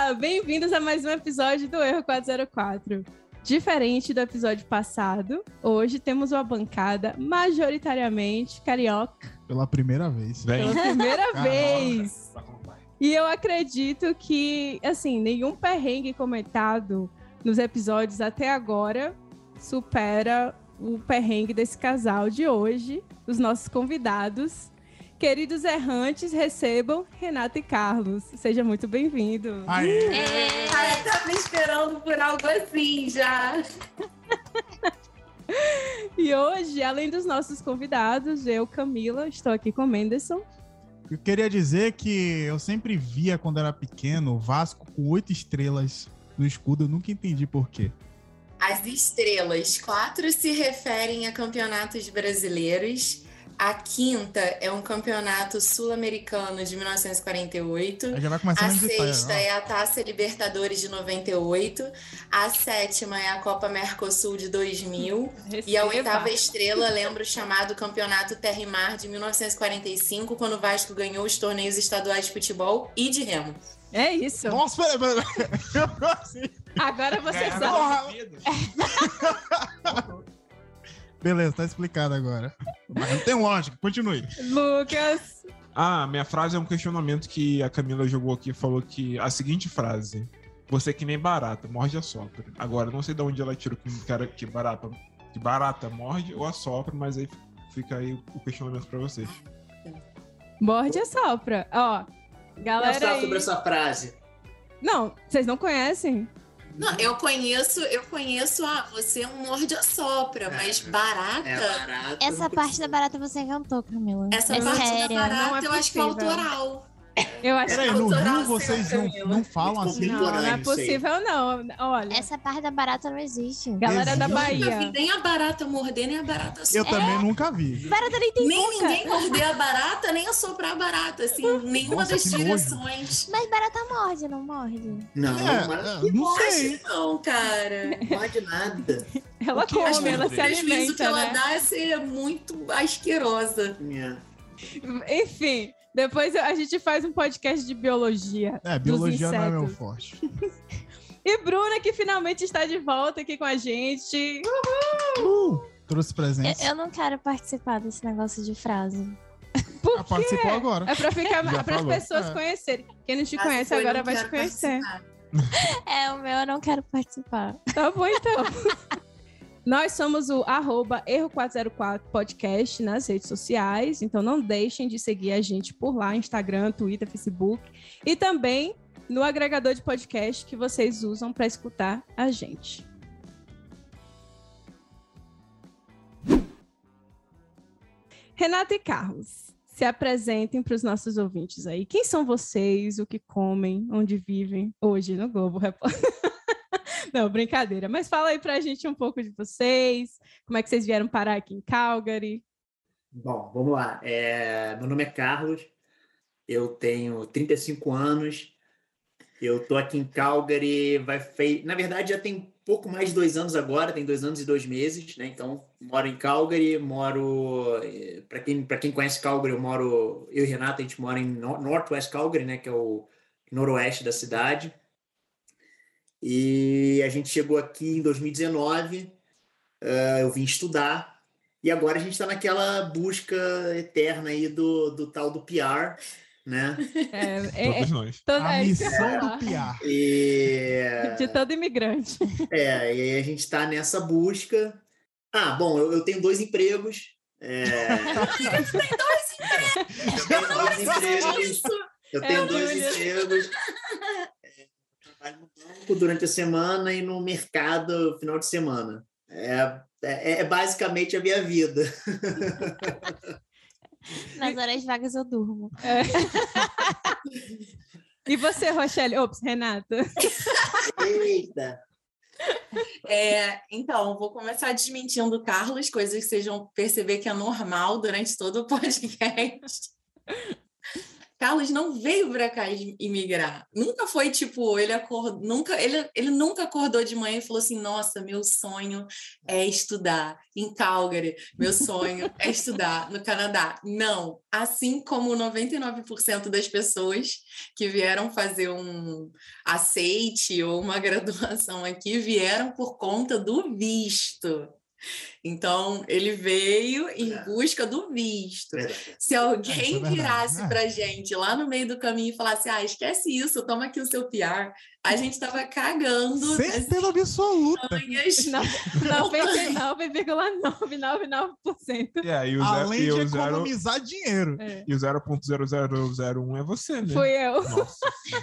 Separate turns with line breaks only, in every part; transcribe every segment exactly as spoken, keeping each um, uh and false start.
Olá, bem-vindos a mais um episódio do Erro quatrocentos e quatro. Diferente do episódio passado, hoje temos uma bancada majoritariamente carioca.
Pela primeira vez.
Pela primeira vez. E eu acredito que, assim, nenhum perrengue comentado nos episódios até agora supera o perrengue desse casal de hoje, os nossos convidados. Queridos errantes, recebam Renata e Carlos. Seja muito bem-vindo.
Aê! É, eu tava esperando por algo assim já.
E hoje, além dos nossos convidados, eu, Camila, estou aqui com o Menderson.
Eu queria dizer que eu sempre via, quando era pequeno, o Vasco com oito estrelas no escudo. Eu nunca entendi por quê.
As estrelas, quatro se referem a campeonatos brasileiros. A quinta é um campeonato sul-americano de mil novecentos e quarenta e oito.
Aí já vai começar
a
a digitar,
sexta
ó.
é a Taça Libertadores de noventa e oito. A sétima é a Copa Mercosul de dois mil.
Receba.
E a oitava estrela lembra o chamado Campeonato Terra e Mar de mil novecentos e quarenta e cinco, quando o Vasco ganhou os torneios estaduais de futebol e de remo.
É isso.
Nossa, peraí, peraí. Eu assim.
Agora você
É,
sabe.
Beleza, tá explicado agora. Mas não tem lógica, continue.
Lucas.
Ah, minha frase é um questionamento que a Camila jogou aqui, falou que a seguinte frase: você é que nem barata, morde e assopra. Agora, não sei de onde ela tirou que, cara, que barata, que barata morde ou assopra, mas aí fica aí o questionamento pra vocês.
Morde e assopra. Ó, galera
Pensar
aí...
sobre essa frase.
Não, vocês não conhecem?
Não, eu conheço, eu conheço a você é um morde a sopra, mas barata.
É barato.
Essa parte da barata você cantou, Camila.
Essa
é
parte
séria.
da barata
Não é
eu acho que é
possível.
autoral.
Eu acho
Peraí,
que
no
Autoral,
Rio vocês
senhora
não,
Camila.
não falam assim?
não, não é
Contemporâneo, isso aí.
possível, não. Olha,
Essa parte da barata não existe.
galera da
Existe.
Eu nunca vi
Bahia.
nem a barata morder, nem a barata
Eu
soprar.
também nunca vi.
Barata nem tem
Nem
boca.
ninguém morder a barata, nem assoprar a barata, assim, nenhuma
Nossa,
das
que nojo.
direções.
Mas barata morde, não morde?
Não,
É,
mas
é,
Que
não
morde,
sei.
não, cara.
não pode nada.
Ela
O que é
come,
isso,
ela
gente?
se
O prejuízo que
alimenta,
ela
né?
dá é ser muito asquerosa.
É.
Enfim, depois a gente faz um podcast de biologia.
É,
dos
biologia não é meu
insetos.
forte.
E Bruna, que finalmente está de volta aqui com a gente.
Uh, trouxe presentes.
Eu, eu não quero participar desse negócio de frase.
Por
Ah, participou agora.
É pra ficar
Já
para as
falou.
pessoas
É.
conhecerem. Quem não te
Ah,
conhece
foi,
agora
não
vai te
quero
conhecer.
participar.
É, o meu eu não quero participar.
Tá bom, então. Nós somos o arroba Erro quatrocentos e quatro podcast nas redes sociais, então não deixem de seguir a gente por lá, Instagram, Twitter, Facebook, e também no agregador de podcast que vocês usam para escutar a gente. Renata e Carlos, se apresentem para os nossos ouvintes aí. Quem são vocês, o que comem, onde vivem hoje no Globo Repórter? Não, brincadeira. Mas fala aí pra gente um pouco de vocês, como é que vocês vieram parar aqui em Calgary.
Bom, vamos lá. É, meu nome é Carlos, eu tenho trinta e cinco anos, eu tô aqui em Calgary, vai fe... na verdade já tem pouco mais de dois anos agora, tem dois anos e dois meses, né? Então, moro em Calgary, moro... Para quem, para quem conhece Calgary, eu moro... Eu e Renata, a gente mora em Nor- Northwest Calgary, né? Que é o noroeste da cidade. E a gente chegou aqui em dois mil e dezenove, uh, eu vim estudar, e agora a gente está naquela busca eterna aí do, do tal do P R, né?
É, é,
Todos nós.
todo-
A
é isso que eu ia
missão
falar.
do P R.
E,
De todo imigrante.
é, e aí a gente está nessa busca. Ah, bom, eu, eu tenho dois empregos. É, eu tenho dois empregos. Eu tenho
É,
dois
Júlia.
empregos. É, trabalho no banco durante a semana e no mercado no final de semana. É, é, é basicamente a minha vida.
Nas horas vagas eu durmo.
É. E você, Rochelle? Ops, Renata.
Eita!
É, então, vou começar desmentindo o Carlos, coisas que vocês vão perceber que é normal durante todo o podcast. Carlos não veio para cá imigrar. Nunca foi tipo, ele acordou, nunca, ele, ele nunca acordou de manhã e falou assim: nossa, meu sonho é estudar em Calgary, meu sonho é estudar no Canadá. Não. Assim como noventa e nove por cento das pessoas que vieram fazer um aceite ou uma graduação aqui vieram por conta do visto. Então, ele veio em é. busca do visto. É. Se alguém é, virasse é. para a gente lá no meio do caminho e falasse: ah, esquece isso, toma aqui o seu P R, a gente estava cagando.
Certeza absoluta.
noventa e nove vírgula novecentos e noventa e nove por cento.
É, e o
Além
zero,
de
e o zero,
economizar dinheiro.
É.
E o zero ponto zero zero zero um é você, né?
Fui eu.
Nossa,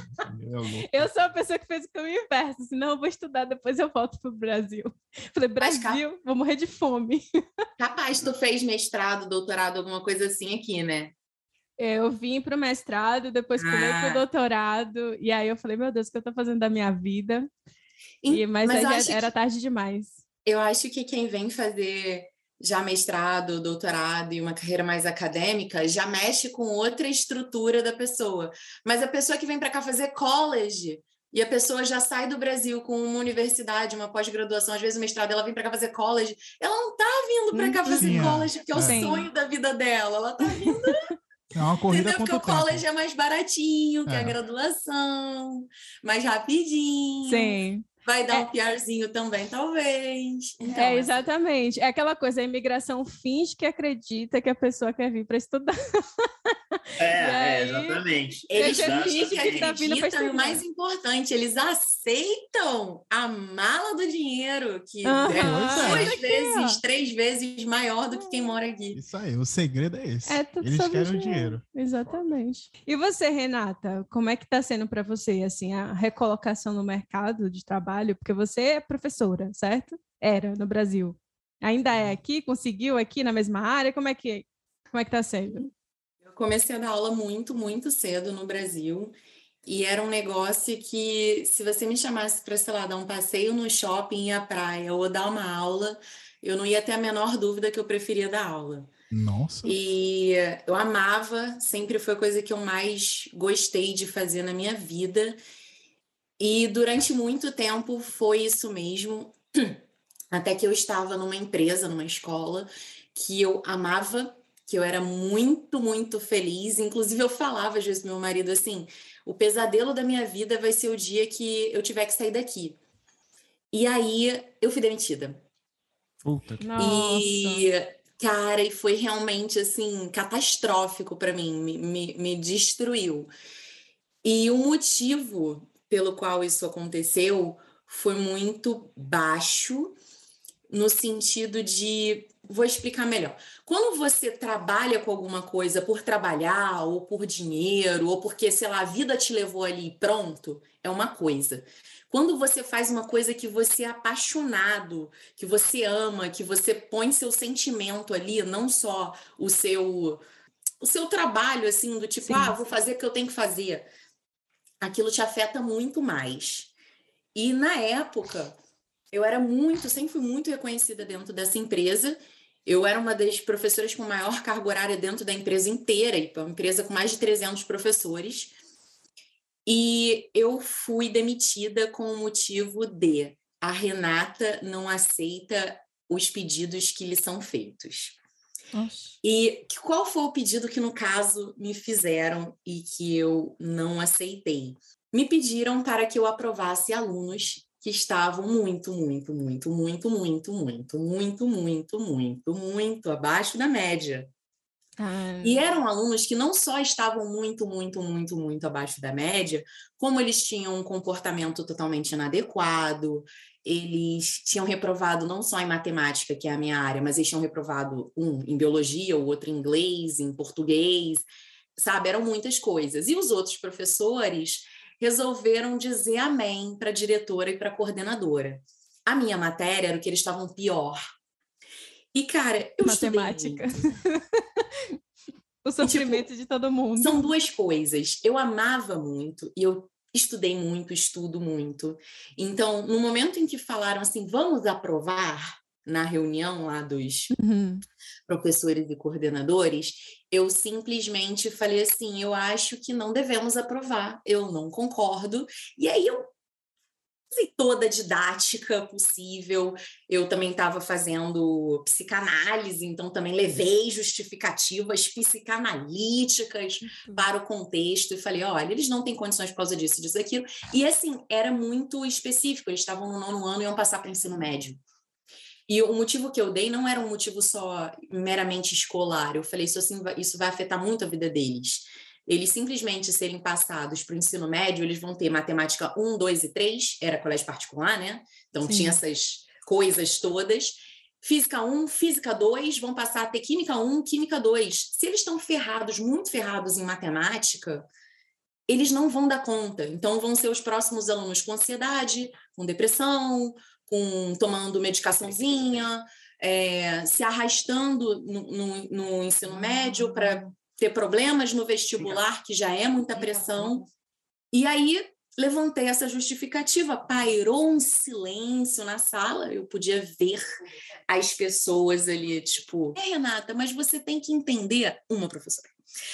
eu sou a pessoa que fez o caminho inverso. Senão eu vou estudar, depois eu volto pro Brasil. Falei, Brasil, cap... vou morrer de fome.
Capaz, tu fez mestrado, doutorado, alguma coisa assim aqui, né?
Eu vim para o mestrado, depois pulei ah. para o doutorado, e aí eu falei, meu Deus, o que eu estou fazendo da minha vida? E, mas mas aí já era que, tarde demais.
Eu acho que quem vem fazer já mestrado, doutorado e uma carreira mais acadêmica, já mexe com outra estrutura da pessoa. Mas a pessoa que vem para cá fazer college, e a pessoa já sai do Brasil com uma universidade, uma pós-graduação, às vezes o mestrado, ela vem para cá fazer college, ela não está vindo para cá fazer Sim, college, porque é o Sim. sonho da vida dela, ela está vindo...
É uma corrida
Entendeu? Porque o
tempo.
college é mais baratinho, que é. a graduação, mais rapidinho.
Sim.
Vai dar
é.
um PRzinho também, talvez. Então,
é, exatamente. Assim... É aquela coisa, a imigração finge que acredita que a pessoa quer vir para estudar.
É, aí, é exatamente.
Eles fingem que acreditam, e o mais importante, eles aceitam a mala do dinheiro, que
uhum.
é duas é. vezes, três vezes maior do que quem mora aqui.
Isso aí, o segredo é esse.
É tudo
eles querem
dinheiro.
o dinheiro.
Exatamente. E você, Renata, como é que está sendo para você assim, a recolocação no mercado de trabalho? Porque você é professora, certo? Era no Brasil. Ainda é aqui? Conseguiu aqui na mesma área? Como é que como é que está sendo?
Comecei a dar aula muito, muito cedo no Brasil e era um negócio que, se você me chamasse para, sei lá, dar um passeio no shopping e à praia ou dar uma aula, eu não ia ter a menor dúvida que eu preferia dar aula.
Nossa!
E eu amava, sempre foi a coisa que eu mais gostei de fazer na minha vida e durante muito tempo foi isso mesmo, até que eu estava numa empresa, numa escola, que eu amava, que eu era muito, muito feliz. Inclusive, eu falava às vezes pro meu marido assim, o pesadelo da minha vida vai ser o dia que eu tiver que sair daqui. E aí, eu fui demitida.
Puta.
E, cara, e foi realmente, assim, catastrófico para mim. Me, me, me destruiu. E o motivo pelo qual isso aconteceu foi muito baixo, no sentido de... Vou explicar melhor. Quando você trabalha com alguma coisa por trabalhar, ou por dinheiro, ou porque, sei lá, a vida te levou ali e pronto, é uma coisa. Quando você faz uma coisa que você é apaixonado, que você ama, que você põe seu sentimento ali, não só o seu, o seu trabalho, assim, do tipo, Sim. ah, vou fazer o que eu tenho que fazer. Aquilo te afeta muito mais. E, na época... Eu era muito, sempre fui muito reconhecida dentro dessa empresa. Eu era uma das professoras com maior carga horária dentro da empresa inteira, e uma empresa com mais de trezentos professores. E eu fui demitida com o motivo de a Renata não aceita os pedidos que lhe são feitos.
Nossa.
E qual foi o pedido que, no caso, me fizeram e que eu não aceitei? Me pediram para que eu aprovasse alunos que estavam muito, muito, muito, muito, muito, muito, muito, muito, muito, muito abaixo da média.
Ah.
E eram alunos que não só estavam muito, muito, muito, muito abaixo da média, como eles tinham um comportamento totalmente inadequado, eles tinham reprovado não só em matemática, que é a minha área, mas eles tinham reprovado um em biologia, o outro em inglês, em português, sabe? Eram muitas coisas. E os outros professores resolveram dizer amém para a diretora e para a coordenadora. A minha matéria era o que eles estavam pior. E, cara, eu
Matemática. O sofrimento e, tipo, de todo mundo.
São duas coisas. Eu amava muito e eu estudei muito, estudo muito. Então, no momento em que falaram assim, vamos aprovar, na reunião lá dos
Uhum.
professores e coordenadores, eu simplesmente falei assim, eu acho que não devemos aprovar, eu não concordo. E aí eu usei toda a didática possível, eu também estava fazendo psicanálise, então também levei justificativas psicanalíticas para o contexto e falei, olha, eles não têm condições por causa disso, disso, daquilo. E assim, era muito específico, eles estavam no nono ano e iam passar para o ensino médio. E o motivo que eu dei não era um motivo só meramente escolar, eu falei, isso, assim, isso vai afetar muito a vida deles. Eles simplesmente serem passados para o ensino médio, eles vão ter matemática um, dois e três, era colégio particular, né? Então
Sim.
tinha essas coisas todas. Física um, física dois, vão passar a ter química um, química dois. Se eles estão ferrados, muito ferrados em matemática, eles não vão dar conta. Então vão ser os próximos alunos com ansiedade, com depressão, com, tomando medicaçãozinha, é, se arrastando no, no, no ensino médio para ter problemas no vestibular, que já é muita pressão. E aí, levantei essa justificativa, pairou um silêncio na sala, eu podia ver as pessoas ali, tipo, é, Renata, mas você tem que entender, uma professora,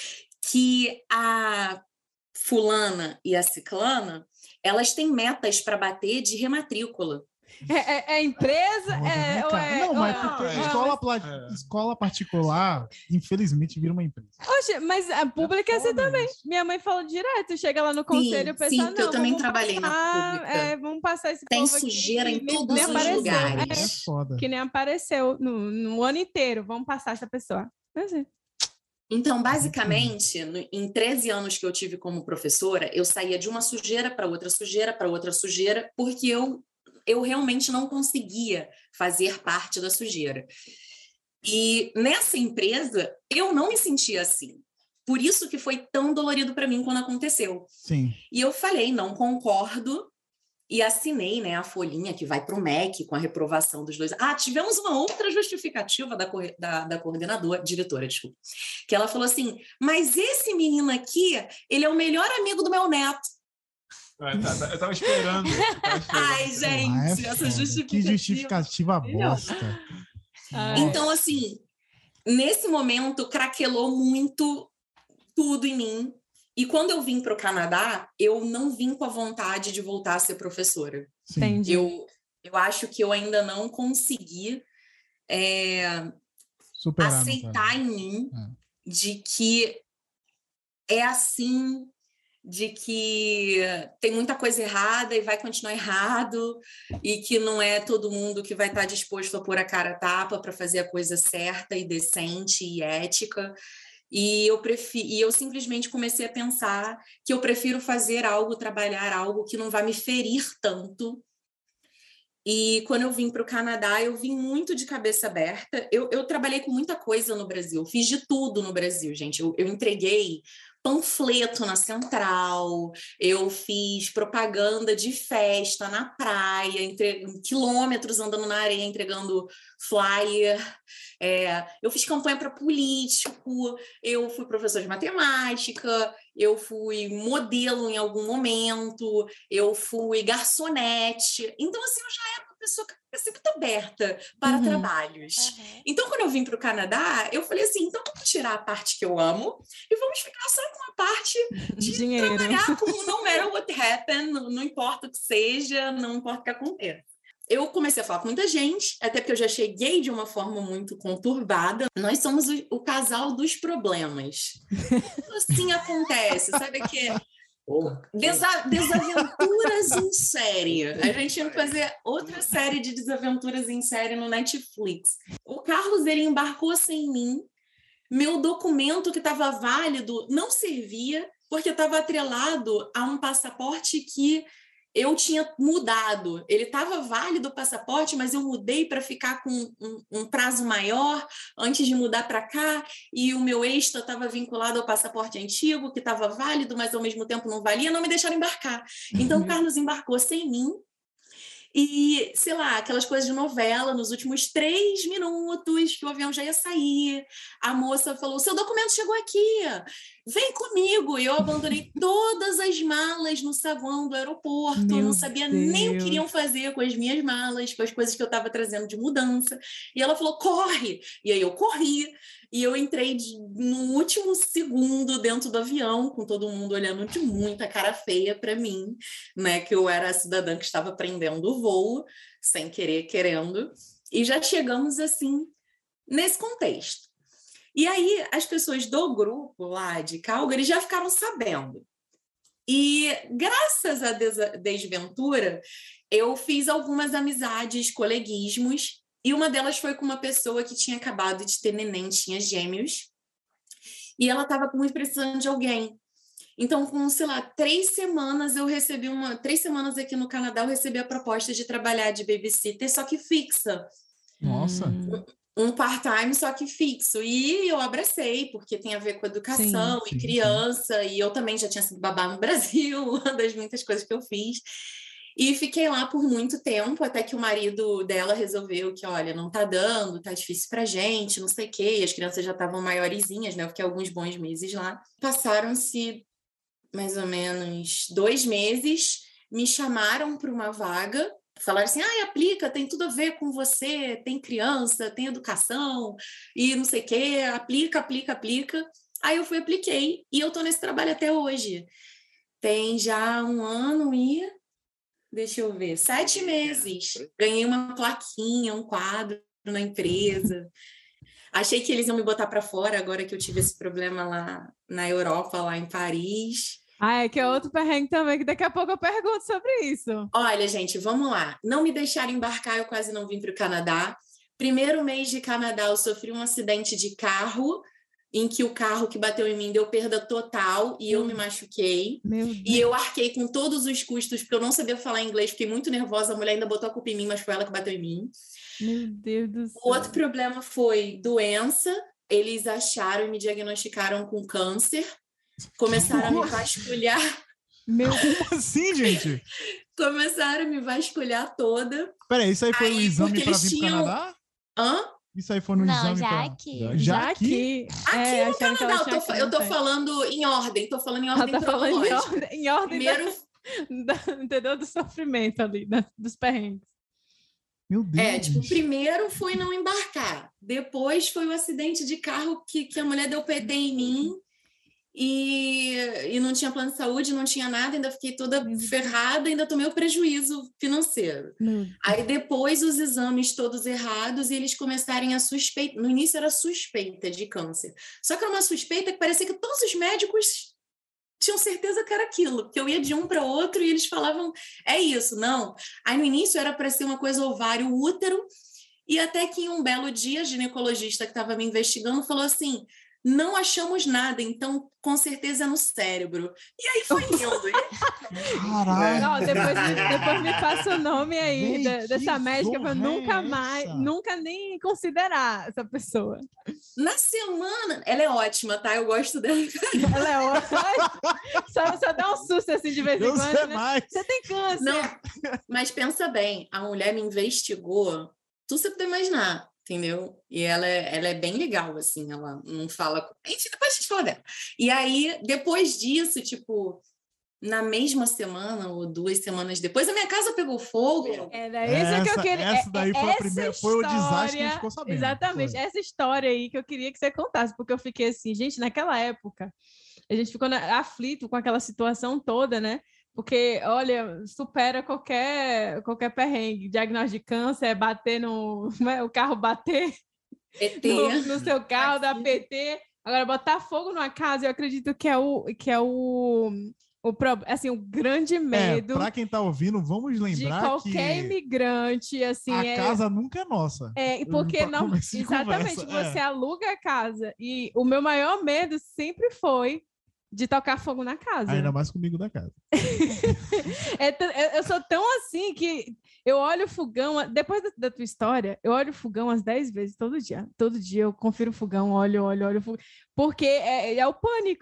que a fulana e a ciclana, elas têm metas para bater de rematrícula.
É, é, é empresa?
Nossa,
É,
vem
ou
cá.
é,
Não,
ou
mas
é-
porque
é-
escola,
mas-
pla-
é.
escola particular, infelizmente, vira uma empresa.
Oxe, mas a pública é assim
foda
também.
isso.
Minha mãe falou direto, chega lá no conselho e pensa,
sim,
não,
porque eu também
vamos
trabalhei na
passar,
pública.
é, vamos passar esse
Tem
povo aqui
sujeira
que
em
nem-
todos
nem
os
apareceu.
lugares.
É
É,
foda.
que nem apareceu no, no ano inteiro. Vamos passar essa pessoa. Assim.
Então, basicamente, no- em treze anos que eu tive como professora, eu saía de uma sujeira para outra sujeira, para outra sujeira, porque eu, eu realmente não conseguia fazer parte da sujeira. E nessa empresa, eu não me sentia assim. Por isso que foi tão dolorido para mim quando aconteceu.
Sim.
E eu falei, não concordo, e assinei, né, a folhinha que vai para o M E C com a reprovação dos dois. Ah, tivemos uma outra justificativa da, corre- da, da coordenadora, diretora, desculpa, que ela falou assim, mas esse menino aqui, ele é o melhor amigo do meu neto.
Ah, tá, tá, eu tava esperando. eu tava esperando.
Ai,
Ah,
gente,
é
essa
foda.
justificativa.
Que justificativa bosta.
Ah,
Então, assim, nesse momento, craquelou muito tudo em mim. E quando eu vim para o Canadá, eu não vim com a vontade de voltar a ser professora.
Sim.
entendi.
Eu, eu acho que eu ainda não consegui é,
Superar, no
aceitar
caso.
em mim
É.
de que é assim, de que tem muita coisa errada e vai continuar errado, e que não é todo mundo que vai estar disposto a pôr a cara a tapa para fazer a coisa certa e decente e ética. E eu, prefiro, e eu simplesmente comecei a pensar que eu prefiro fazer algo, trabalhar algo que não vai me ferir tanto. E quando eu vim para o Canadá, eu vim muito de cabeça aberta. Eu, eu trabalhei com muita coisa no Brasil, fiz de tudo no Brasil, gente. Eu, eu entreguei panfleto na Central, eu fiz propaganda de festa na praia, entre, quilômetros andando na areia, entregando flyer. É, eu fiz campanha para político, eu fui professora de matemática, eu fui modelo em algum momento, eu fui garçonete. Então, assim, eu já era uma pessoa que sempre muito aberta para
Uhum.
trabalhos.
Uhum.
Então, quando eu vim para o Canadá, eu falei assim, então vamos tirar a parte que eu amo e vamos ficar só com a parte de
Dinheiro.
trabalhar com no matter what happen, não, não importa o que seja, não importa o que aconteça. Eu comecei a falar com muita gente, até porque eu já cheguei de uma forma muito conturbada. Nós somos o, o casal dos problemas. Assim acontece, sabe que
Porra.
Desa- desaventuras em série. A gente tinha que fazer outra série de desaventuras em série no Netflix. O Carlos, ele embarcou sem mim. Meu documento que estava válido não servia, porque estava atrelado a um passaporte que eu tinha mudado. Ele estava válido o passaporte, mas eu mudei para ficar com um, um prazo maior antes de mudar para cá, e o meu extra estava vinculado ao passaporte antigo, que estava válido, mas ao mesmo tempo não valia, não me deixaram embarcar. Então, o Carlos embarcou sem mim, E, sei lá, aquelas coisas de novela, nos últimos três minutos que o avião já ia sair, a moça falou, seu documento chegou aqui, vem comigo. E eu abandonei todas as malas no saguão do aeroporto,
Meu
não sabia nem o que
Deus.
iriam fazer com as minhas malas, com as coisas que eu estava trazendo de mudança. E ela falou, corre! E aí eu corri, e eu entrei de, no último segundo dentro do avião, com todo mundo olhando de muita cara feia para mim, né? Que eu era a cidadã que estava prendendo o voo, sem querer, querendo. E já chegamos, assim, nesse contexto. E aí, as pessoas do grupo lá de Calgary já ficaram sabendo. E, graças à des- desventura, eu fiz algumas amizades, coleguismos, e uma delas foi com uma pessoa que tinha acabado de ter neném, tinha gêmeos, e ela estava muito precisando de alguém. Então, com, sei lá, três semanas eu recebi uma... Três semanas aqui no Canadá eu recebi a proposta de trabalhar de babysitter, só que fixa.
Nossa.
Hum.
Um part-time, só que fixo. E eu abracei, porque tem a ver com educação
Sim,
e
sim,
criança, e eu também já tinha sido babá no Brasil, uma das muitas coisas que eu fiz. E fiquei lá por muito tempo, até que o marido dela resolveu que, olha, não tá dando, tá difícil pra gente, não sei o quê, e as crianças já estavam maiorzinhas, né? Eu fiquei alguns bons meses lá. Passaram-se mais ou menos dois meses, me chamaram para uma vaga, falaram assim, ah, aplica, tem tudo a ver com você, tem criança, tem educação, e não sei o quê, aplica, aplica, aplica. Aí eu fui, apliquei, e eu tô nesse trabalho até hoje. Tem já um ano e, deixa eu ver, sete meses. Ganhei uma plaquinha, um quadro na empresa. Achei que eles iam me botar para fora agora que eu tive esse problema lá na Europa, lá em Paris.
Ah, é que é outro perrengue também, que daqui a pouco eu pergunto sobre isso.
Olha, gente, vamos lá. Não me deixaram embarcar, eu quase não vim para o Canadá. Primeiro mês de Canadá, eu sofri um acidente de carro, em que o carro que bateu em mim deu perda total e eu me machuquei.
Meu Deus.
E eu arquei com todos os custos, porque eu não sabia falar inglês, fiquei muito nervosa, a mulher ainda botou a culpa em mim, mas foi ela que bateu em mim.
Meu Deus do céu.
O outro problema foi doença. Eles acharam e me diagnosticaram com câncer. Começaram a me vasculhar.
Meu
Como assim, gente?
Começaram a me vasculhar toda.
Peraí, isso aí foi
Aí,
um exame
porque
pra
eles
vir pro
tinham-
Canadá?
Hã?
Isso aí foi no
Não,
exame
já
pra...
aqui.
Já,
Já
aqui?
aqui.
Aqui
É,
no
acharam que
Canadá,
ela
eu
tinha
tô,
aqui,
eu
não
tô
tem.
falando em ordem, tô falando em
Ela
ordem
tá falando em
cronológica.
ordem, em ordem
Primeiro,
da, da- entendeu? Do sofrimento ali, da- dos perrengues.
Meu Deus.
é, tipo, primeiro foi não embarcar. Depois foi o acidente de carro que, que a mulher deu P T em mim e, e não tinha plano de saúde, não tinha nada, ainda fiquei toda
Meu Deus.
ferrada, ainda tomei o prejuízo financeiro.
Meu
Aí depois os exames todos errados e eles começarem a suspeitar. No início era suspeita de câncer. Só que era uma suspeita que parecia que todos os médicos tinham certeza que era aquilo, porque eu ia de um para outro e eles falavam, é isso, não. Aí no início era para ser uma coisa ovário, útero, e até que em um belo dia a ginecologista que estava me investigando falou assim, não achamos nada, então com certeza é no cérebro. E aí foi lindo.
Caralho.
Não, depois, me- depois me passa o nome aí
Véi,
da-
que
dessa médica para
zorra é
nunca mais,
essa?
nunca nem considerar essa pessoa.
Na semana, ela é ótima, tá? Eu gosto dela.
Ela é ótima. Só, só dá um susto assim de vez em
Deus
quando,
é
né?
mais.
Você tem câncer.
Não, mas pensa bem, a mulher me investigou, tudo você puder imaginar, entendeu? E ela é, ela é bem legal, assim, ela não fala... Enfim, depois a gente fala dela. E aí, depois disso, tipo, na mesma semana ou duas semanas depois, a minha casa pegou fogo.
Era isso que eu
Essa-
queria.
essa daí foi a
essa
primeira- foi o desastre que a gente
história-
ficou sabendo,
Exatamente,
foi.
essa história aí que eu queria que você contasse, porque eu fiquei assim, gente, naquela época, a gente ficou na- aflito com aquela situação toda, né? Porque, olha, supera qualquer, qualquer perrengue. Diagnóstico de câncer, é bater no. O carro bater
E T.
no, no seu carro, da P T. Agora, botar fogo numa casa, eu acredito que é o. Que é o o pro- assim, o grande
É,
medo
pra quem tá ouvindo, vamos
de
lembrar
qualquer
que
imigrante, assim,
a
é,
casa nunca é nossa.
é, e porque
pra
não,
começo de
exatamente,
conversa,
você
é.
aluga a casa e o meu maior medo sempre foi de tocar fogo na casa.
Ainda mais comigo da casa.
É t- eu eu sou tão assim que eu olho o fogão, depois da, da tua história, eu olho o fogão umas dez vezes todo dia. Todo dia eu confiro o fogão, olho, olho, olho o fogão, porque é, é o pânico.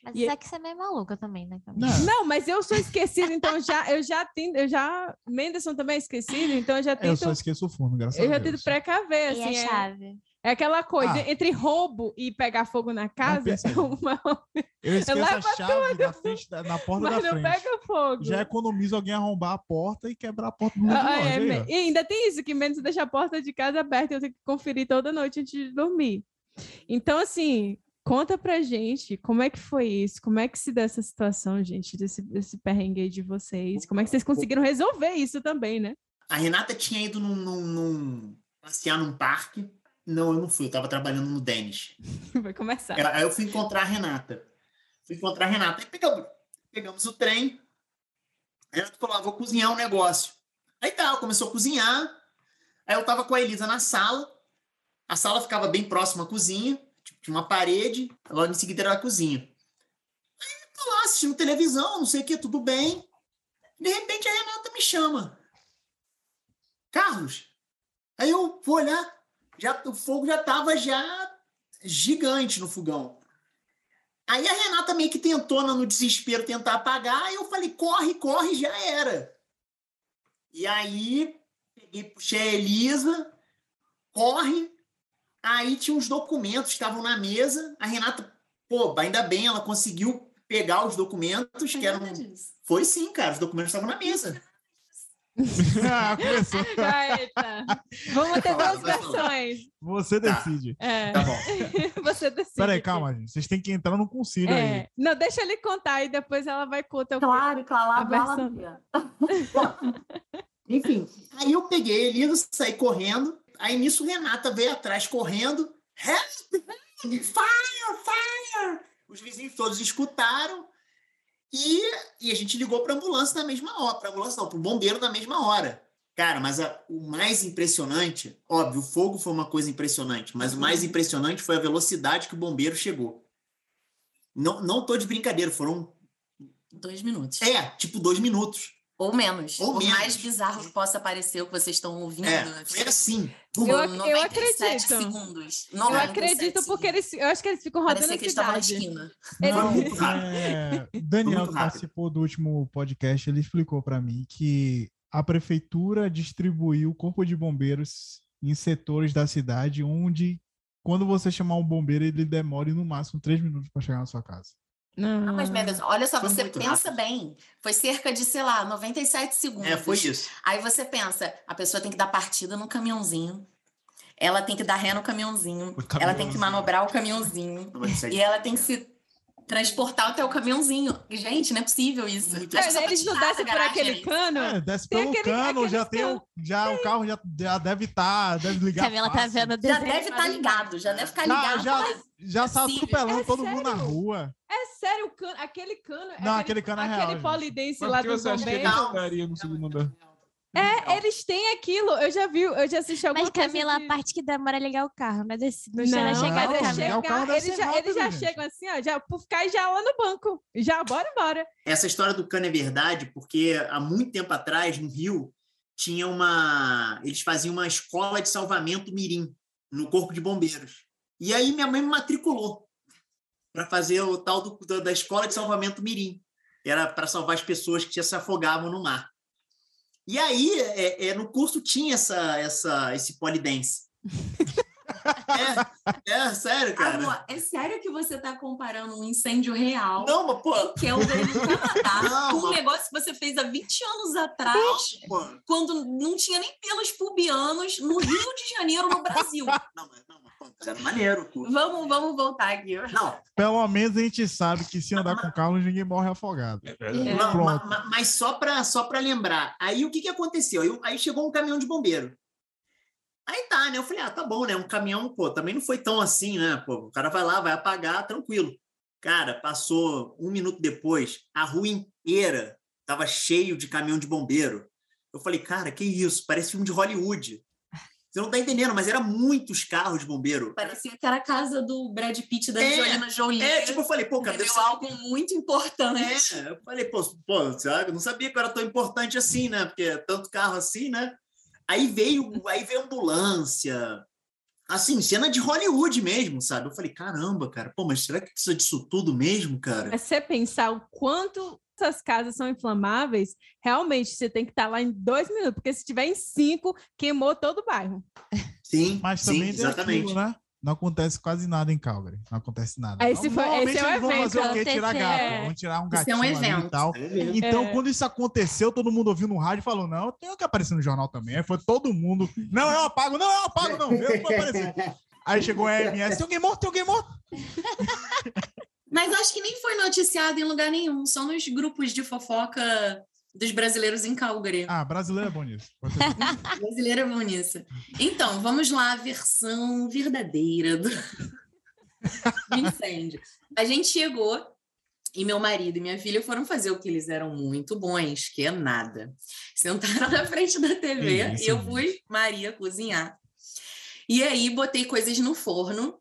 Mas
E-
é que você é meio maluca também, né, Camila?
Não,
Não, mas eu sou esquecida, então já, eu já tento, eu já... Menderson também é esquecido, então eu já
eu
tento...
só esqueço o forno, graças
Eu
a
já
Deus.
tento precaver,
E a
assim, é,
chave?
é aquela coisa,
Ah.
entre roubo e pegar fogo na casa,
pensa aí.
uma-
Eu esqueço a
Leva
chave da frente, da- na porta
mas
da
não
frente.
pega fogo.
Já economizo alguém arrombar a porta e quebrar a porta do
Ah,
mundo
é,
longe, aí,
me-
ó.
e ainda tem isso, que menos deixa a porta de casa aberta, eu tenho que conferir toda noite antes de dormir. Então, assim, conta pra gente como é que foi isso, como é que se deu essa situação, gente, desse, desse perrengue aí de vocês, como é que vocês conseguiram resolver isso também, né?
A Renata tinha ido num, num, num- passear num parque. Não, eu não fui, eu tava trabalhando no Dennis.
Vai começar.
Aí eu fui encontrar a Renata. Fui encontrar a Renata. Aí pegamos, pegamos o trem. Aí ela falou, ah, vou cozinhar um negócio. Aí tá, ela começou a cozinhar. Aí eu tava com a Elisa na sala. A sala ficava bem próxima à cozinha. Tipo, tinha uma parede. Logo em seguida era a cozinha. Aí eu tô lá assistindo televisão, não sei o que, tudo bem. De repente a Renata me chama. Carlos. Aí eu vou olhar. Já, o fogo já tava já gigante no fogão. Aí a Renata meio que tentou, no desespero, tentar apagar. Aí eu falei, corre, corre, já era. E aí, peguei, puxei a Elisa, corre. Aí tinha uns documentos que estavam na mesa. A Renata, pô, ainda bem, ela conseguiu pegar os documentos, que eram... Foi sim, cara, os documentos estavam na mesa.
Ah, começou.
Eita. Vamos ter duas versões.
Você
Tá.
decide.
É.
Tá bom.
Você decide.
Peraí,
aqui.
calma, gente. Vocês têm que entrar no concílio aí.
É. Não, deixa ele contar e depois ela vai contar o que.
Claro, claro,
A
lá,
versão-
Enfim, aí eu peguei a Elisa, saí correndo. Aí nisso Renata veio atrás correndo. Help! Help! Fire! Fire! Os vizinhos todos escutaram. E, e a gente ligou para ambulância na mesma hora. Para ambulância não, para o bombeiro na mesma hora. Cara, mas a- o mais impressionante, óbvio, o fogo foi uma coisa impressionante, mas o mais impressionante foi a velocidade que o bombeiro chegou. Não, não tô de brincadeira, foram,
Dois minutos.
é, tipo dois minutos.
Ou menos.
Ou
Por
menos.
mais bizarro que possa parecer o que vocês estão ouvindo.
É, foi assim.
Eu
Por
ac- eu
noventa e sete
acredito.
segundos.
Eu
noventa e
acredito
sete
porque
segundos.
eles. Eu acho que eles ficam rodando
Parecia
a
que eles estavam na
cidade.
esquina.
Eles-
Foi muito rápido.
É, Daniel,
Muito
que
rápido.
participou do último podcast, ele explicou para mim que a prefeitura distribuiu o corpo de bombeiros em setores da cidade onde, quando você chamar um bombeiro, ele demore no máximo três minutos para chegar na sua casa.
Não.
Ah, mas, Mendes, olha só,
Foi
você
muito
pensa
rápido.
bem. Foi cerca de, sei lá, noventa e sete segundos.
É, foi isso.
Aí você pensa, a pessoa tem que dar partida no caminhãozinho. Ela tem que dar ré no caminhãozinho.
O
Ela tem
caminhãozinho.
que manobrar o caminhãozinho. E ela tem que se transportar até o caminhãozinho. Gente, não é possível isso.
Muito
Acho que
Mas
só pra
eles não
tirar
descem
da
por
garagem,
aquele
gente.
cano?
É, desce
Tem
pelo
aquele-
cano, já
aqueles
tem o, já o carro já, já deve estar, deve ligar
Camila tá
fácil.
vendo o
Já
desenho.
deve estar ligado, já deve ficar
Já,
ligado.
já,
Mas
já tá
possível.
atropelando
É
todo mundo na
sério?
rua.
É sério, o cano, aquele cano.
Não, aquele cano é real,
Aquele
gente.
polidense
Mas
lá
por que
dos
você acha que ele
bombeiros.
estaria no segundo andar?
É, eles têm aquilo. Eu já vi, eu já assisti alguma
Mas,
coisa
Camila,
de-
a parte que demora é ligar o carro, não é desse, não,
Não,
chega a chegar
não,
no
é
caminho.
chegar o carro
chegar,
deve
eles
ser
já, eles já
rápido, gente.
chegam assim, ó, já por ficar já lá no banco. Já, bora embora.
Essa história do cano é verdade, porque há muito tempo atrás, no Rio, tinha uma. Eles faziam uma escola de salvamento mirim no Corpo de Bombeiros. E aí minha mãe me matriculou para fazer o tal do, da, da escola de salvamento mirim. Era para salvar as pessoas que se afogavam no mar. E aí, é, é, no curso tinha essa, essa, esse polidense. é, é, sério, cara.
Amor, é sério que você tá comparando um incêndio real
Não, mas, pô.
em Calgary, no Canadá,
Não,
com um
mas-
negócio que você fez há vinte anos atrás,
pô.
quando não tinha nem pelos pubianos, no Rio de Janeiro, no Brasil.
Não, mas, não, mas, pô, mas era maneiro o curso.
Vamos, vamos voltar aqui.
Não,
Pelo menos a gente sabe que se andar com Carlos, ninguém morre afogado.
É verdade.
Não,
Pronto.
ma- ma- mas só para só pra lembrar. Aí o que, que aconteceu? Aí, aí chegou um caminhão de bombeiro. Aí tá, né? Eu falei, ah, tá bom, né? Um caminhão, pô, também não foi tão assim, né? Pô, o cara vai lá, vai apagar, tranquilo. Cara, passou um minuto depois, a rua inteira tava cheio de caminhão de bombeiro. Eu falei, cara, que isso? Parece filme de Hollywood. Você não tá entendendo, mas era muitos carros de bombeiro.
Parecia que era a casa do Brad Pitt da
É,
Angelina Jolie.
É, tipo, eu falei, pô, cara, deve
entendeu?
ser
Algo muito importante.
É, eu falei, pô, pô, sabe, eu não sabia que era tão importante assim, né? Porque é tanto carro assim, né? Aí veio, aí veio ambulância, assim, cena de Hollywood mesmo, sabe? Eu falei, caramba, cara, pô, mas será que precisa disso tudo mesmo, cara?
Mas você pensar o quanto essas casas são inflamáveis, realmente você tem que estar lá em dois minutos, porque se tiver em cinco, queimou todo o bairro.
Sim,
Mas
sim,
também tem
exatamente.
aquilo, né? Não acontece quase nada em Calgary. Não acontece nada.
Esse foi-
Normalmente
esse é o
eles vão
evento,
fazer o quê? Tirar
aconteceu.
gato.
É.
Vão tirar um
Isso é
gatinho
um
ali
evento.
e tal.
É mesmo.
Então,
É.
quando isso aconteceu, todo mundo ouviu no rádio e falou, não, eu tenho que aparecer no jornal também. Aí foi todo mundo, não, eu apago, não, eu apago, não, eu não vou aparecer. Aí chegou a M S, tem alguém morto, tem alguém morto.
Mas acho que nem foi noticiado em lugar nenhum, só nos grupos de fofoca dos brasileiros em Calgary.
Ah, brasileiro é bom nisso. Pode ser.
Brasileiro é bom nisso. Então, vamos lá, a versão verdadeira do, do incêndio. A gente chegou e meu marido e minha filha foram fazer o que eles eram muito bons, que é nada. Sentaram na frente da T V
Que isso,
e eu
gente.
fui, Maria, cozinhar. E aí botei coisas no forno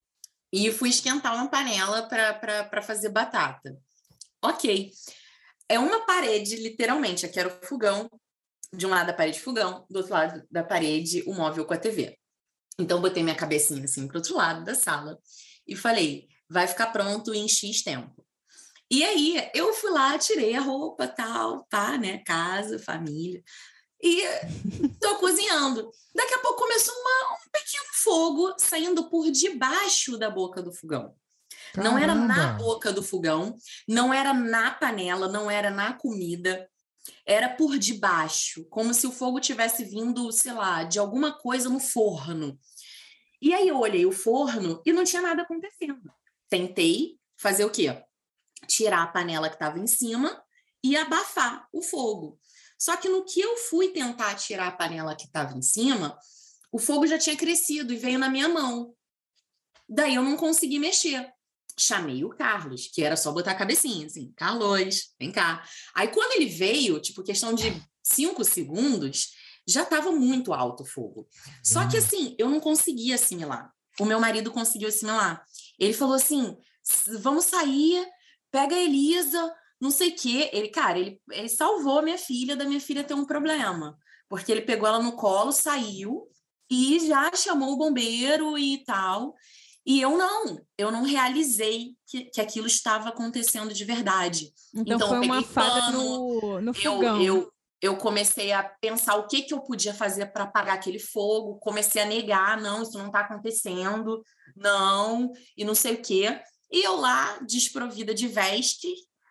e fui esquentar uma panela para fazer batata. Ok. É uma parede, literalmente. Aqui era o fogão. De um lado da parede, fogão. Do outro lado da parede, o móvel com a T V. Então, botei minha cabecinha assim para o outro lado da sala e falei, vai ficar pronto em X tempo. E aí, eu fui lá, tirei a roupa, tal, tá, né? Casa, família. E tô cozinhando. Daqui a pouco começou uma, um pequeno fogo saindo por debaixo da boca do fogão. Não era na
Caramba.
boca do fogão, não era na panela, não era na comida, era por debaixo, como se o fogo tivesse vindo, sei lá, de alguma coisa no forno. E aí eu olhei o forno e não tinha nada acontecendo. Tentei fazer o quê? Tirar a panela que estava em cima e abafar o fogo. Só que no que eu fui tentar tirar a panela que estava em cima, o fogo já tinha crescido e veio na minha mão. Daí eu não consegui mexer. Chamei o Carlos, que era só botar a cabecinha, assim, Carlos, vem cá. Aí quando ele veio, tipo, questão de cinco segundos, já estava muito alto o fogo. Só que assim, eu não conseguia assimilar. O meu marido conseguiu assimilar. Ele falou assim, vamos sair, pega a Elisa, não sei o quê. Ele, cara, ele, ele salvou a minha filha da minha filha ter um problema. Porque ele pegou ela no colo, saiu e já chamou o bombeiro e tal. E eu não, eu não realizei que, que aquilo estava acontecendo de verdade.
Então,
Então,
foi
eu
uma
peguei
falha
pano,
no, no
eu,
fogão.
eu, eu comecei a pensar o que, que eu podia fazer para apagar aquele fogo, comecei a negar, não, isso não está acontecendo, não, e não sei o quê. E eu lá, desprovida de veste,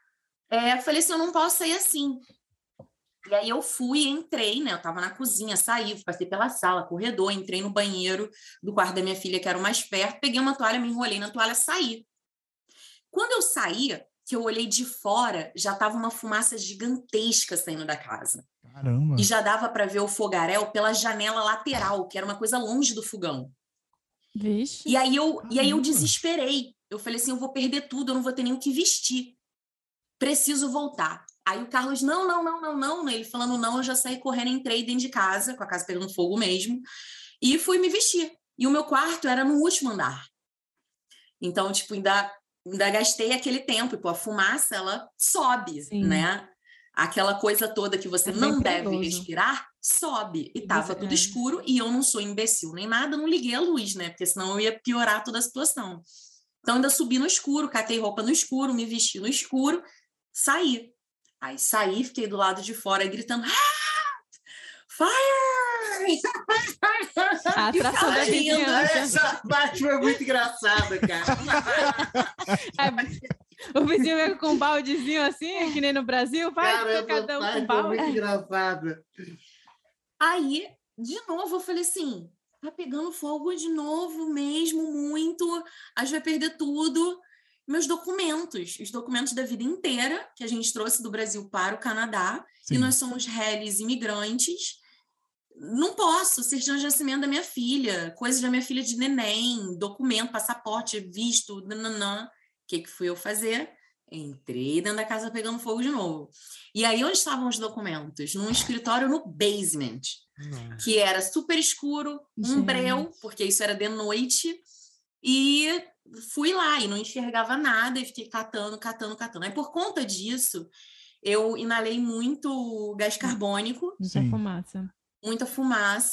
é, falei assim, eu não posso sair assim. E aí eu fui, entrei, né? Eu estava na cozinha, saí, passei pela sala, corredor, entrei no banheiro do quarto da minha filha, que era o mais perto, peguei uma toalha, me enrolei na toalha, saí. Quando eu saí, que eu olhei de fora, já estava uma fumaça gigantesca saindo da casa.
Caramba.
E já dava para ver o fogaréu pela janela lateral, que era uma coisa longe do fogão.
Vixe.
E aí eu, e aí eu
Caramba.
desesperei. Eu falei assim, eu vou perder tudo, eu não vou ter nem o que vestir. Preciso voltar. Aí o Carlos, não, não, não, não, não. Ele falando não, eu já saí correndo, entrei dentro de casa, com a casa pegando fogo mesmo, e fui me vestir. E o meu quarto era no último andar. Então, tipo, ainda, ainda gastei aquele tempo. E, pô, a fumaça, ela sobe,
Sim.
né? Aquela coisa toda que você
É bem
não deve
perigoso.
respirar, sobe. E
E
tava
você-
tudo
é.
escuro e eu não sou imbecil nem nada, não liguei a luz, né? Porque senão eu ia piorar toda a situação. Então, ainda subi no escuro, catei roupa no escuro, me vesti no escuro, saí. Aí saí, fiquei do lado de fora gritando, ah! Fire!
A atração da
ficava rindo,
vizinhança.
Essa parte foi muito engraçada, cara.
É, o vizinho veio com um baldezinho assim, que nem no Brasil, vai,
Cara, essa
cada um com
parte
um
foi
balde.
muito engraçada.
Aí, de novo, eu falei assim, tá pegando fogo de novo mesmo, muito, a gente vai perder tudo. Meus documentos, os documentos da vida inteira que a gente trouxe do Brasil para o Canadá,
Sim.
e nós somos réis imigrantes. Não posso, certidão de nascimento da minha filha, coisas da minha filha de neném, documento, passaporte, visto, nananã. O que, que fui eu fazer? Entrei dentro da casa pegando fogo de novo. E aí, onde estavam os documentos? Num escritório no basement,
Não.
que era super escuro, um
Gente.
breu, porque isso era de noite, e fui lá e não enxergava nada e fiquei catando, catando, catando. Aí, por conta disso, eu inalei muito gás carbônico,
Muita
Sim.
fumaça.
muita fumaça,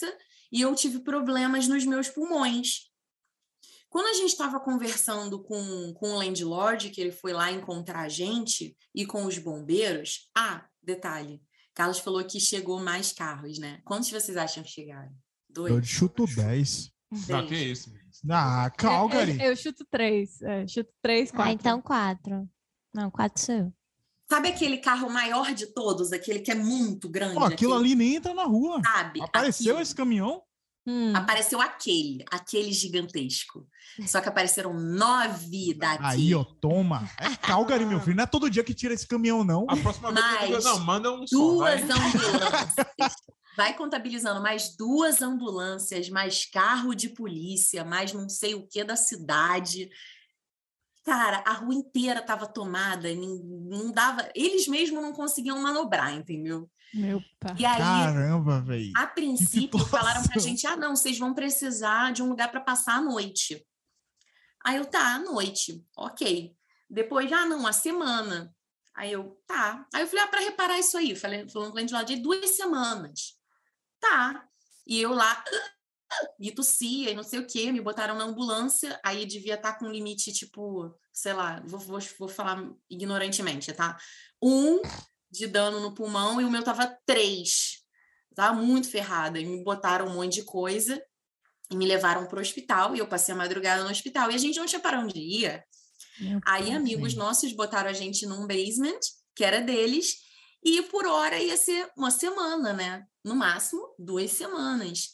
e eu tive problemas nos meus pulmões. Quando a gente estava conversando com, com o landlord, que ele foi lá encontrar a gente, e com os bombeiros... Ah, detalhe, Carlos falou que chegou mais carros, né? Quantos vocês acham que chegaram? Dois?
Eu chuto dez.
Não, que isso.
Ah, Calgary.
Eu, eu, eu chuto três. É, chuto três, quatro.
Ah, então quatro. Não, quatro sou eu.
Sabe aquele carro maior de todos? Aquele que é muito grande?
Pô, aquilo
aquele...
ali nem entra na rua.
Sabe?
Apareceu
aquilo.
esse caminhão?
Hum.
Apareceu aquele, aquele gigantesco. Só que apareceram nove daqui.
Aí, ó, toma. É Calgary, meu filho. Não é todo dia que tira esse caminhão, não.
A próxima vez que eu digo, não, manda um só.
Duas
Vai.
ambulâncias. Vai contabilizando mais duas ambulâncias, mais carro de polícia, mais não sei o que da cidade. Cara, a rua inteira estava tomada, não dava. Eles mesmos não conseguiam manobrar, entendeu?
Meu pai.
E aí,
Caramba, velho.
a princípio, falaram pra gente: ah, não, vocês vão precisar de um lugar para passar a noite. Aí eu, tá, à noite, ok. Depois, ah, não, a semana. Aí eu, tá. Aí eu falei, ah, para reparar isso aí, falei, falando com a gente lá de duas semanas. Tá. E eu lá, e tossia, e não sei o quê, me botaram na ambulância, aí devia estar com um limite, tipo, sei lá, vou, vou, vou falar ignorantemente, tá? Um de dano no pulmão e o meu tava três. Tava muito ferrada. E me botaram um monte de coisa e me levaram para o hospital, e eu passei a madrugada no hospital. E a gente não tinha para onde ir.
Meu
Aí
pai.
amigos nossos botaram a gente num basement, que era deles, e por hora ia ser uma semana, né? No máximo, duas semanas.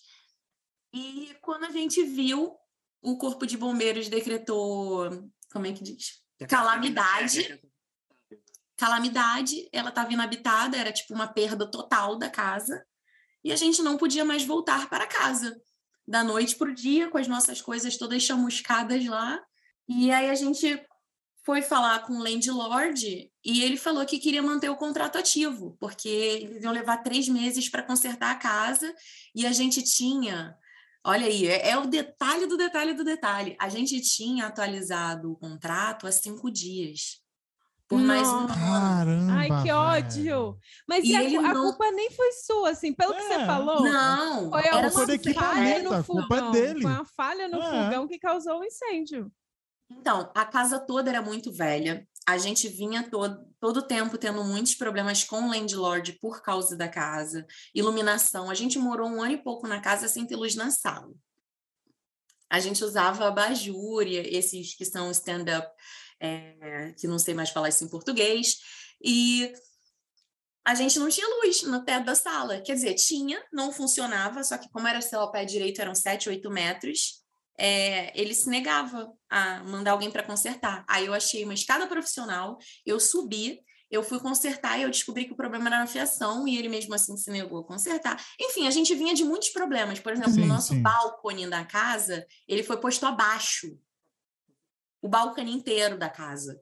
E quando a gente viu, o Corpo de Bombeiros decretou, como é que diz? Calamidade. Calamidade, ela estava inabitada, era tipo uma perda total da casa, e a gente não podia mais voltar para casa, da noite para o dia, com as nossas coisas todas chamuscadas lá. E aí a gente foi falar com o landlord e ele falou que queria manter o contrato ativo, porque eles iam levar três meses para consertar a casa, e a gente tinha... Olha aí, é, é o detalhe do detalhe do detalhe. A gente tinha atualizado o contrato há cinco dias. Por mais um ano.
Caramba,
Ai, que
velho.
ódio. Mas
E
e a,
ele
cu- a
não-
culpa nem foi sua, assim, pelo que
É.
você falou.
Não,
Foi
era
uma
culpa do
falha
equipamento,
no
a culpa é
fogão.
dele.
Foi uma falha no
É.
fogão que causou o incêndio.
Então, a casa toda era muito velha. A gente vinha todo, todo tempo tendo muitos problemas com o landlord por causa da casa. Iluminação. A gente morou um ano e pouco na casa sem ter luz na sala. A gente usava abajur, esses que são stand-up, é, que não sei mais falar isso em português. E a gente não tinha luz no teto da sala. Quer dizer, tinha, não funcionava, só que como era, sei lá, o pé direito eram sete, oito metros... É, ele se negava a mandar alguém para consertar. Aí eu achei uma escada profissional, eu subi, eu fui consertar e eu descobri que o problema era na fiação e ele mesmo assim se negou a consertar. Enfim, a gente vinha de muitos problemas. Por exemplo,
Sim,
o nosso
sim.
balcone da casa, ele foi posto abaixo. O balcone inteiro da casa.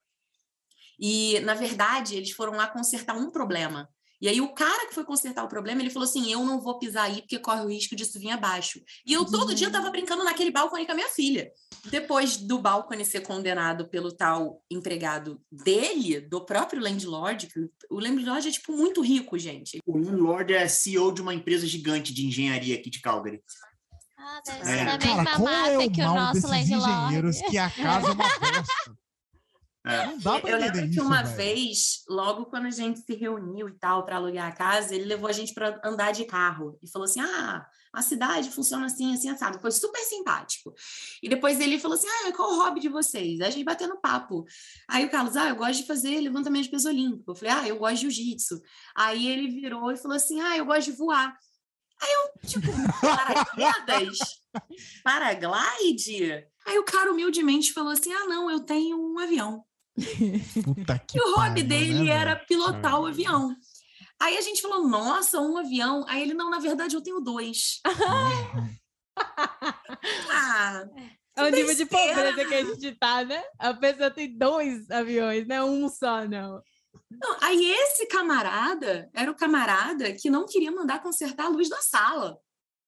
E, na verdade, eles foram lá consertar um problema. E aí o cara que foi consertar o problema, ele falou assim, eu não vou pisar aí porque corre o risco disso vir abaixo. E eu todo dia tava brincando naquele balcone com a minha filha. Depois do balcone ser condenado pelo tal empregado dele, do próprio landlord, que o landlord é, tipo, muito rico, gente.
O landlord é C E O de uma empresa gigante de engenharia aqui de Calgary.
Ah, deve
É.
ser da
Cara,
mesma
qual é
máfia
o
que o
mal
nosso
desses
landlord.
engenheiros que a casa é uma bosta?
É.
Não dá pra
Eu
entender
lembro
isso,
que uma
velho.
vez, logo quando a gente se reuniu e tal para alugar a casa, ele levou a gente para andar de carro e falou assim: ah, a cidade funciona assim, assim, assado. Foi super simpático. E depois ele falou assim: ah, qual o hobby de vocês? Aí a gente batendo papo. Aí o Carlos, ah, eu gosto de fazer levantamento de peso olímpico. Eu falei, ah, eu gosto de jiu-jitsu. Aí ele virou e falou assim: ah, eu gosto de voar. Aí eu, tipo, paraquedas? Paraglide? Aí o cara humildemente falou assim: ah, não, eu tenho um avião.
Puta que
E o hobby
pariu,
dele
né,
era
velho?
pilotar o avião. Aí a gente falou, nossa, um avião. Aí ele, não, na verdade eu tenho dois. Ah,
É o nível de
besteira.
pobreza que a gente tá, né? A pessoa tem dois aviões, não é um só, não.
não. Aí esse camarada era o camarada que não queria mandar consertar a luz da sala.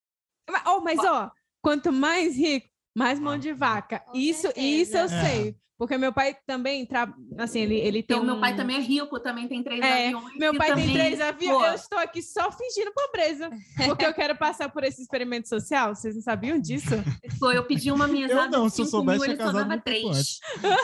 Mas, ó, mas, ó, quanto mais rico, mais mão de vaca.
Com
Isso,
certeza.
isso eu
É.
sei. Porque meu pai também, tra... assim, ele, ele tem
Então,
um...
meu pai também é rico, também tem três
É,
aviões.
meu
e
pai
também,
tem três aviões.
pô,
Eu estou aqui só fingindo pobreza, porque eu quero passar por esse experimento social. Vocês não sabiam disso?
pô, eu pedi uma mesada
Eu não,
de
se eu
cinco mil,
soubesse, tinha
ele só
casado
dava
muito tempo
três.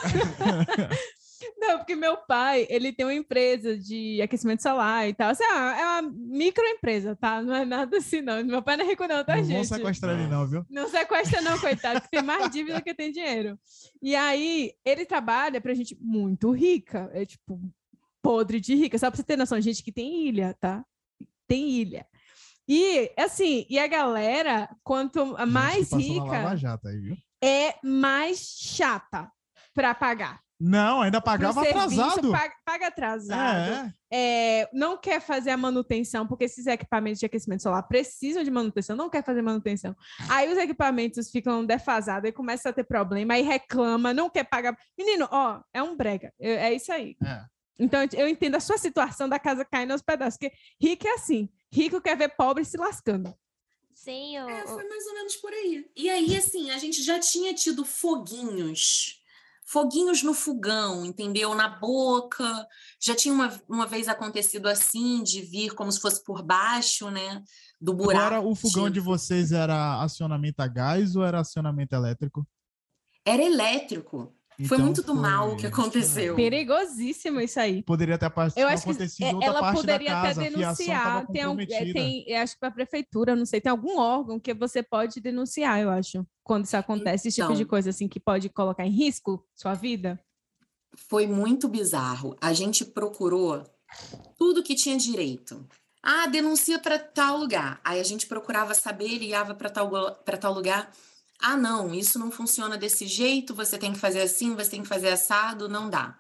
Não, porque meu pai, ele tem uma empresa de aquecimento solar e tal. Assim, ah, é uma microempresa, tá? Não é nada assim, não. Meu pai não é rico não, tá,
Não
gente?
vão sequestrar ele, não, viu?
Não sequestra não, coitado, que tem mais dívida que tem dinheiro. E aí, ele trabalha pra gente muito rica. É tipo, podre de rica. Só pra você ter noção, gente que tem ilha, tá? Tem ilha. E, assim, e a galera, quanto mais
Gente que passou na Lava
rica,
Jato aí, viu?
é mais chata pra pagar.
Não, ainda pagava
Pro serviço,
atrasado.
Paga, paga atrasado.
É.
É, não quer fazer a manutenção, porque esses equipamentos de aquecimento solar precisam de manutenção, não quer fazer manutenção. Aí os equipamentos ficam defasados, aí começa a ter problema, aí reclama, não quer pagar. Menino, ó, é um brega. É, é isso aí.
É.
Então, eu entendo a sua situação da casa caindo aos pedaços, porque rico é assim. Rico quer ver pobre se lascando.
Sim, o,
É,
o-
foi mais ou menos por aí. E aí, assim, a gente já tinha tido foguinhos. Foguinhos no fogão, entendeu? Na boca. Já tinha uma, uma vez acontecido assim, de vir como se fosse por baixo, né? Do buraco.
Agora, o fogão de vocês era acionamento a gás ou era acionamento elétrico?
Era elétrico. Foi
Então
muito do
foi-
mal o que aconteceu.
Perigosíssimo isso aí.
Poderia ter apa-
Eu acho que
acontecido
é,
em outra
ela
parte
poderia
da casa.
até
A fiação estava
denunciar. Tem, algum- é,
comprometida.
tem, eu acho que para a prefeitura, não sei, tem algum órgão que você pode denunciar, eu acho, quando isso acontece, esse tipo
Então.
de coisa assim que pode colocar em risco sua vida.
Foi muito bizarro. A gente procurou tudo que tinha direito. Ah, denuncia para tal lugar. Aí a gente procurava saber, ligava para tal, para tal lugar. Ah, não, isso não funciona desse jeito, você tem que fazer assim, você tem que fazer assado, não dá.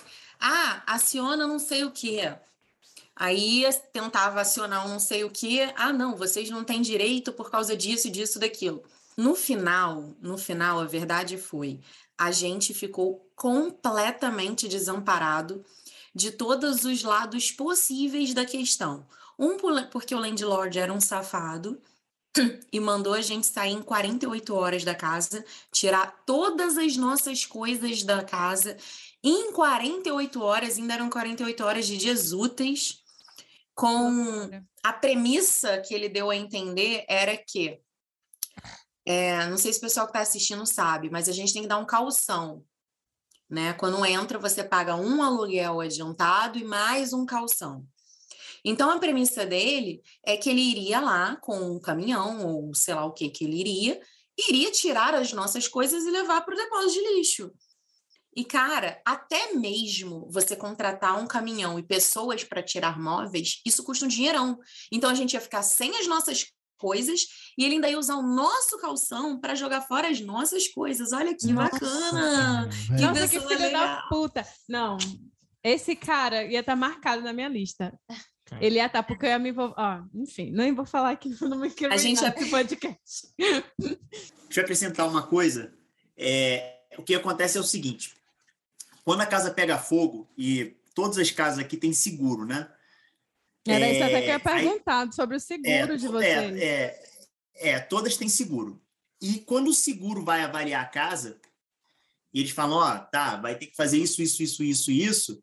Ah, aciona não sei o quê. Aí tentava acionar um não sei o quê. Ah, não, vocês não têm direito por causa disso, disso, daquilo. No final, no final, a verdade foi, a gente ficou completamente desamparado de todos os lados possíveis da questão. Um, porque o landlord era um safado e mandou a gente sair em quarenta e oito horas da casa, tirar todas as nossas coisas da casa. E em quarenta e oito horas, ainda eram quarenta e oito horas de dias úteis, com a premissa que ele deu a entender era que, é, não sei se o pessoal que está assistindo sabe, mas a gente tem que dar um calção, né? Quando entra, você paga um aluguel adiantado e mais um calção. Então, a premissa dele é que ele iria lá com um caminhão, ou sei lá o que que ele iria, iria tirar as nossas coisas e levar para o depósito de lixo. E, cara, até mesmo você contratar um caminhão e pessoas para tirar móveis, isso custa um dinheirão. Então, a gente ia ficar sem as nossas coisas e ele ainda ia usar o nosso calção para jogar fora as nossas coisas. Olha que
Nossa,
bacana!
velho.
Que
Nossa, que
pessoa
filho da
legal.
puta. Não, esse cara ia estar marcado na minha lista.
Cara.
Ele ia estar, porque eu ia me envolver. Ó, enfim, nem vou falar aqui, não me quero
A gente
nada esse podcast.
Deixa eu acrescentar uma coisa. É, o que acontece é o seguinte: quando a casa pega fogo, e todas as casas aqui têm seguro, né?
Era isso
É,
até que eu ia
aí-
perguntar sobre o seguro
É,
de vocês.
É, é, é, todas têm seguro. E quando o seguro vai avaliar a casa, e eles falam, ó, tá, vai ter que fazer isso, isso, isso, isso, isso,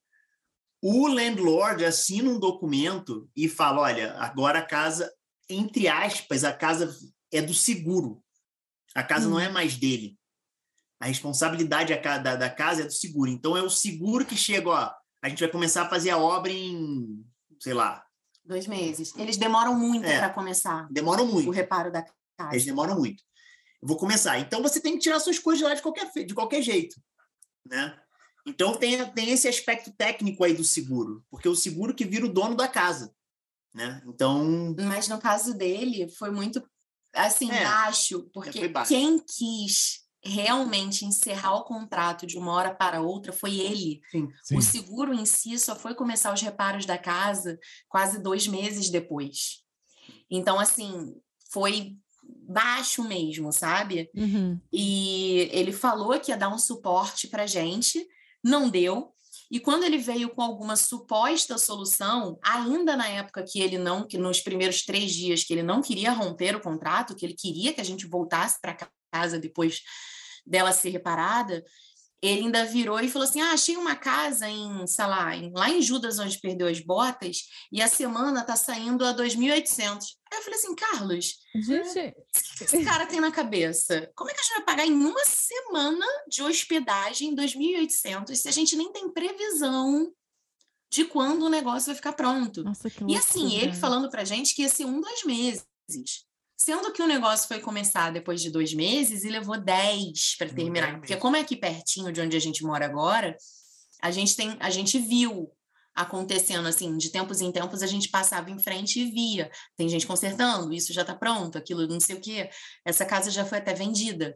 o landlord assina um documento e fala, olha, agora a casa, entre aspas, a casa é do seguro. A casa
Hum.
não é mais dele. A responsabilidade da, da casa é do seguro. Então, é o seguro que chega, ó, a gente vai começar a fazer a obra em, sei lá,
Dois meses. Eles demoram muito
É.
para começar
demoram muito.
o reparo da casa.
Eles demoram muito. Eu vou começar. Então, você tem que tirar suas coisas de lá de qualquer, fe- de qualquer jeito, né? Então, tem, tem esse aspecto técnico aí do seguro, porque o seguro que vira o dono da casa, né? Então,
Mas no caso dele, foi muito, assim,
É,
baixo, porque
foi baixo.
quem quis realmente encerrar o contrato de uma hora para outra foi ele.
Sim.
O seguro em si só foi começar os reparos da casa quase dois meses depois. Então, assim, foi baixo mesmo, sabe?
Uhum.
E ele falou que ia dar um suporte para gente, não deu. E quando ele veio com alguma suposta solução, ainda na época que ele não, que nos primeiros três dias que ele não queria romper o contrato, que ele queria que a gente voltasse para casa depois dela ser reparada, ele ainda virou e falou assim, ah, achei uma casa em, sei lá, em, lá em Judas, onde perdeu as botas, e a semana tá saindo a dois mil e oitocentos. Aí eu falei assim, Carlos,
Gente,
o que esse cara tem na cabeça? Como é que a gente vai pagar em uma semana de hospedagem dois mil e oitocentos se a gente nem tem previsão de quando o negócio vai ficar pronto?
nossa, que
E
loucura.
assim, ele falando pra gente que ia ser um, dois meses. Sendo que o negócio foi começar depois de dois meses e levou dez para terminar. Porque como é aqui pertinho de onde a gente mora agora, a gente, tem, a gente viu acontecendo, assim, de tempos em tempos a gente passava em frente e via. Tem gente consertando, isso já está pronto, aquilo não sei o quê. Essa casa já foi até vendida.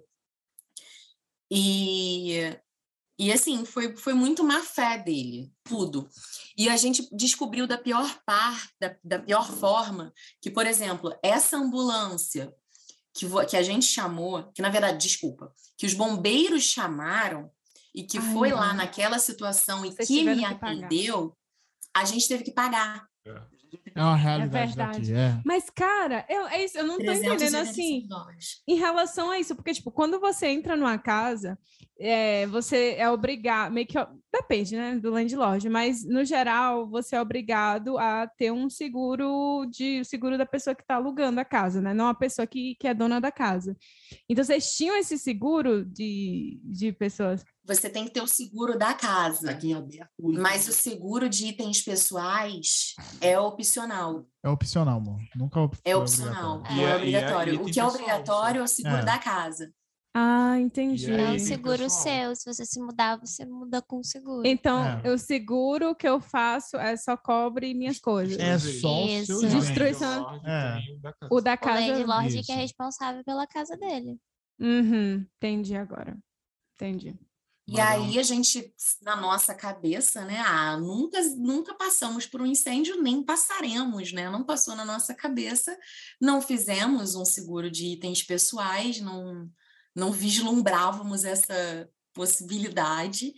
E... E, assim, foi, foi muito má fé dele, tudo. E a gente descobriu da pior parte, da, da pior forma, que, por exemplo, essa ambulância que, vo, que a gente chamou, que, na verdade, desculpa, que os bombeiros chamaram e que
Ai,
foi
não.
lá naquela situação e
Vocês
que me
tiveram que pagar.
atendeu, a gente teve que pagar.
É uma realidade
verdade.
daqui, é.
Mas, cara, eu, é isso, eu não tô entendendo assim,
dólares.
em relação a isso, porque, tipo, quando você entra numa casa, é, você é obrigado, meio que, depende, né, do landlord, mas, no geral, você é obrigado a ter um seguro de, o seguro da pessoa que tá alugando a casa, né, não a pessoa que, que é dona da casa. Então, vocês tinham esse seguro de, de pessoas...
Você tem que ter o seguro da casa.
Aqui em aberto.
Mas o seguro de itens pessoais é opcional.
É opcional, amor. Nunca foi
É opcional,
obrigatório.
não
E
é
é- e é
obrigatório.
item
O que é
pessoal,
obrigatório é o seguro
É.
da casa.
Ah, entendi.
E aí,
É um
tem
seguro
pessoal.
seu. Se você se mudar, você muda com o seguro.
Então,
É.
o seguro que eu faço é só cobre minhas coisas.
É só os
Isso.
seus bens.
Destruição.
É.
O da
O
casa...
landlord
Isso.
que é responsável pela casa dele.
Uhum, entendi agora. Entendi.
E
Mas é
aí a gente, na nossa cabeça, né? Ah, nunca, nunca passamos por um incêndio, nem passaremos, né? Não passou na nossa cabeça, não fizemos um seguro de itens pessoais, não, não vislumbrávamos essa possibilidade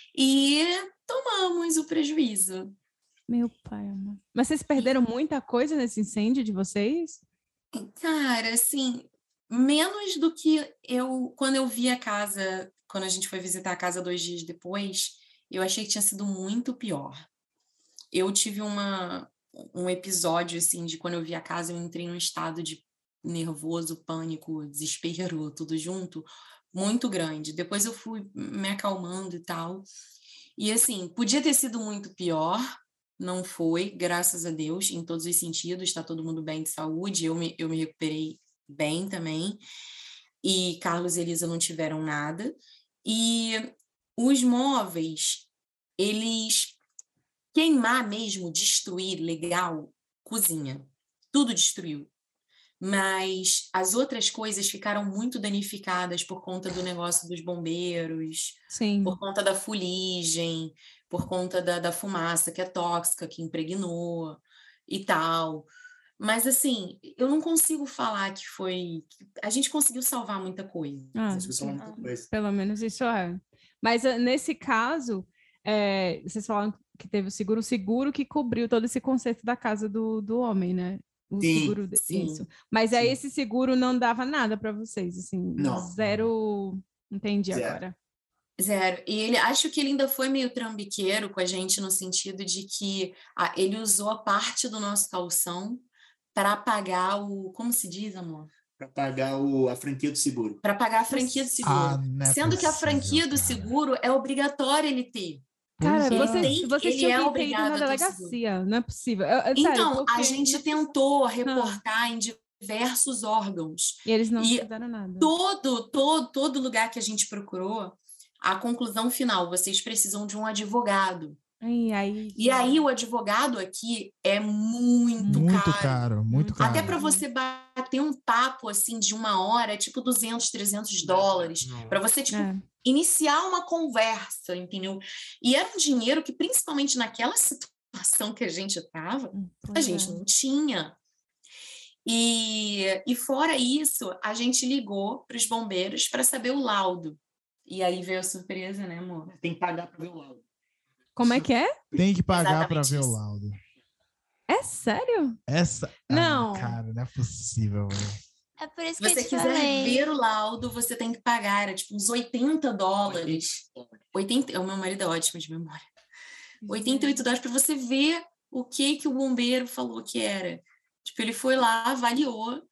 e tomamos o prejuízo.
Meu pai, amor. Mas vocês perderam muita coisa nesse incêndio de vocês?
Cara, assim, menos do que eu, quando eu vi a casa, quando a gente foi visitar a casa dois dias depois, eu achei que tinha sido muito pior. Eu tive uma, um episódio, assim, de quando eu vi a casa, eu entrei num estado de nervoso, pânico, desespero, tudo junto, muito grande. Depois eu fui me acalmando e tal. E, assim, podia ter sido muito pior, não foi, graças a Deus, em todos os sentidos, está todo mundo bem de saúde, eu me, eu me recuperei bem também, e Carlos e Elisa não tiveram nada, e os móveis, eles queimar mesmo, destruir, legal, cozinha, tudo destruiu, mas as outras coisas ficaram muito danificadas por conta do negócio dos bombeiros,
Sim.
por conta da fuligem, por conta da, da fumaça que é tóxica, que impregnou e tal. Mas, assim, eu não consigo falar que foi... A gente conseguiu salvar muita coisa.
Ah,
Acho que só uma coisa.
pelo menos isso é. Mas ah, nesse caso, é, vocês falaram que teve o seguro, o seguro que cobriu todo esse conserto da casa do, do homem, né? O
Sim,
seguro de-
sim,
isso. Mas aí
sim.
esse seguro não dava nada para vocês, assim,
Não.
zero. Entendi
Zero.
agora.
Zero. E ele, acho que ele ainda foi meio trambiqueiro com a gente no sentido de que ah, ele usou a parte do nosso calção para pagar o... Como se diz, amor?
Para pagar o, a franquia do seguro.
Para pagar a franquia do seguro.
Ah, não é
Sendo que a
possível,
franquia do
cara.
seguro é obrigatório ele ter.
Cara,
Pois é.
vocês,
Tem-
vocês
ele
tinham
é
que ter ido
obrigado
na
a ter o
delegacia, não é possível. Eu- eu- sério,
Então, a
porque
gente
não-
tentou reportar em diversos órgãos.
E eles não
e
fizeram nada.
Todo, todo, todo lugar que a gente procurou, a conclusão final, vocês precisam de um advogado.
Ai, aí,
E aí o advogado aqui é muito,
Muito
caro.
caro, muito
Muito
caro.
Até para você bater um papo assim de uma hora, é tipo duzentos, trezentos dólares. Para você tipo
É.
iniciar uma conversa, entendeu? E era um dinheiro que, principalmente naquela situação que a gente estava, a
Pois
gente
é.
não tinha. E, e fora isso, a gente ligou para os bombeiros para saber o laudo. E aí veio a surpresa, né, amor?
Tem que pagar para ver o laudo.
Como é que é?
Tem que pagar para
Exatamente
ver o
isso.
laudo.
É sério?
Essa.
Não.
Ah, cara, não é possível, velho.
É por isso
Se
que eu
você
te
quiser
falei.
ver o laudo, você tem que pagar, era tipo uns oitenta dólares. oitenta, o meu marido é ótimo de memória. oitenta e oito dólares para você ver o que que o bombeiro falou que era. Tipo, ele foi lá, avaliou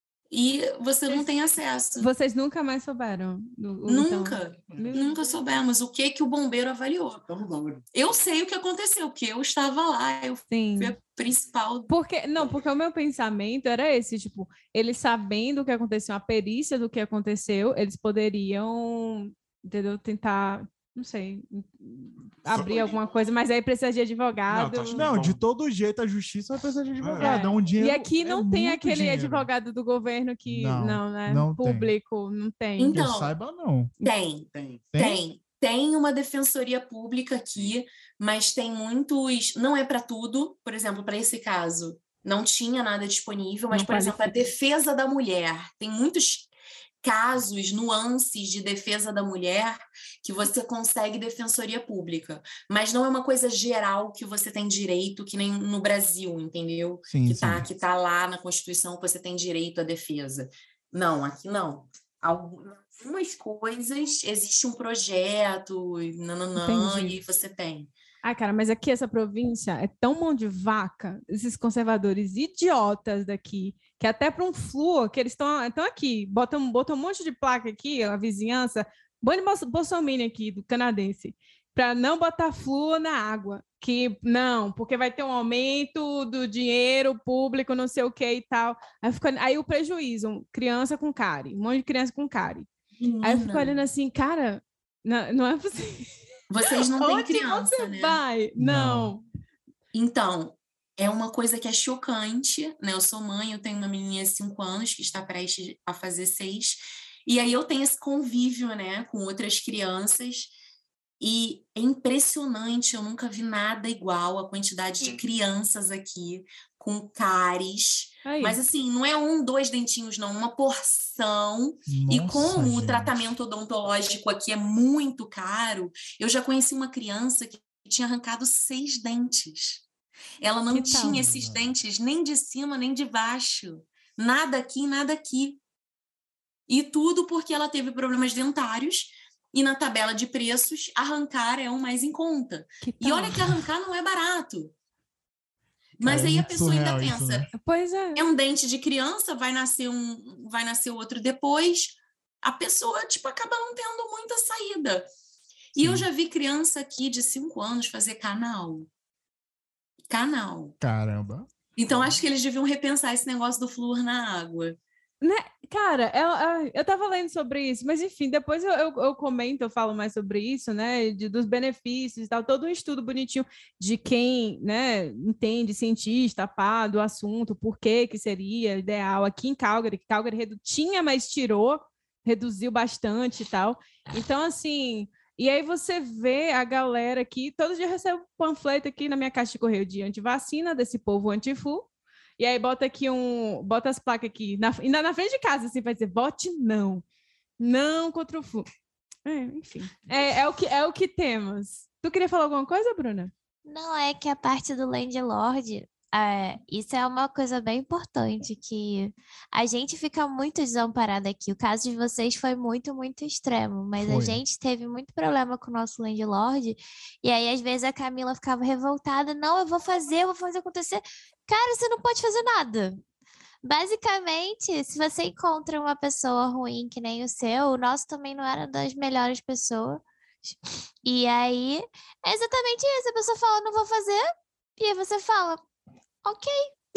e você não tem acesso.
Vocês nunca mais souberam? Do, então...
Nunca,
Meu
nunca
Deus.
soubemos o que que o bombeiro avaliou. Eu sei o que aconteceu, porque eu estava lá, eu
Sim.
fui a principal.
Porque, não, porque o meu pensamento era esse, tipo, eles sabendo o que aconteceu, a perícia do que aconteceu, eles poderiam, entendeu, tentar, não sei, abrir alguma coisa, mas aí precisa de advogado.
Não, tá-
Não, de todo jeito a justiça vai precisar de advogado. É, um dinheiro,
E aqui não
é
tem
muito
aquele
dinheiro.
advogado do governo que,
Não,
não, né?
não tem.
Público, não tem.
Que eu
Então,
saiba, não.
tem,
Tem.
tem. Tem uma defensoria pública aqui, mas tem muitos. Não é para tudo, por exemplo, para esse caso, não tinha nada disponível, mas,
Não
por exemplo, a
qualifica.
defesa da mulher. Tem muitos casos, nuances de defesa da mulher que você consegue defensoria pública, mas não é uma coisa geral que você tem direito, que nem no Brasil, entendeu?
Sim,
que
sim.
tá, que tá lá na Constituição que você tem direito à defesa. Não, aqui não. Algumas coisas, existe um projeto, e nananã,
Entendi.
e você tem.
Ah, cara, mas aqui essa província é tão mão de vaca, esses conservadores idiotas daqui, que até para um flúor, que eles estão aqui, botam, botam um monte de placa aqui, a vizinhança, bando de bolsominion aqui, do canadense, para não botar flúor na água, que não, porque vai ter um aumento do dinheiro público, não sei o que e tal. Aí, fica, aí o prejuízo, criança com cárie, um monte de criança com cárie. Aí eu fico
Menina,
olhando assim, cara, não, não é possível.
vocês não têm
Onde
criança,
você
né?
vai? Não.
Então, é uma coisa que é chocante, né? Eu sou mãe, eu tenho uma menininha de cinco anos que está prestes a fazer seis, e aí eu tenho esse convívio, né, com outras crianças, e é impressionante, eu nunca vi nada igual a quantidade de crianças aqui com cáries.
Aí.
Mas assim, não é um, dois dentinhos, não, uma porção. E
Nossa,
como o
gente.
tratamento odontológico aqui é muito caro, eu já conheci uma criança que tinha arrancado seis dentes. Ela não
Que tal?
tinha esses dentes nem de cima nem de baixo. Nada aqui, nada aqui. E tudo porque ela teve problemas dentários e na tabela de preços, arrancar é o mais em conta.
Que
E
tal?
olha que arrancar não é barato. Mas
Cara, é
aí a
muito
pessoa ainda
surreal isso,
pensa,
né?
Pois é.
é um dente de criança, vai nascer um, vai nascer outro depois. A pessoa, tipo, acaba não tendo muita saída. E eu
Sim.
já vi criança aqui de cinco anos fazer canal. Canal.
Caramba.
Então, acho que eles deviam repensar esse negócio do flúor na água.
Né? Cara, eu, eu tava lendo sobre isso, mas enfim, depois eu, eu, eu comento, eu falo mais sobre isso, né? De, dos benefícios e tal, todo um estudo bonitinho de quem, né, entende, cientista, pá, do assunto, por que que seria ideal aqui em Calgary, que Calgary redu- tinha, mas tirou, reduziu bastante e tal. Então, assim, e aí você vê a galera aqui, todo dia eu recebo panfleto aqui na minha caixa de correio de antivacina, desse povo anti-flu. E aí bota aqui um, bota as placas aqui, na, ainda na frente de casa, assim, vai dizer, vote não. Não contra o flu. É, enfim, é, é, o que, é o que temos. Tu queria falar alguma coisa, Bruna?
Não, é que a parte do landlord, é, isso é uma coisa bem importante, que a gente fica muito desamparado aqui. O caso de vocês foi muito, muito extremo, mas a
Foi.
gente teve muito problema com o nosso landlord, e aí às vezes a Camila ficava revoltada, não, eu vou fazer, eu vou fazer acontecer. Cara, você não pode fazer nada. Basicamente, se você encontra uma pessoa ruim que nem o seu, o nosso também não era das melhores pessoas. E aí, é exatamente isso. A pessoa fala, não vou fazer. E aí você fala, ok.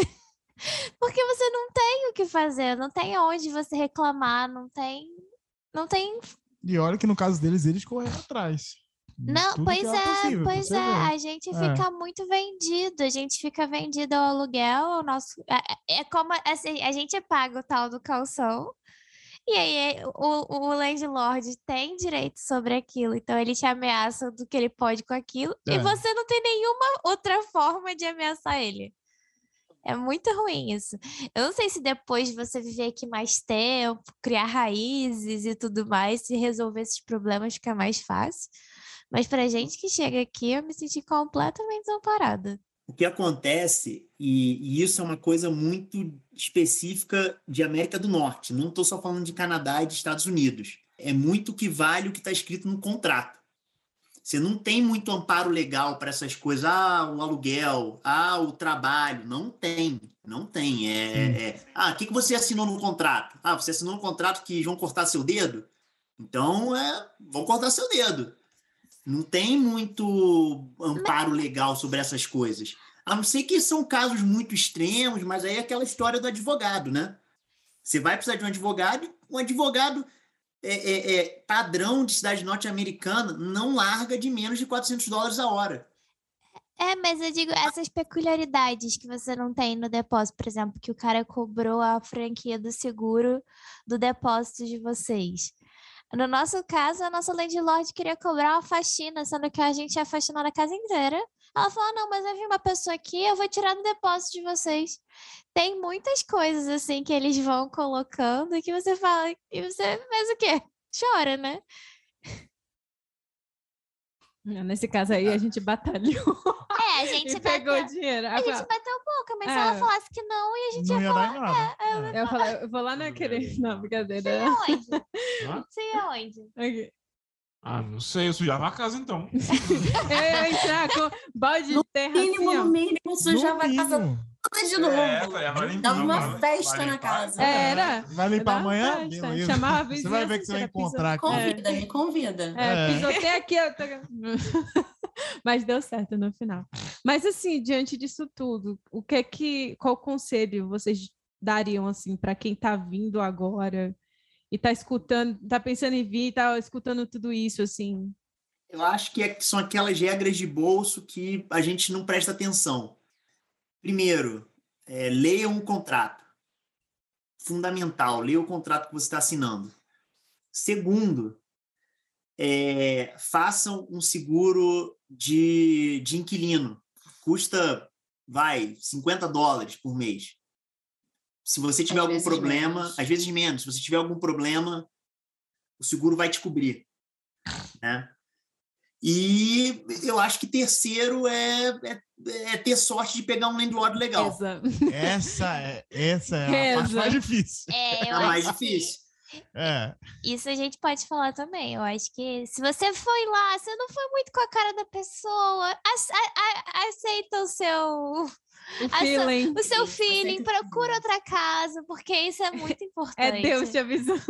Porque você não tem o que fazer, não tem onde você reclamar, não tem... Não tem...
E olha que no caso deles, eles correram atrás.
Não,
Tudo
pois
que era
é,
possível, pra
pois
você
é,
ver.
a gente
É.
fica muito vendido, a gente fica vendido ao aluguel, o nosso, é, é como, assim, a gente paga o tal do calção, e aí é, o, o landlord tem direito sobre aquilo, então ele te ameaça do que ele pode com aquilo, e
É.
você não tem nenhuma outra forma de ameaçar ele. É muito ruim isso. Eu não sei se depois de você viver aqui mais tempo, criar raízes e tudo mais, se resolver esses problemas fica mais fácil. Mas pra gente que chega aqui, eu me senti completamente desamparada.
o que acontece, e, e isso é uma coisa muito específica de América do Norte, não estou só falando de Canadá e de Estados Unidos, é muito que vale o que está escrito no contrato. Você não tem muito amparo legal para essas coisas, ah, o aluguel, ah, o trabalho, não tem, não tem. É, é, ah, o que, que você assinou no contrato? Ah, você assinou no contrato que vão cortar seu dedo? Então, é, vão cortar seu dedo. Não tem muito amparo legal sobre essas coisas. A não ser que são casos muito extremos, mas aí é aquela história do advogado, né? Você vai precisar de um advogado, um advogado é, é, é, padrão de cidade norte-americana não larga de menos de quatrocentos dólares a hora.
É, mas eu digo, essas peculiaridades que você não tem no depósito, por exemplo, que o cara cobrou a franquia do seguro do depósito de vocês. No nosso caso, a nossa landlord queria cobrar uma faxina, sendo que a gente ia faxinar a casa inteira. Ela falou, ah, não, mas eu vi uma pessoa aqui, eu vou tirar do depósito de vocês. Tem muitas coisas, assim, que eles vão colocando e que você fala, e você faz o quê? Chora, né?
Nesse caso aí, a gente batalhou.
É, a gente
e pegou
bateu,
o dinheiro.
a gente bateu boca, mas é. se ela falasse que não, e a gente
não
ia
ia
falar,
dar em nada.
é, eu,
Eu, falei, eu vou lá naquele... Não, brincadeira.
Você ia onde?
Hã?
Você ia onde?
Okay.
Ah, não sei, eu sujava a casa então.
Eu ia entrar com balde de terra
Mínimo,
assim, ó.
no mínimo, sujava a casa
mínimo.
toda de novo.
É, vai, vai limpar,
Dava uma
vai-
festa
vai
na
limpar.
casa.
Era.
Vai limpar
Dava
amanhã?
festa.
Beleza.
Chamava a
Você
vizinhança,
vai ver que você vai
tira piso.
encontrar aqui.
Convida, me convida.
É,
É.
pisotei aqui, eu tô... Mas deu certo no final. Mas assim, diante disso tudo, o que é que, qual conselho vocês dariam assim para quem está vindo agora e está escutando, está pensando em vir, está escutando tudo isso assim?
Eu acho que é- são aquelas regras de bolso que a gente não presta atenção. Primeiro, é, leiam o contrato. Fundamental, leia o contrato que você está assinando. Segundo, é, façam um seguro de, de inquilino. Custa, vai, cinquenta dólares por mês. Se você tiver
Às
algum
vezes
problema,
menos.
às vezes menos, se você tiver algum problema, o seguro vai te cobrir, né? E eu acho que terceiro é, é, é ter sorte de pegar um landlord legal.
Eza.
Essa é, essa é a parte
Reza.
mais difícil.
É,
É
eu
a mais
acho que
difícil.
É.
isso a gente pode falar também. Eu acho que se você foi lá, você não foi muito com a cara da pessoa, ace- a- a- aceita o seu,
O
a
feeling.
o seu
Sim,
feeling,
aceita o
procura
feeling.
outra casa, porque isso é muito importante.
É Deus te avisando.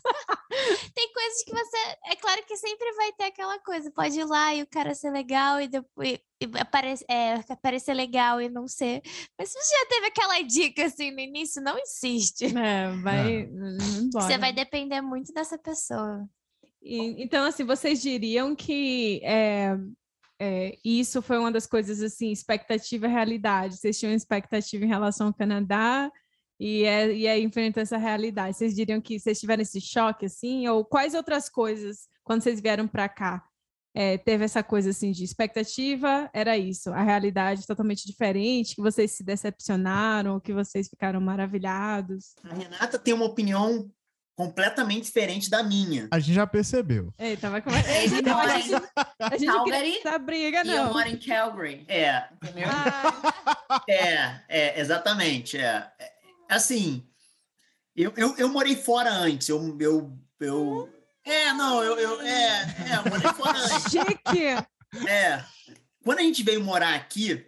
Tem coisas que você. É claro que sempre vai ter aquela coisa. Pode ir lá e o cara ser legal e depois. E apare- é, aparecer legal e não ser. Mas se você já teve aquela dica assim no início, não insiste.
É, vai
É.
embora.
Você vai depender muito dessa pessoa.
E- então, assim, vocês diriam que é, é, isso foi uma das coisas, assim, expectativa e realidade. Vocês tinham expectativa em relação ao Canadá e, é, e aí enfrentou essa realidade. Vocês diriam que vocês tiveram esse choque, assim? Ou quais outras coisas, quando vocês vieram para cá, é, teve essa coisa, assim, de expectativa, era isso. A realidade totalmente diferente, que vocês se decepcionaram, ou que vocês ficaram maravilhados.
A Renata tem uma opinião completamente diferente da minha.
A gente já percebeu.
Eita, vai começar.
Ele mora
A
em
gente não queria
Calgary
essa briga,
e eu
não.
moro em Calgary.
É,
Entendeu?
Ah,
é, é, exatamente. É. É, assim, eu, eu, eu morei fora antes. Eu, eu, eu... É, não, eu, eu, é, é, eu morei fora antes.
chique!
É. Quando a gente veio morar aqui,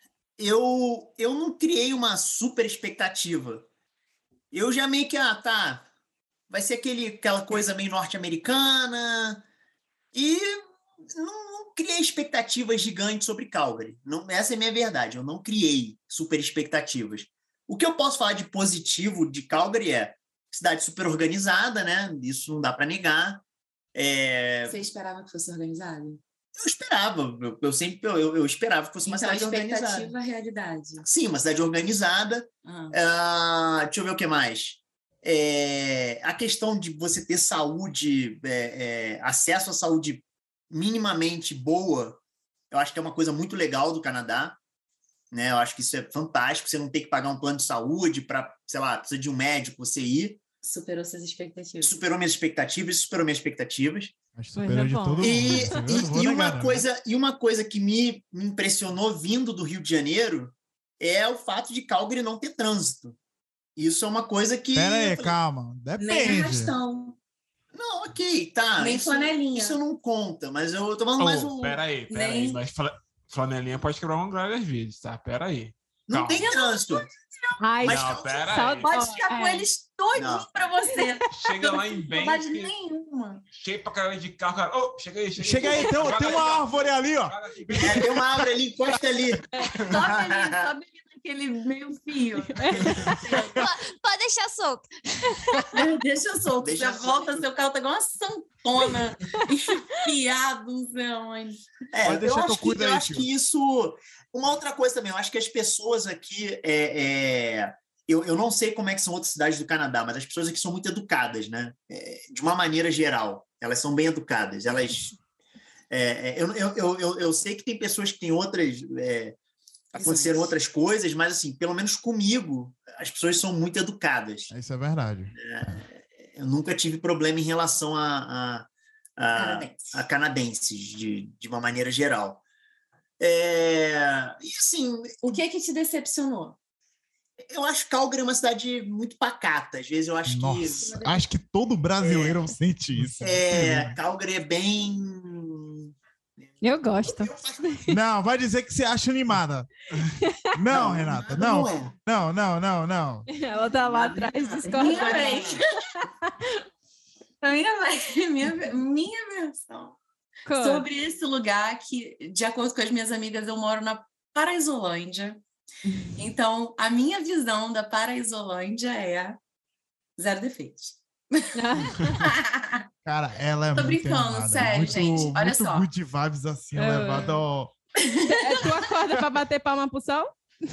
eu, eu não criei uma super expectativa. Eu já meio que, ah, tá, vai ser aquele, aquela coisa meio norte-americana e não, não criei expectativas gigantes sobre Calgary. Não, essa é a minha verdade, eu não criei super expectativas. O que eu posso falar de positivo de Calgary é cidade super organizada, né? Isso não dá para negar. É,
Você esperava que fosse organizado?
eu esperava, eu, eu sempre eu, eu esperava que fosse uma
Então,
cidade organizada.
expectativa, realidade.
Sim, uma cidade organizada.
Ah.
Ah, deixa eu ver o que mais. É, a questão de você ter saúde, é, é, acesso à saúde minimamente boa, eu acho que é uma coisa muito legal do Canadá. Né? Eu acho que isso é fantástico. Você não tem que pagar um plano de saúde para, sei lá, precisa de um médico, você ir.
Superou suas expectativas.
Superou minhas expectativas e superou minhas expectativas.
Acho superou de todo mundo.
E,
você viu?
e-
Não vou
e
negar,
uma
não.
coisa, e uma coisa que me, me impressionou vindo do Rio de Janeiro é o fato de Calgary não ter trânsito. Isso é uma coisa que...
Pera
eu
aí,
falei,
calma.
Nem
Depende.
arrastão,
não, ok, tá.
nem
isso,
flanelinha.
isso não conta, mas eu tô falando mais
Oh,
um...
pera aí, pera
Nem-
aí. Mas fla- flanelinha pode quebrar um galho às vezes, tá? Pera aí.
Não
Calma.
tem trânsito.
Ai,
Mas
Não,
calma,
pera aí.
saudade.
Pode ficar com
É.
eles todinho
Não.
pra você.
Chega lá em
Não tem saudade
Bank,
nenhuma.
cheio pra caralho de carro, cara. Ô, chega aí, chega,
Chega aí, tem,
Joga
tem
ali,
uma
ó.
árvore ali, ó.
Joga aqui.
É, tem uma árvore ali, encosta ali.
Sobe ali, sobe ali naquele meio fio.
Pode deixar solto.
Deixa solto.
Deixa
você volta,
solto.
seu carro tá igual uma santona, enfiado, não sei onde.
É,
Pode
eu
deixar que eu
acho, que,
cuido
eu
aí,
acho
tio.
que isso... Uma outra coisa também, eu acho que as pessoas aqui... É, é, eu, eu não sei como é que são outras cidades do Canadá, mas as pessoas aqui são muito educadas, né? É, de uma maneira geral. Elas são bem educadas. Elas... é, é, eu, eu, eu, eu, eu sei que tem pessoas que têm outras... É, aconteceram
Visões.
outras coisas, mas, assim, pelo menos comigo, as pessoas são muito educadas.
Isso é verdade.
Eu nunca tive problema em relação a, a, a,
Canadense.
a canadenses, de, de uma maneira geral. É, e assim,
O que é que te decepcionou?
eu acho que Calgary é uma cidade muito pacata. Às vezes eu acho
Nossa,
que
acho que todo brasileiro sente isso.
é, Calgary é bem.
eu gosto.
Não, vai dizer que você acha animada. Não, Renata, não.
Não é.
Não, não, não, não.
Ela tá lá
Nada
atrás
de-
discordando.
Minha vez. A minha, vez, minha, minha versão.
Conta.
Sobre esse lugar que, de acordo com as minhas amigas, eu moro na Paraisolândia. Então, a minha visão da Paraisolândia é zero defeitos.
Cara, ela é
Tô
muito
brincando,
animada,
sério,
muito,
gente. Olha
muito
só.
good vibes assim,
É.
levado ao...
É, tu acorda pra bater palma pro sol?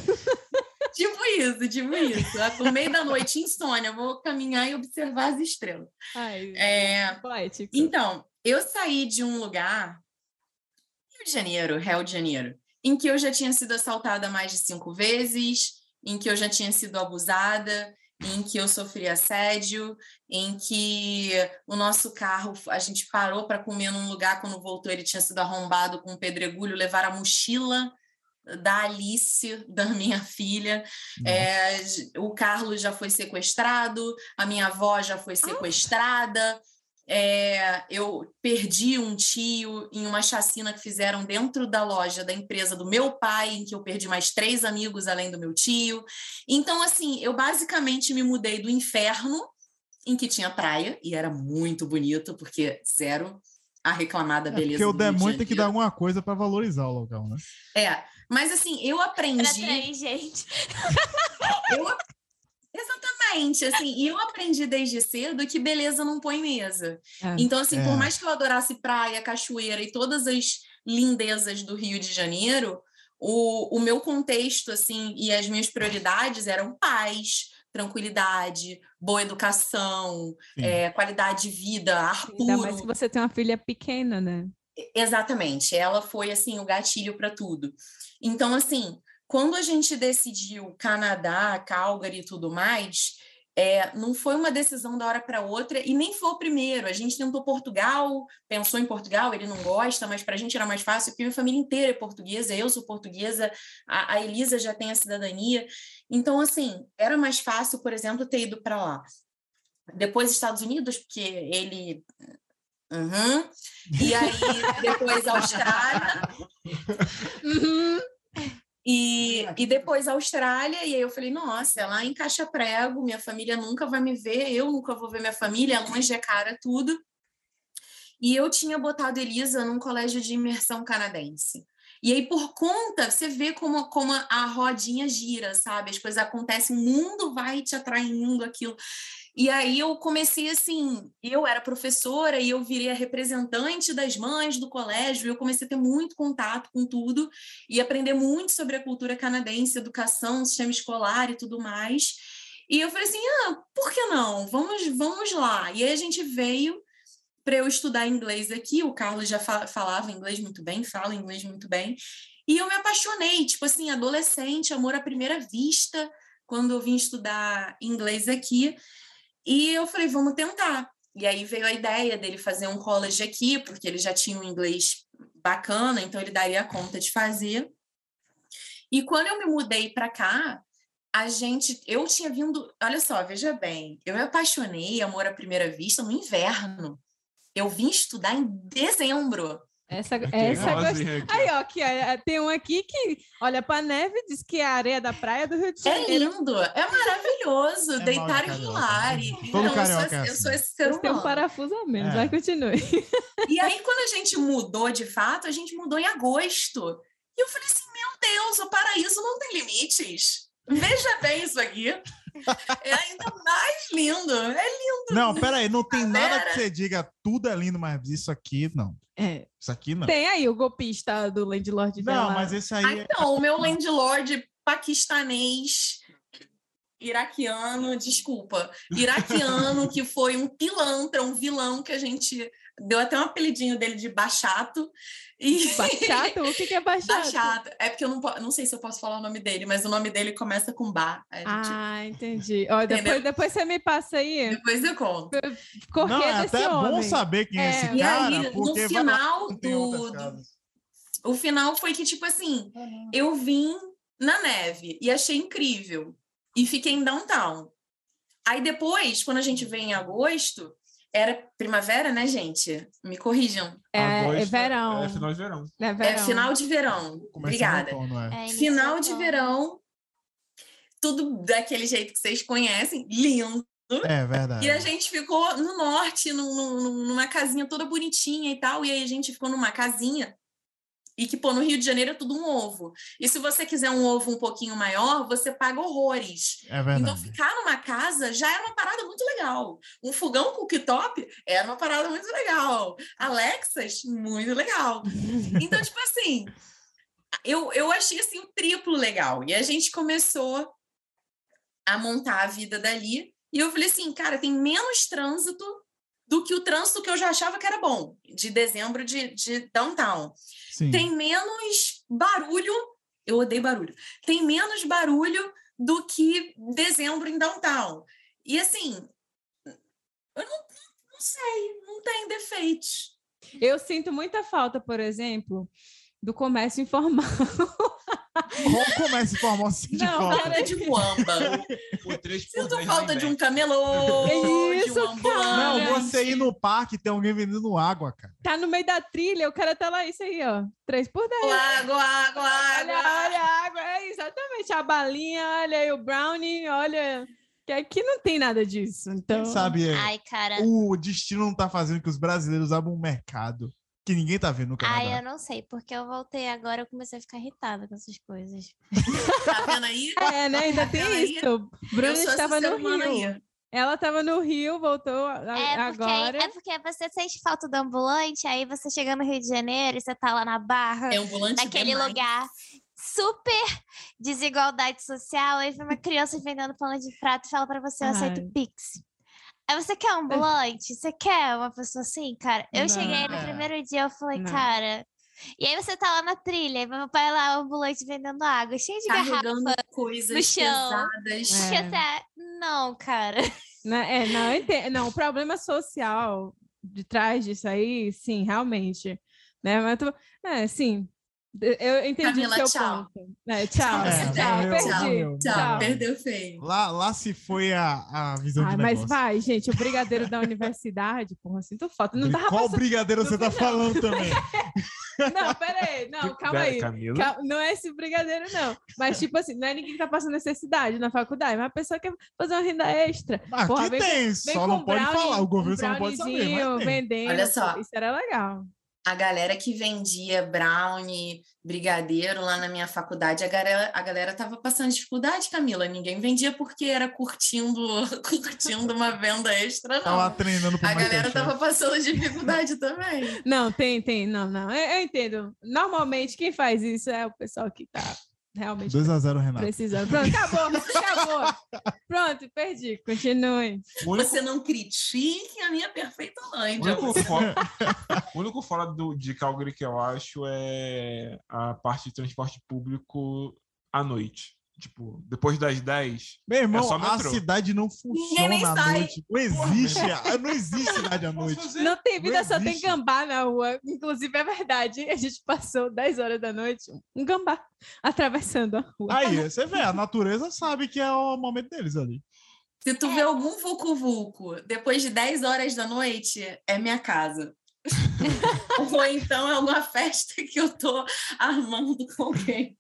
Tipo isso, tipo isso. No meio da noite, insônia, eu vou caminhar e observar as estrelas.
Ai,
É,
poético.
Então, eu saí de um lugar, Rio de Janeiro, Rio de Janeiro, em que eu já tinha sido assaltada mais de cinco vezes, em que eu já tinha sido abusada, em que eu sofri assédio, em que o nosso carro, a gente parou para comer num lugar, quando voltou ele tinha sido arrombado com um pedregulho, levaram a mochila da Alice, da minha filha. É, o Carlos já foi sequestrado, a minha avó já foi sequestrada. É, eu perdi um tio em uma chacina que fizeram dentro da loja da empresa do meu pai, em que eu perdi mais três amigos além do meu tio. Então, assim, eu basicamente me mudei do inferno, em que tinha praia, e era muito bonito, porque zero a reclamar da
É,
beleza
porque o
do Rio de
demônio tem que dar
Janeiro.
alguma coisa pra valorizar o local, né?
É, mas assim, eu
Pra
aprendi...
atrair gente.
Eu, exatamente, assim, e eu aprendi desde cedo que beleza não põe mesa.
É.
Então, assim,
É.
por mais que eu adorasse praia, cachoeira e todas as lindezas do Rio de Janeiro, o, o meu contexto, assim, e as minhas prioridades eram paz, tranquilidade, boa educação,
Sim.
é, qualidade de vida, ar
Ainda mais que
puro.
você tem uma filha pequena, né?
Exatamente, ela foi, assim, o gatilho para tudo. Então, assim, quando a gente decidiu Canadá, Calgary e tudo mais, é, não foi uma decisão da hora para outra e nem foi o primeiro. A gente tentou Portugal, pensou em Portugal, ele não gosta, mas para a gente era mais fácil, porque minha família inteira é portuguesa, eu sou portuguesa, a, a Elisa já tem a cidadania. Então, assim, era mais fácil, por exemplo, ter ido para lá. Depois Estados Unidos, porque ele... Uhum. E aí, depois Austrália...
Uhum.
E, e depois a Austrália, e aí eu falei, nossa, é lá em Caixa Prego, minha família nunca vai me ver, eu nunca vou ver minha família, é longe, é cara, tudo. E eu tinha botado Elisa num colégio de imersão canadense. E aí, por conta, você vê como, como a rodinha gira, sabe? As coisas acontecem, o mundo vai te atraindo aquilo. E aí eu comecei assim, eu era professora e eu virei a representante das mães do colégio, e eu comecei a ter muito contato com tudo e aprender muito sobre a cultura canadense, educação, sistema escolar e tudo mais. E eu falei assim, ah, por que não? Vamos, vamos lá. E aí a gente veio para eu estudar inglês aqui, o Carlos já fa- falava inglês muito bem, fala inglês muito bem, e eu me apaixonei, tipo assim, adolescente, amor à primeira vista, quando eu vim estudar inglês aqui. E eu falei, vamos tentar. E aí veio a ideia dele fazer um college aqui, porque ele já tinha um inglês bacana, então ele daria conta de fazer. E quando eu me mudei para cá, a gente, eu tinha vindo, olha só, veja bem, eu me apaixonei, amor à primeira vista, no inverno. Eu vim estudar em dezembro.
Essa,
Aqui,
essa
igualzinho
gost...
aqui.
Aí, ó, aqui, ó, tem um aqui que olha pra neve e diz que é a areia da praia do Rio de
É
Janeiro.
lindo, é maravilhoso,
É
deitar
mal
e
de carioca.
rolar. E,
Todo
então, eu,
carioca
sou,
é
eu
assim.
sou esse ser
Vocês têm um
humano.
parafuso a menos,
É.
vai, continue.
E aí, quando a gente mudou de fato, a gente mudou em agosto. E eu falei assim, meu Deus, o paraíso não tem limites. Veja bem isso aqui. É ainda mais lindo. É lindo.
Não, peraí, não tem nada
Galera.
que você diga tudo é lindo, mas isso aqui não.
É,
Isso aqui não.
tem aí o golpista do Landlord
Não,
dela.
mas esse
Ah,
aí. é-
então, o meu landlord paquistanês, iraquiano, desculpa, iraquiano, que foi um pilantra, um vilão que a gente deu até um apelidinho dele de Bachato. E...
Bachato? O que que é bachato?
Bachato. É porque eu não, po- não sei se eu posso falar o nome dele, mas o nome dele começa com Ba. A gente-
Ah, entendi. Ó, depois,
Entendeu?
depois você me passa aí.
Depois eu conto.
Correr
Não, é
desse
até bom
homem.
saber quem é,
É.
esse
E
cara,
aí, no
porque vai lá,
final
não tem
do,
outras
do,
casas.
o final foi que, tipo assim, eu vim na neve e achei incrível. E fiquei em downtown. Aí depois, quando a gente veio em agosto, era primavera, né, gente? Me corrijam.
É, é
Agosto
verão.
É final de verão.
É
É
verão.
final de verão.
Começando
Obrigada.
o outono, é.
É, início
Final
do
de
outono.
verão, tudo daquele jeito que vocês conhecem, lindo.
É verdade.
E a gente ficou no norte, num- num- numa casinha toda bonitinha e tal. E aí a gente ficou numa casinha. E que, pô, no Rio de Janeiro é tudo um ovo. E se você quiser um ovo um pouquinho maior, você paga horrores.
É verdade.
Então, ficar numa casa já era uma parada muito legal. Um fogão cooktop era uma parada muito legal. Alexas, muito legal. Então, tipo assim, eu, eu achei assim, o triplo legal. E a gente começou a montar a vida dali. E eu falei assim, cara, tem menos trânsito do que o trânsito que eu já achava que era bom, de dezembro de, de downtown.
Sim.
Tem menos barulho, eu odeio barulho, tem menos barulho do que dezembro em downtown. E assim, eu não, não sei, não tem defeitos.
Eu sinto muita falta, por exemplo, do comércio informal.
Qual comércio informal se de
Não,
falta?
Falta de muamba.
Por três por
Sinto
dez
falta
na
de um
Index.
camelô,
Isso,
de um ambulante.
Não, você ir no parque e ter alguém vendendo água, cara.
Tá no meio da trilha, o cara tá lá, isso aí, ó. três por dez.
Água, água,
Olha,
água.
olha a água. É exatamente a balinha, olha aí o brownie, olha. Que aqui não tem nada disso. Então,
Quem sabe é,
Ai, cara.
o destino não tá fazendo que os brasileiros abram um mercado que ninguém tá vendo no Canadá.
Ai, eu não sei, porque eu voltei agora, eu comecei a ficar irritada com essas coisas.
Tá vendo aí?
É, né? Ainda tem
Aí,
isso. Bruna
Eu sou essa
estava
ser
no
humana
Rio.
aí.
Ela estava no Rio, voltou a-
É porque,
agora.
é porque você sente falta do ambulante, aí você chega no Rio de Janeiro e você tá lá na Barra,
É ambulante
naquele
demais.
lugar super desigualdade social, aí vem uma criança vendendo pão de prato e fala pra você, eu aceito
Ai.
Pix. Aí você quer um ambulante? Você quer uma pessoa assim, cara? Eu
Não.
cheguei no
É.
primeiro dia, eu falei,
Não.
cara... E aí você tá lá na trilha, e meu pai lá, o ambulante vendendo água, cheio de garrafa.
Carregando coisas
no chão.
pesadas.
É.
Que você... Não, cara.
Né? É, não, eu entendo. Não, o problema social de trás disso aí, sim, realmente. Né? Mas tu, é, sim, eu entendi
Camila,
o seu
tchau.
ponto. É, tchau,
É,
tchau,
valeu,
perdi.
valeu,
Tchau,
valeu.
perdeu feio.
Lá, lá se foi a, a visão
Ai,
de
mas
negócio.
vai, gente, o brigadeiro da universidade, porra, sinto falta. Não tava
Qual
passando...
brigadeiro você tá
não.
falando também?
Não, peraí, não, calma aí.
Camila.
Cal- Não é esse brigadeiro, não. Mas, tipo assim, não é ninguém que tá passando necessidade na faculdade, mas a pessoa quer fazer uma renda extra.
Aqui
Porra, vem com-
tem,
Vem
só
com
não
um
pode
brownie-
falar. O governo
um
só não pode saber,
browniezinho
mas tem.
vendendo.
Olha só.
pô, Isso era legal.
A galera que vendia brownie, brigadeiro lá na minha faculdade, a galera, a galera tava passando dificuldade, Camila. Ninguém vendia porque era curtindo, curtindo uma venda extra, não.
Tava treinando pro
A galera
Masterchef.
tava passando dificuldade também.
Não, tem, tem, não, não. Eu, eu entendo. Normalmente, quem faz isso é o pessoal que tá realmente
dois a zero, Renato.
precisando. Pronto, acabou, acabou. Pronto, perdi. Continue.
O único,
Você não critique a minha perfeita
o
Lândia.
único, fora, o único fora do, de Calgary que eu acho é a parte de transporte público à noite. Tipo, depois das dez.
Meu irmão,
é só
a
metrô.
cidade não funciona
nem
à
sai.
noite. Não existe, não existe cidade à noite.
Não tem vida,
Não
só tem
existe.
gambá na rua. Inclusive, é verdade. A gente passou dez horas da noite, um gambá atravessando a rua.
Aí, você vê, a natureza sabe que é o momento deles ali.
Se tu vê algum vulco-vulco depois de dez horas da noite, é minha casa. Ou então é alguma festa que eu tô armando com alguém.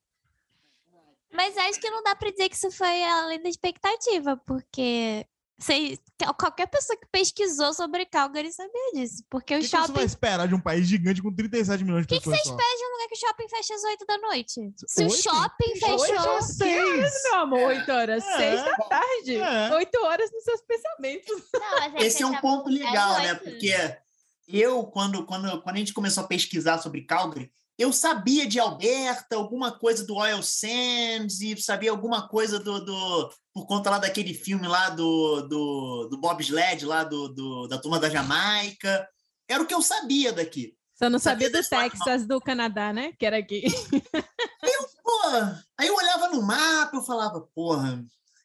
Mas acho que não dá pra dizer que isso foi além da expectativa, porque sei, qualquer pessoa que pesquisou sobre Calgary sabia disso. Porque
O
o
que, que você vai
shopping.
esperar de um país gigante com trinta e sete milhões de
O que, que
pessoas
você
só?
espera de um lugar que o shopping fecha às oito da noite? Se o
Oito?
shopping
Oito
fechou.
ou seis, meu amor, oito horas.
É.
Seis da tarde.
É.
Oito horas nos seus pensamentos.
Não, mas aí
Esse é um
fechava
ponto legal,
às
né?
oito.
Porque eu, quando, quando, quando a gente começou a pesquisar sobre Calgary, eu sabia de Alberta, alguma coisa do Oil Sands, e sabia alguma coisa do, do por conta lá daquele filme lá do, do, do Bob Sled, lá do, do, da Turma da Jamaica. Era o que eu sabia daqui.
Só não sabia
Sabia
do
dessa-
Texas, do Canadá, né? Que era aqui.
Pô, aí eu olhava no mapa, eu falava, porra,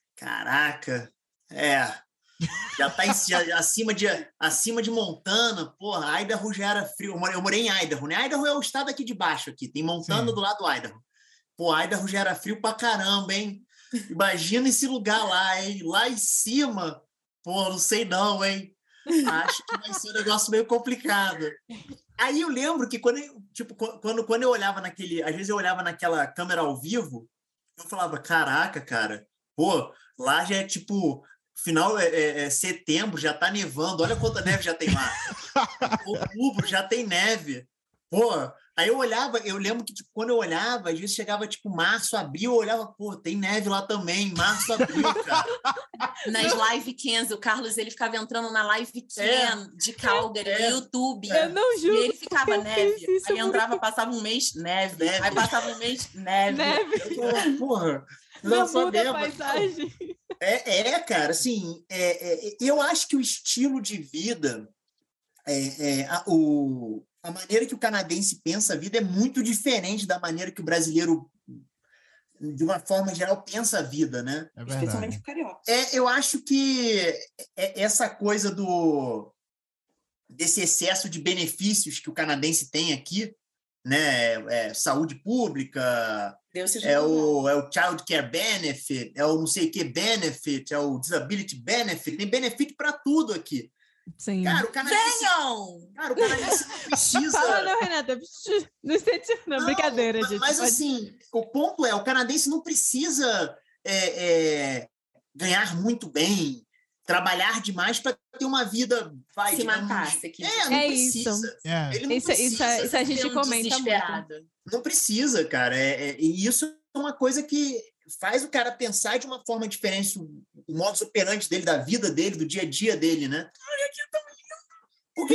caraca, é, já tá em- já- acima, de, acima de Montana, porra, Idaho já era frio. Eu morei, eu morei em Idaho, né? Idaho é o estado aqui de baixo, aqui, tem Montana
Sim.
do lado do Idaho. Pô, Idaho já era frio pra caramba, hein? Imagina esse lugar lá, hein? Lá em cima, pô, não sei não, hein? Acho que vai ser um negócio meio complicado. Aí eu lembro que quando eu, tipo, quando, quando eu olhava naquele... Às vezes eu olhava naquela câmera ao vivo, eu falava, caraca, cara, pô, lá já é tipo... Final é, é- é setembro, já tá nevando, olha quanta neve já tem lá. Outubro já tem neve. Pô, aí eu olhava, eu lembro que tipo, quando eu olhava, às vezes chegava tipo março, abril, eu olhava, pô, tem neve lá também, março, abril, cara.
Nas live cans, o Carlos ele ficava entrando na live can
É.
de Calgary
É.
no YouTube.
Eu não
E
juro.
ele ficava
eu
neve.
fiz isso
Aí entrava, passava um mês, neve.
Neve.
Aí passava um mês, neve.
Neve.
Pô, porra,
Não
lançou
muda a
neve.
paisagem.
É, é, cara, assim, é, é, eu acho que o estilo de vida, é, é, a, o, a maneira que o canadense pensa a vida é muito diferente da maneira que o brasileiro, de uma forma geral, pensa a vida, né?
É
Especialmente
verdade.
o carioca.
É, eu acho que é- essa coisa do desse excesso de benefícios que o canadense tem aqui, né? É, saúde pública,
Deus seja
é
louvado.
o, é o Child Care Benefit, é o não sei o que Benefit, é o Disability Benefit, tem benefício para tudo aqui.
Sim.
Cara, o canadense,
Venham!
cara, o canadense não precisa...
Fala não, Renata. Não senti, não.
Não,
Brincadeira,
mas,
gente.
Mas
Pode-
assim, o ponto é, o canadense não precisa é, é, ganhar muito bem, trabalhar demais para ter uma vida, vai,
Se
digamos,
matar, você quis
É, não
É
precisa.
isso.
É.
Ele não
Isso,
precisa.
isso, é- isso a gente
Ser um
comenta muito.
desesperado.
Não precisa, cara. É, é- e isso é uma coisa que faz o cara pensar de uma forma diferente, o, o modus operandi dele, da vida dele, do dia a dia dele, né? Olha aqui, tão lindo. Porque,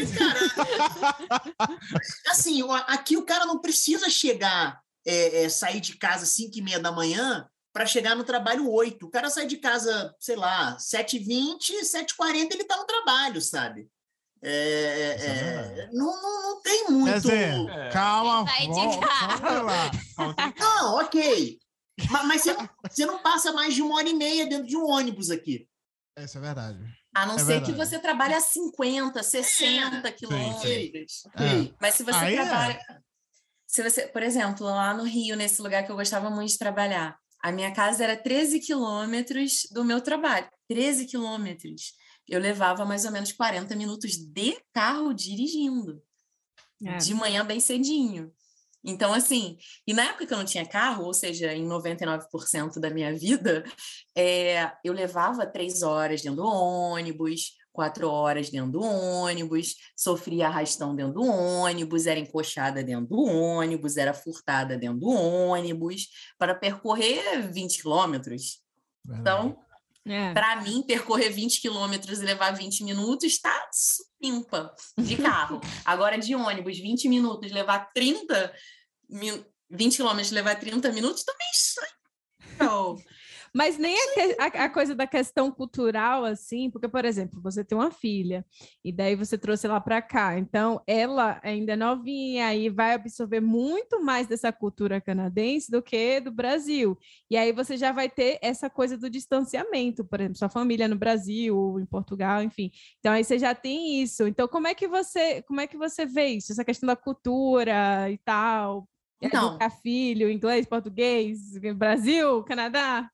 cara, assim, o- aqui o cara não precisa chegar, é, é, sair de casa cinco e meia da manhã para chegar no trabalho oito. O cara sai de casa, sei lá, sete e vinte, sete e quarenta, ele está no trabalho, sabe? É,
Isso é
é,
verdade.
não, não, não tem muito...
Quer dizer,
É.
calma,
Vai de
vamos,
carro.
vamos lá.
Não, ok. Mas, mas você, não, você não passa mais de uma hora e meia dentro de um ônibus aqui.
Isso é verdade.
A não
É
ser que
verdade.
você trabalhe a cinquenta, sessenta quilômetros.
É.
Mas se você
Aí é.
trabalha... Se você, por exemplo, lá no Rio, nesse lugar que eu gostava muito de trabalhar, a minha casa era treze quilômetros do meu trabalho. treze quilômetros. Eu levava mais ou menos quarenta minutos de carro dirigindo.
É.
De manhã bem cedinho. Então, assim, e na época que eu não tinha carro, ou seja, em noventa e nove por cento da minha vida, é, eu levava três horas dentro do ônibus, quatro horas dentro do ônibus, sofria arrastão dentro do ônibus, era encoxada dentro do ônibus, era furtada dentro do ônibus, para percorrer vinte quilômetros.
Verdade.
Então,
É.
para mim, percorrer vinte quilômetros e levar vinte minutos está supimpa de carro. Agora, de ônibus, vinte minutos, levar trinta... vinte quilômetros, levar trinta minutos, também estranho.
Mas nem a, que- a- a coisa da questão cultural, assim, porque, por exemplo, você tem uma filha, e daí você trouxe ela para cá. Então, ela ainda é novinha e vai absorver muito mais dessa cultura canadense do que do Brasil. E aí você já vai ter essa coisa do distanciamento, por exemplo, sua família no Brasil, em Portugal, enfim. Então, aí você já tem isso. Então, como é que você, como é que você vê isso? Essa questão da cultura e tal?
Então,
Educar filho, inglês, português, Brasil, Canadá?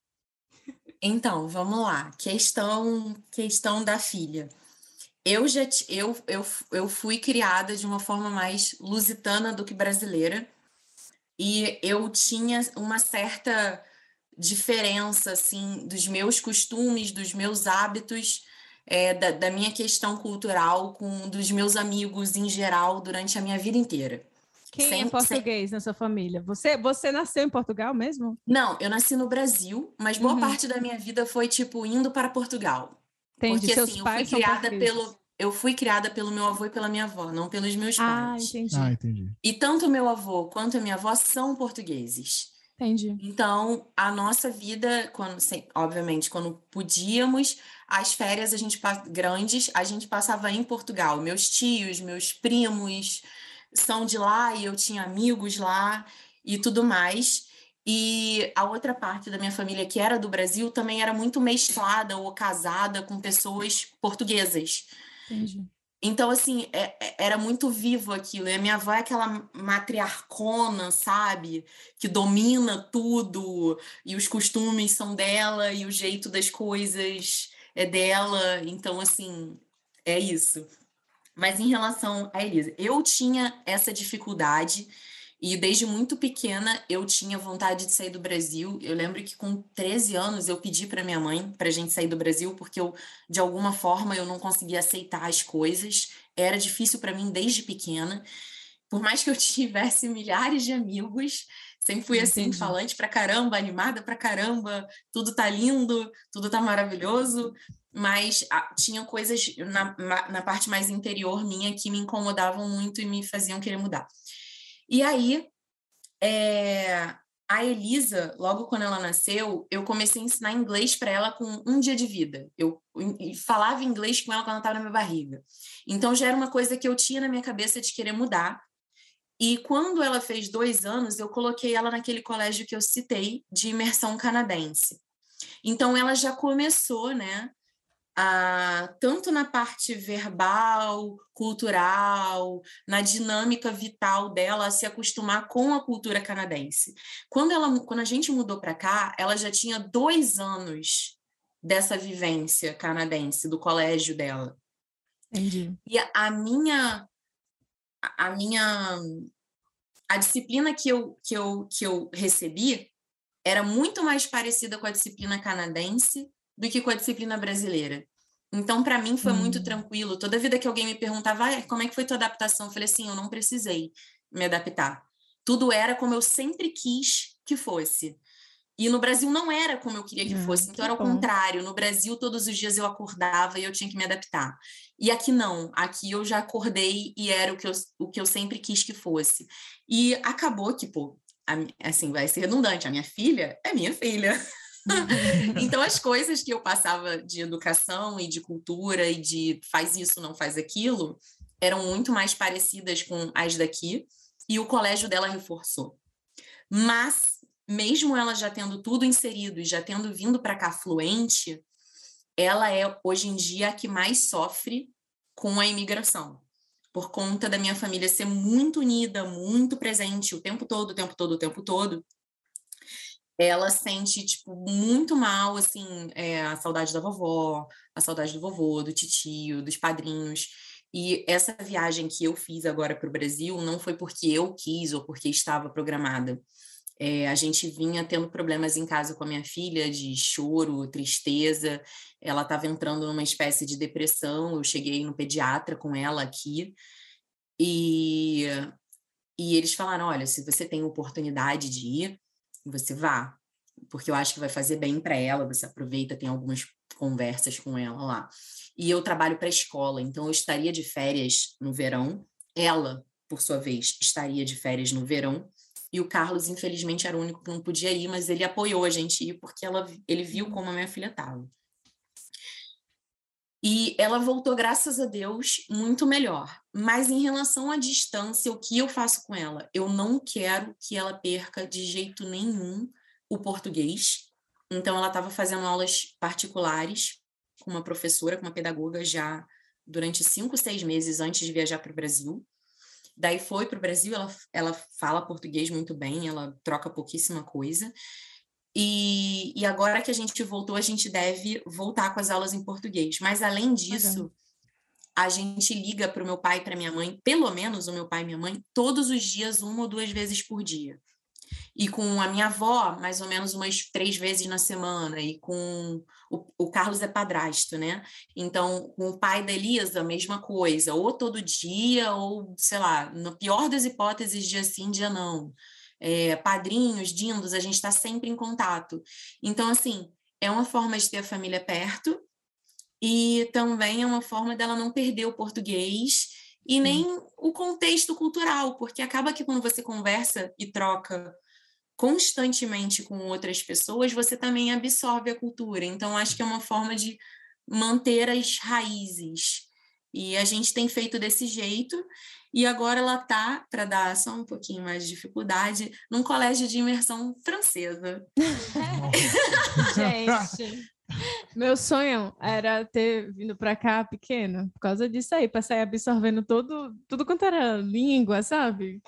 então, vamos lá. Questão, questão da filha. Eu já ti- eu, eu, eu fui criada de uma forma mais lusitana do que brasileira, e eu tinha uma certa diferença assim dos meus costumes, dos meus hábitos, é, da, da minha questão cultural com dos meus amigos em geral durante a minha vida inteira.
Quem é
Sem, sem...
português na sua família? Você, você nasceu em Portugal mesmo?
Não, eu nasci no Brasil, mas boa
Uhum.
parte da minha vida foi tipo indo para Portugal.
Entendi.
Porque
Seus
assim, eu fui
pais são
criada
portugueses.
pelo eu fui criada pelo meu avô e pela minha avó, não pelos meus
Ah,
pais.
entendi.
Ah, entendi.
E tanto o meu avô quanto a minha avó são portugueses.
Entendi.
Então, a nossa vida, quando, sem- obviamente, quando podíamos, as férias a gente pa- grandes, a gente passava em Portugal. Meus tios, meus primos são de lá e eu tinha amigos lá e tudo mais. E a outra parte da minha família, que era do Brasil, também era muito mesclada ou casada com pessoas portuguesas.
Entendi.
Então, assim, é- é- era muito vivo aquilo. E a minha avó é aquela matriarcona, sabe? Que domina tudo, e os costumes são dela, e o jeito das coisas é dela. Então, assim, é isso. Mas em relação a Elisa, eu tinha essa dificuldade e desde muito pequena eu tinha vontade de sair do Brasil. Eu lembro que com treze anos eu pedi para minha mãe para a gente sair do Brasil porque eu, de alguma forma, eu não conseguia aceitar as coisas. Era difícil para mim desde pequena. Por mais que eu tivesse milhares de amigos, sempre fui assim,
Entendi.
falante pra caramba, animada pra caramba, tudo tá lindo, tudo tá maravilhoso, mas ah, tinha coisas na, na, na parte mais interior minha que me incomodavam muito e me faziam querer mudar. E aí, é, a Elisa, logo quando ela nasceu, eu comecei a ensinar inglês para ela com um dia de vida. Eu em- falava inglês com ela quando ela estava na minha barriga. Então já era uma coisa que eu tinha na minha cabeça de querer mudar. E quando ela fez dois anos, eu coloquei ela naquele colégio que eu citei, de imersão canadense. Então, ela já começou, né, a, tanto na parte verbal, cultural, na dinâmica vital dela, a se acostumar com a cultura canadense. Quando, ela, quando a gente mudou para cá, ela já tinha dois anos dessa vivência canadense, do colégio dela.
Entendi.
E a, a minha... A minha a disciplina que eu, que, eu, que eu recebi era muito mais parecida com a disciplina canadense do que com a disciplina brasileira. Então, para mim, foi
Hum.
muito tranquilo. Toda vida que alguém me perguntava, ah, como é que foi tua adaptação? Eu falei assim, eu não precisei me adaptar. Tudo era como eu sempre quis que fosse. E no Brasil não era como eu queria que
Ah,
fosse. Então,
que
era o
bom.
contrário. No Brasil, todos os dias eu acordava e eu tinha que me adaptar. E aqui não. Aqui eu já acordei e era o que eu, o que eu sempre quis que fosse. E acabou que, pô, a- assim, vai ser redundante. A minha filha é minha filha. Então, as coisas que eu passava de educação e de cultura e de faz isso, não faz aquilo, eram muito mais parecidas com as daqui. E o colégio dela reforçou. Mas, mesmo ela já tendo tudo inserido e já tendo vindo para cá fluente, ela é, hoje em dia, a que mais sofre com a imigração. Por conta da minha família ser muito unida, muito presente o tempo todo, o tempo todo, o tempo todo. Ela sente, tipo, muito mal, assim, é, a saudade da vovó, a saudade do vovô, do titio, dos padrinhos. E essa viagem que eu fiz agora para o Brasil não foi porque eu quis ou porque estava programada. É, a gente vinha tendo problemas em casa com a minha filha, de choro, tristeza. Ela estava entrando numa espécie de depressão. Eu cheguei no pediatra com ela aqui. E, e eles falaram, olha, se você tem oportunidade de ir, você vá. Porque eu acho que vai fazer bem para ela. Você aproveita, tem algumas conversas com ela lá. E eu trabalho para a escola, então eu estaria de férias no verão. Ela, por sua vez, estaria de férias no verão. e o Carlos, infelizmente, era o único que não podia ir, mas ele apoiou a gente ir, porque ela, ele viu como a minha filha estava. E ela voltou, graças a Deus, muito melhor. Mas em relação à distância, o que eu faço com ela? Eu não quero que ela perca de jeito nenhum o português. Então, ela estava fazendo aulas particulares com uma professora, com uma pedagoga, já durante cinco, seis meses antes de viajar para o Brasil. Daí foi para o Brasil, ela, ela fala português muito bem, ela troca pouquíssima coisa. E, e agora que a gente voltou, a gente deve voltar com as aulas em português. Mas, além disso, uhum. a gente liga para o meu pai e para minha mãe, pelo menos o meu pai e minha mãe, todos os dias, uma ou duas vezes por dia. E com a minha avó, mais ou menos umas três vezes na semana. E com o, o Carlos é padrasto, né? Então, com o pai da Elisa, a mesma coisa. Ou todo dia, ou, sei lá, na pior das hipóteses, dia sim, dia não. É, padrinhos, dindos, a gente está sempre em contato. Então, assim, é uma forma de ter a família perto e também é uma forma dela não perder o português e nem hum. o contexto cultural, porque acaba que quando você conversa e troca constantemente com outras pessoas, você também absorve a cultura. Então, acho que é uma forma de manter as raízes. E a gente tem feito desse jeito. E agora ela está, para dar só um pouquinho mais de dificuldade, num colégio de imersão francesa.
Gente, meu sonho era ter vindo para cá pequeno, por causa disso aí, para sair absorvendo todo, tudo quanto era língua, sabe?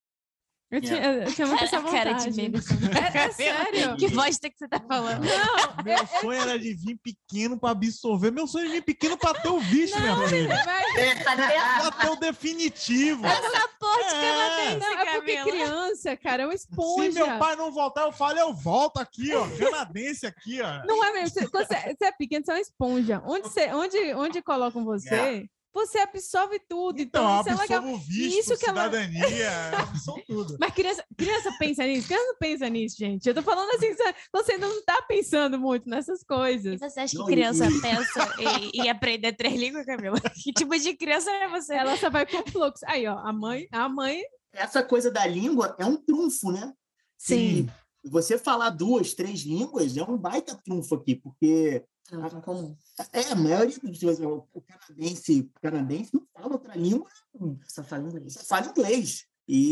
Eu, yeah. tinha, eu tinha muita essa vontade.
Cara de medo.
É, é sério?
Que bosta que você tá falando.
Não, meu sonho era de vir pequeno para absorver. Meu sonho é de vir pequeno para ter o visto, não, minha filha. Mas... Para ter o definitivo.
Passaporte
é.
canadense,
Não, é porque
Camila.
Criança, cara, é uma esponja.
Se meu pai não voltar, eu falo, eu volto aqui, ó. Canadense aqui, ó.
Não é mesmo. Você, você é pequeno, você é uma esponja. Onde, você, onde, onde colocam você... Yeah. Você absorve tudo. Então,
então
isso é legal.
O visto, isso que cidadania, ela... absorve tudo.
Mas criança, criança pensa nisso? Criança não pensa nisso, gente. Eu tô falando assim, você não tá pensando muito nessas coisas.
E você acha que criança pensa em, em aprender três línguas, Camila? Que tipo de criança é você?
Ela só vai com fluxo. Aí, ó, a mãe, a mãe...
Essa coisa da língua é um trunfo, né?
Sim.
E você falar duas, três línguas é um baita trunfo aqui, porque...
Não, não comum.
É, a maioria dos o canadense, o canadense não fala outra língua,
só fala inglês.
Só fala inglês.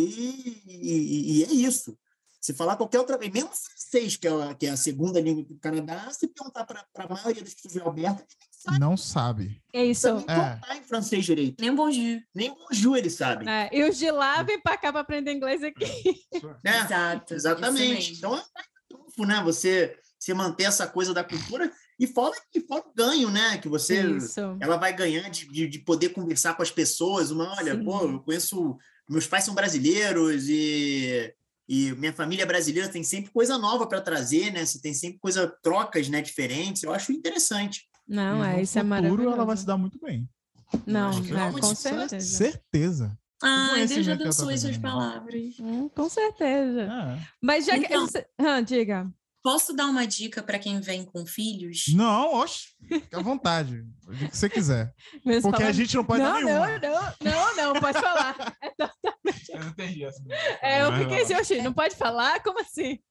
E, e, e é isso. Se falar qualquer outra língua, mesmo francês, que é a, que é a segunda língua do Canadá, se perguntar para a maioria das pessoas de Alberta, sabe.
Não sabe.
É isso.
Não é. Em francês direito.
Nem bonjour.
Nem bonjour eles sabem.
É, e os de lá vêm para cá para aprender inglês aqui.
É,
Exato.
Exatamente. Então é um trunfo, né? Você, você manter essa coisa da cultura. E fora, e fora o ganho, né? Que você,
Isso.
ela vai ganhar de, de, de poder conversar com as pessoas. Uma, olha, Sim. pô, eu conheço, meus pais são brasileiros e, e minha família brasileira tem sempre coisa nova para trazer, né? Você tem sempre coisa, trocas, né, diferentes. Eu acho interessante.
Não, é, isso
futuro,
é maravilhoso.
Ela vai se dar muito bem.
Não, é, com certeza.
Certeza.
Ai, Deus abençoe suas palavras.
Hum, com certeza.
É.
Mas já
então,
que... Ah, diga.
Posso dar uma dica para quem vem com filhos?
Não, oxe, fica à vontade. O que você quiser. Mesmo Porque falando... a gente não pode
não,
dar nenhuma.
Não, não, não, não, pode falar. É totalmente...
Eu não entendi essa.
É, eu fiquei assim, oxe, não pode falar? Como assim?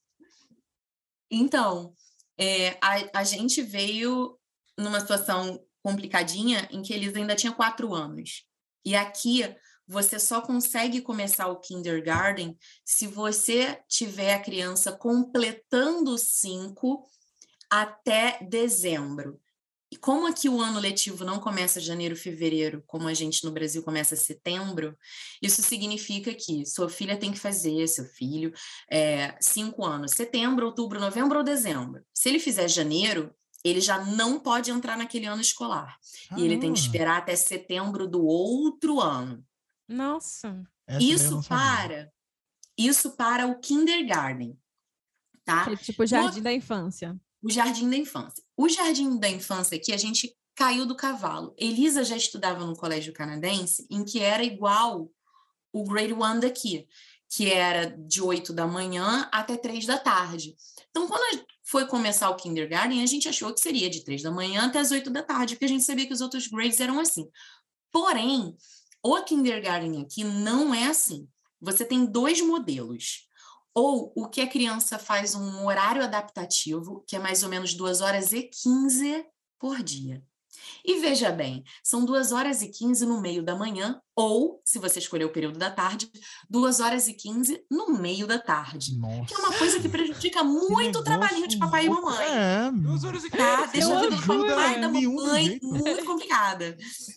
Então, é, a, a gente veio numa situação complicadinha em que eles ainda tinham quatro anos. E aqui... Você só consegue começar o kindergarten se você tiver a criança completando cinco até dezembro. E como aqui o ano letivo não começa janeiro, fevereiro, como a gente no Brasil começa setembro, isso significa que sua filha tem que fazer, seu filho, é, cinco anos, setembro, outubro, novembro ou dezembro. Se ele fizer janeiro, ele já não pode entrar naquele ano escolar. Ah, e ele tem que esperar até setembro do outro ano.
Nossa.
Isso para, isso para o kindergarten, tá?
É tipo o jardim o, da infância.
O jardim da infância. O jardim da infância aqui, a gente caiu do cavalo. Elisa já estudava no colégio canadense, em que era igual o grade one daqui, que era de oito da manhã até três da tarde. Então, quando foi começar o kindergarten, a gente achou que seria de três da manhã até as oito da tarde, porque a gente sabia que os outros grades eram assim. Porém, o kindergarten aqui não é assim. você tem dois modelos. Ou o que a criança faz um horário adaptativo, que é mais ou menos duas horas e quinze por dia. E veja bem, são duas horas e quinze no meio da manhã, ou, se você escolher o período da tarde, duas horas e quinze no meio da tarde.
Nossa.
Que é uma coisa que prejudica muito o trabalhinho de papai e mamãe.
É,
Duas horas e
Tá? Deixa a vida do
ajuda
papai e da
nenhum
mamãe
jeito.
muito complicada.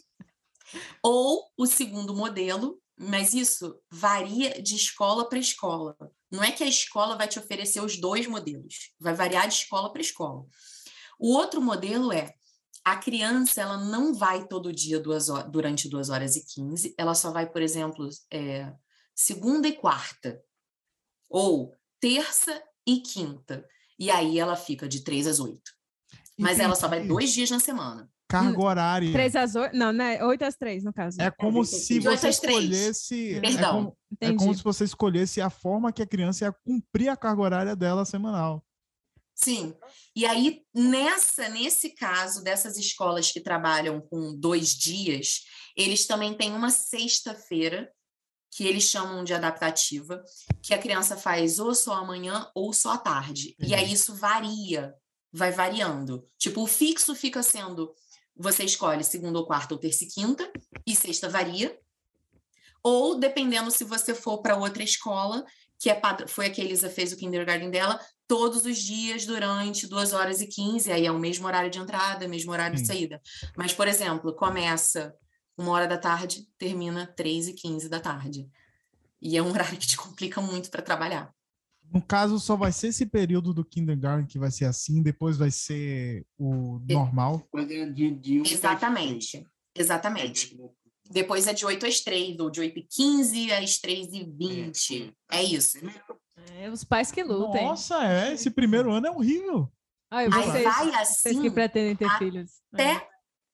Ou o segundo modelo, mas isso varia de escola para escola. Não é que a escola vai te oferecer os dois modelos, vai variar de escola para escola. O outro modelo é a criança, ela não vai todo dia duas horas, durante duas horas e quinze, ela só vai, por exemplo, é, segunda e quarta, ou terça e quinta. E aí ela fica de três às oito. Mas ela só vai dois dias na semana.
Carga horária.
Três às oito? Não, né? Oito às três, no caso.
É como se
De oito
você
às três.
escolhesse. É
Perdão.
como, é
Entendi.
como se você escolhesse a forma que a criança ia cumprir a carga horária dela semanal.
Sim. E aí, nessa, nesse caso, dessas escolas que trabalham com dois dias, eles também têm uma sexta-feira, que eles chamam de adaptativa, que a criança faz ou só amanhã ou só à tarde.
Entendi.
E aí isso varia, vai variando. Tipo, o fixo fica sendo, você escolhe segunda ou quarta ou terça e quinta, e sexta varia. Ou, dependendo se você for para outra escola, que é padr- foi a que a Elisa fez o kindergarten dela, todos os dias durante duas horas e quinze, aí é o mesmo horário de entrada, mesmo horário
Sim.
de saída. Mas, por exemplo, começa uma hora da tarde, termina três e quinze da tarde. E é um horário que te complica muito para trabalhar.
No caso, só vai ser esse período do kindergarten que vai ser assim, depois vai ser o normal.
De, de um
Exatamente. Exatamente. Depois é de oito às três, ou de oito e quinze às três e vinte. É isso.
É, os pais que lutem.
Nossa, é, esse primeiro ano é horrível.
Ai,
Aí
vocês,
vai
vocês que
assim
pretendem ter filhos.
até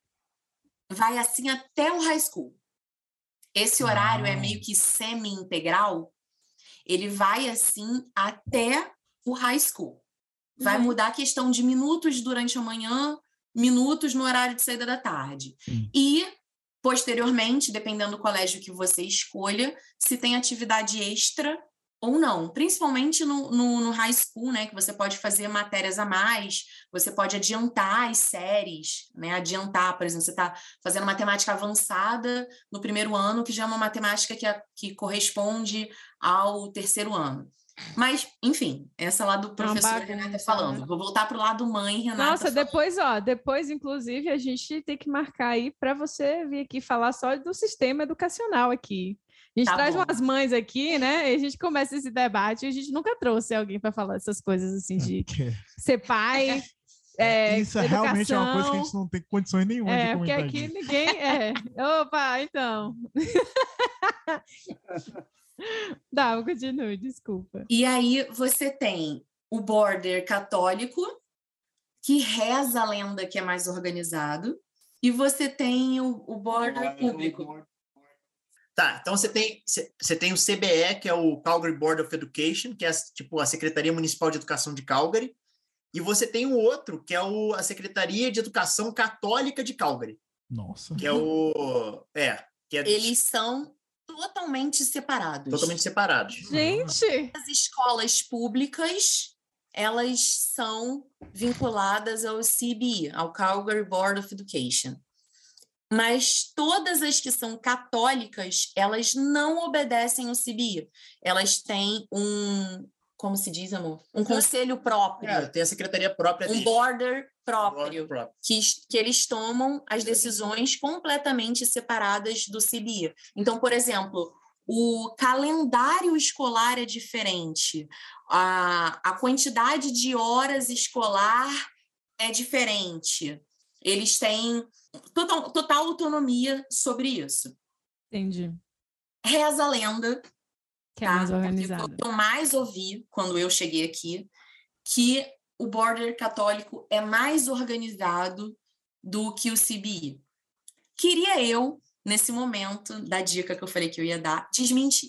vai assim até o high school. Esse horário é
Ah.
meio que semi-integral. Ele vai assim até o high school. Vai
Uhum.
mudar a questão de minutos durante a manhã, minutos no horário de saída da tarde.
Sim.
E, posteriormente, dependendo do colégio que você escolha, se tem atividade extra ou não. Principalmente no, no, no high school, né? Que você pode fazer matérias a mais, você pode adiantar as séries, né? Adiantar, por exemplo, você está fazendo matemática avançada no primeiro ano, que já é uma matemática que, a, que corresponde ao terceiro ano. Mas, enfim, essa lá do professor
bagunça,
Renata falando.
né?
Vou voltar para o lado mãe, Renata.
Nossa,
falando.
depois, ó, depois, inclusive, a gente tem que marcar aí para você vir aqui falar só do sistema educacional aqui. A gente
Tá
traz
bom.
umas mães aqui, né? E a gente começa esse debate e a gente nunca trouxe alguém para falar essas coisas assim de
Porque
ser pai, é,
isso é realmente é uma coisa que a
educação.
gente não tem condições nenhuma de
É, porque
comentar
aqui
disso.
ninguém é. Opa, então. Dá, continue, desculpa.
E aí você tem o border católico, que reza a lenda que é mais organizado, e você tem o, o border público.
Tá, então você tem, você você tem o C B E, que é o Calgary Board of Education, que é tipo a Secretaria Municipal de Educação de Calgary, e você tem o outro, que é o, a Secretaria de Educação Católica de Calgary,
Nossa.
que é o... É, que é
Eles são totalmente separados.
totalmente separados.
Gente,
As escolas públicas, elas são vinculadas ao C B E, ao Calgary Board of Education. Mas todas as que são católicas, elas não obedecem ao C B E. Elas têm um, como se diz, amor? Um conselho próprio,
É, tem a secretaria própria
um
deles.
border próprio,
Border próprio.
que, que eles tomam as decisões completamente separadas do C B E. Então, por exemplo, o calendário escolar é diferente, a, a quantidade de horas escolar é diferente. Eles têm total, total autonomia sobre isso.
entendi.
Reza a lenda,
Que é
tá?
mais
Porque
organizado.
o que eu mais ouvi quando eu cheguei aqui, que o border católico é mais organizado do que o C B E. Queria eu, nesse momento, da dica que eu falei que eu ia dar, desmentir.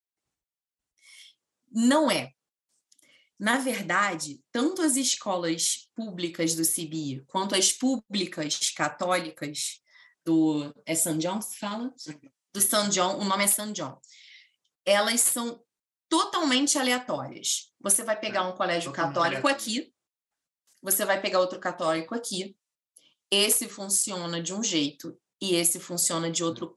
Não é. Na verdade, tanto as escolas públicas do C B E quanto as públicas católicas do... É Saint John que se fala? Do Saint John, o nome é Saint John. elas são totalmente aleatórias. Você vai pegar um colégio católico aqui, você vai pegar outro católico aqui, esse funciona de um jeito e esse funciona de outro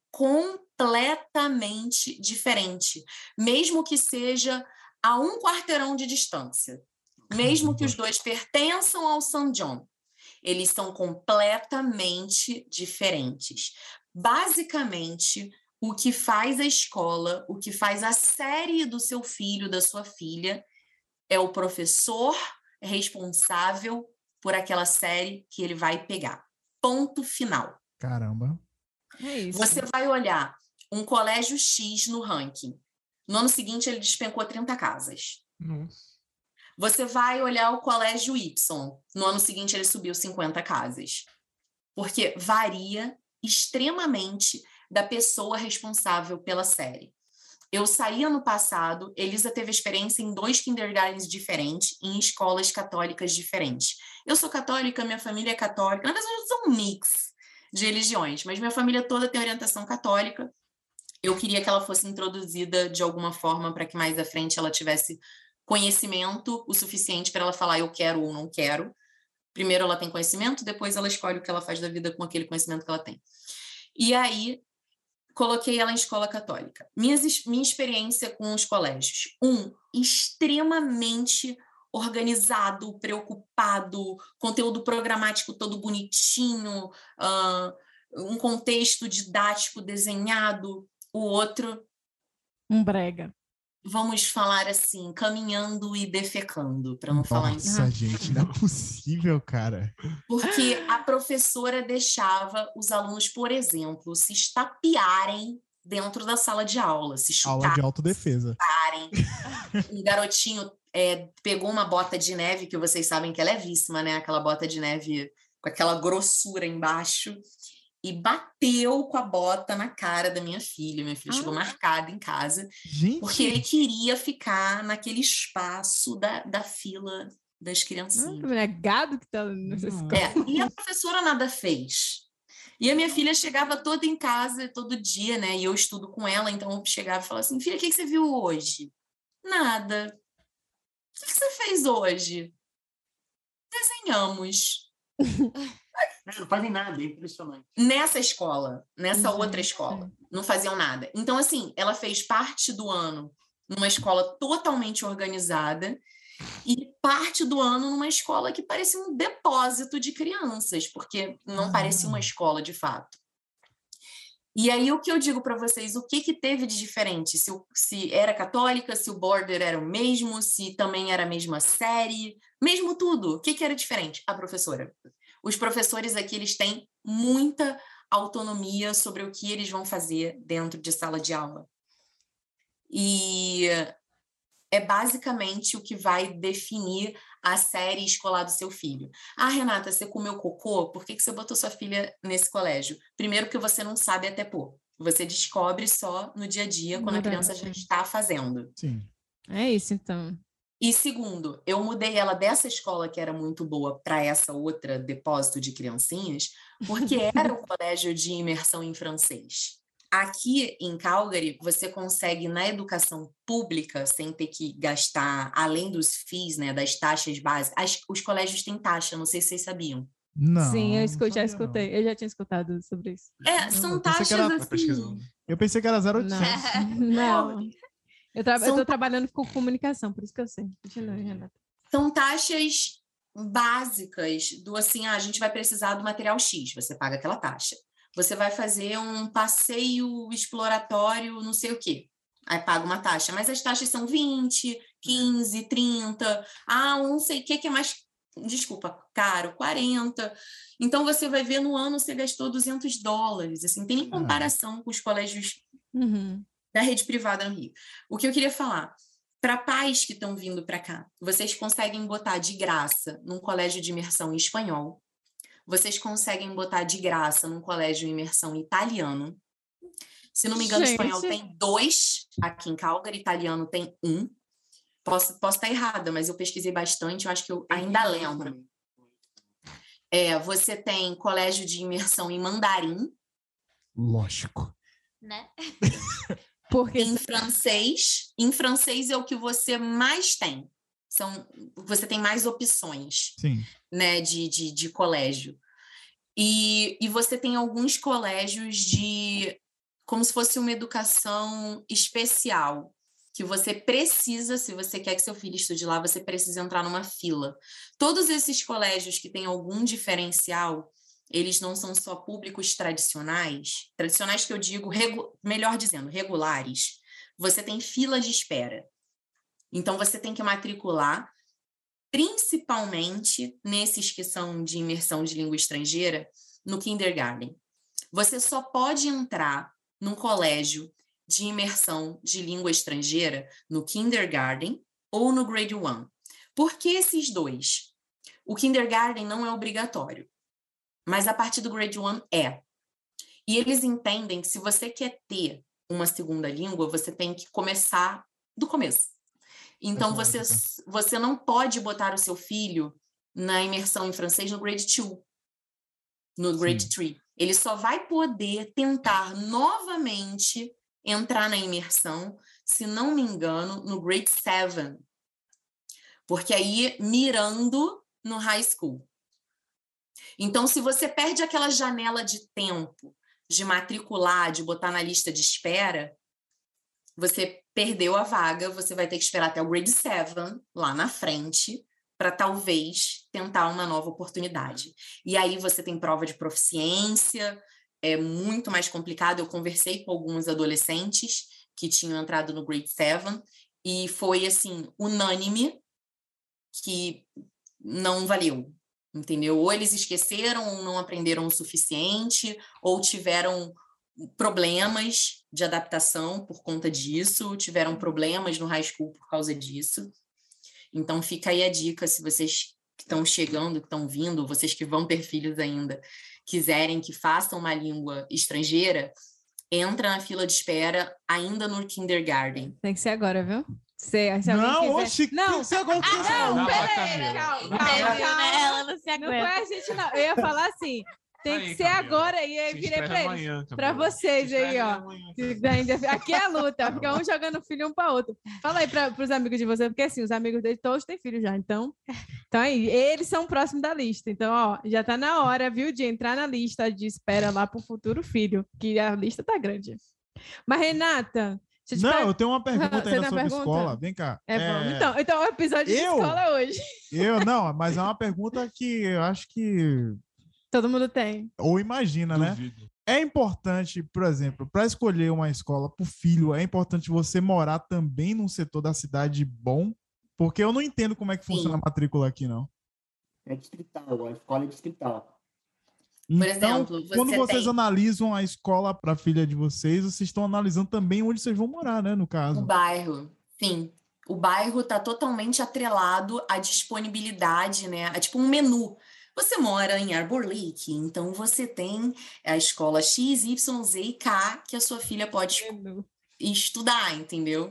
completamente diferente, mesmo que seja a um quarteirão de distância, mesmo que os dois pertençam ao Saint John, eles são completamente diferentes. Basicamente, o que faz a escola, o que faz a série do seu filho, da sua filha, é o professor responsável por aquela série que ele vai pegar. Ponto final.
Caramba.
É isso.
Você vai olhar um colégio X no ranking. No ano seguinte, ele despencou trinta casas.
Nossa.
Você vai olhar o colégio Y. No ano seguinte, ele subiu cinquenta casas. Porque varia extremamente da pessoa responsável pela série. Eu saí ano passado, Elisa teve experiência em dois kindergartens diferentes, em escolas católicas diferentes. Eu sou católica, minha família é católica, na verdade eu sou um mix de religiões, mas minha família toda tem orientação católica. Eu queria que ela fosse introduzida de alguma forma para que mais à frente ela tivesse conhecimento o suficiente para ela falar eu quero ou não quero. Primeiro ela tem conhecimento, depois ela escolhe o que ela faz da vida com aquele conhecimento que ela tem. E aí, coloquei ela em escola católica. Minha, minha experiência com os colégios. Um, extremamente organizado, preocupado, conteúdo programático todo bonitinho, uh, um contexto didático desenhado. O outro...
Um brega.
Vamos falar assim, caminhando e defecando, para não falar em...
Nossa, gente, não é possível, cara.
Porque a professora deixava os alunos, por exemplo, se estapearem dentro da sala de aula, se chutarem.
Aula de autodefesa.
Um garotinho é, pegou uma bota de neve, que vocês sabem que é levíssima, né? Aquela bota de neve com aquela grossura embaixo, e bateu com a bota na cara da minha filha. Minha filha ah. chegou marcada em casa,
gente.
Porque ele queria ficar naquele espaço da, da fila das criancinhas.
É gado que tá nessa escola.
É, e a professora nada fez. E a minha filha chegava toda em casa, todo dia, né? E eu estudo com ela, então eu chegava e falava assim, filha, o que, que você viu hoje? Nada. O que, que você fez hoje? Desenhamos.
Não fazem nada, é impressionante.
Nessa escola, nessa
Gente.
outra escola, não faziam nada. Então, assim, ela fez parte do ano numa escola totalmente organizada e parte do ano numa escola que parecia um depósito de crianças, porque não parecia uma escola de fato. E aí, o que eu digo para vocês, o que, que teve de diferente? Se, se era católica, se o border era o mesmo, se também era a mesma série, mesmo tudo. O que, que era diferente? A professora. Os professores aqui, eles têm muita autonomia sobre o que eles vão fazer dentro de sala de aula. E é basicamente o que vai definir a série escolar do seu filho. Ah, Renata, você comeu cocô? Por que que você botou sua filha nesse colégio? Primeiro, porque você não sabe até pôr. Você descobre só no dia a dia, quando a criança já está fazendo.
Sim.
É isso, então.
E segundo, eu mudei ela dessa escola que era muito boa para essa outra depósito de criancinhas, porque era um colégio de imersão em francês. Aqui em Calgary, você consegue, na educação pública, sem ter que gastar, além dos fees, né, das taxas básicas, as, os colégios têm taxa, não sei se vocês sabiam.
Não.
Sim, eu escu- já
não
escutei, eu já tinha escutado sobre isso.
É,
Não,
são
eu pensei
taxas
que era-
assim...
Eu pensei que era zero oitocentos.
Não. não. Eu, tra-
São-
eu tô trabalhando com comunicação, por isso que eu sei. Continue, Renata.
São taxas básicas do assim, ah, a gente vai precisar do material X, você paga aquela taxa. Você vai fazer um passeio exploratório, não sei o quê. Aí paga uma taxa, mas as taxas são vinte, quinze, trinta. Ah, um não sei o que que é mais, desculpa, caro, quarenta. Então você vai ver no ano você gastou duzentos dólares, assim, tem nem comparação com os colégios
Uhum.
da rede privada no Rio. O que eu queria falar, para pais que estão vindo para cá, vocês conseguem botar de graça num colégio de imersão em espanhol, vocês conseguem botar de graça num colégio de imersão em italiano. Se não me engano,
Gente.
espanhol tem dois, aqui em Calgary, italiano tem um. Posso, posso estar errada, mas eu pesquisei bastante, eu acho que eu ainda lembro. É, você tem colégio de imersão em mandarim,
Lógico.
Né?
Porque
em francês, em francês é o que você mais tem. São, você tem mais opções,
Sim.
né, de, de, de colégio. E, e você tem alguns colégios de como se fosse uma educação especial, que você precisa, se você quer que seu filho estude lá, você precisa entrar numa fila. Todos esses colégios que têm algum diferencial, eles não são só públicos tradicionais, tradicionais que eu digo, regu- melhor dizendo, regulares. Você tem fila de espera. Então, você tem que matricular, principalmente nesses que são de imersão de língua estrangeira, no kindergarten. Você só pode entrar num colégio de imersão de língua estrangeira no kindergarten ou no grade one. Por que esses dois? O kindergarten não é obrigatório, mas a partir do grade one é. E eles entendem que se você quer ter uma segunda língua, você tem que começar do começo. Então, você, você não pode botar o seu filho na imersão em francês no grade two, no grade
Sim.
three. Ele só vai poder tentar novamente entrar na imersão, se não me engano, no grade seven. Porque aí, mirando no high school. Então, se você perde aquela janela de tempo de matricular, de botar na lista de espera, você perdeu a vaga, você vai ter que esperar até o grade seven, lá na frente, para talvez tentar uma nova oportunidade. E aí você tem prova de proficiência, é muito mais complicado. Eu conversei com alguns adolescentes que tinham entrado no grade seven e foi, assim, unânime que não valeu, entendeu? Ou eles esqueceram, ou não aprenderam o suficiente, ou tiveram problemas de adaptação por conta disso, tiveram problemas no high school por causa disso. Então, fica aí a dica, se vocês que estão chegando, que estão vindo, vocês que vão ter filhos ainda, quiserem que façam uma língua estrangeira, entra na fila de espera ainda no kindergarten.
Tem que ser agora, viu? Se, se alguém
Não,
quiser...
oxi,
não,
você agora que você
não,
Não,
peraí,
Camila.
calma,
É,
calma,
viu, né? Ela não se
Não foi
aguenta.
a gente, não. Eu ia falar assim, tem
Aí,
que ser
Camila.
agora, e aí
Se
virei
inscreve
pra eles.
amanhã,
Pra
Camila.
vocês
Se
aí,
inscreve
ó.
amanhã,
Que ainda- Aqui é a luta, fica um jogando filho um para outro. Fala aí para os amigos de vocês, porque assim, os amigos deles todos têm filho já, então. Então aí, eles são próximos da lista. Então, ó, já tá na hora, viu, de entrar na lista de espera lá pro futuro filho, que a lista tá grande. Mas, Renata, deixa eu te
Não,
per-
eu tenho uma pergunta
Você
ainda
tem uma
sobre
pergunta?
escola. Vem cá.
É,
É,
vamos. Então, então, o episódio de
eu?
escola hoje.
Eu não, mas é uma pergunta que eu acho que.
Todo mundo tem.
Ou imagina, né?
Duvido.
É importante, por exemplo, para escolher uma escola para o filho, é importante você morar também num setor da cidade bom? Porque eu não entendo como é que funciona
Sim.
a matrícula aqui, não.
É distrital, a escola é distrital.
Por
Então,
exemplo, você
quando vocês
tem
analisam a escola para a filha de vocês, vocês estão analisando também onde vocês vão morar, né? No
o
caso.
bairro. Sim, o bairro está totalmente atrelado à disponibilidade, né? É tipo um menu. Você mora em Arbor Lake, então você tem a escola X, Y, Z e K que a sua filha pode estudar, entendeu?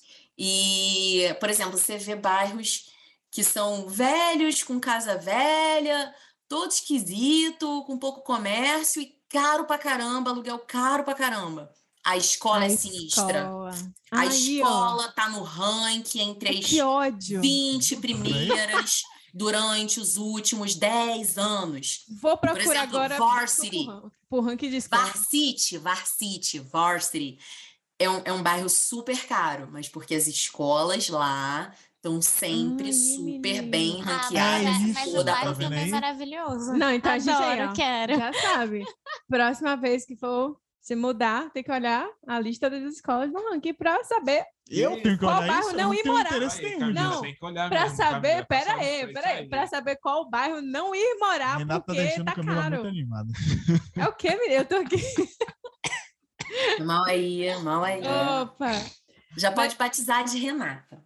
E, por exemplo, você vê bairros que são velhos, com casa velha, todo esquisito, com pouco comércio e caro pra caramba, aluguel caro pra caramba. A escola
A
é sinistra.
escola.
A
Aí,
escola tá no ranking entre as
Que ódio.
vinte primeiras durante os últimos dez anos.
Vou
Por
procurar
exemplo,
agora
Varsity.
por, por ranking de escola.
Varsity, Varsity, Varsity. É um, é um bairro super caro, mas porque as escolas lá estão sempre
Ai,
super
menino.
bem
Ah,
ranqueadas.
mas,
É
é-
isso,
mas o
toda a
tá
bairro
vendo
também é
aí?
maravilhoso.
Não, então a gente aí,
Adoro,
ó,
quero.
já sabe. Próxima vez que for se mudar, tem que olhar a lista das escolas no ranking para saber.
Eu tenho que
Qual
olhar
bairro
isso, eu
não
não
ir
tenho
morar?
interesse
Aí,
nenhum
Camila,
disso.
Não,
tem que olhar
Para
mesmo,
saber,
Camila,
pera
passamos
aí,
por isso
pera aí,
aí.
para saber qual bairro não ir morar,
Renata tá
porque
deixando
tá
a Camila
caro.
muito animada.
É o quê, menina? Eu tô aqui.
Mal aí, mal aí.
Opa!
Já pode batizar de Renata.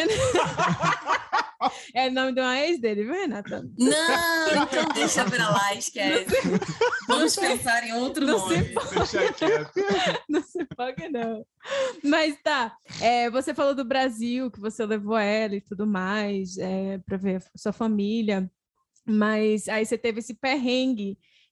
É o nome de uma ex dele, viu, Renata?
Não, então deixa pra lá, esquece. Vamos pensar em outro
Não
nome.
se
Deixa quieto.
Não se paga, não. Mas tá, é, você falou do Brasil, que você levou ela e tudo mais, é, para ver sua família, mas aí você teve esse perrengue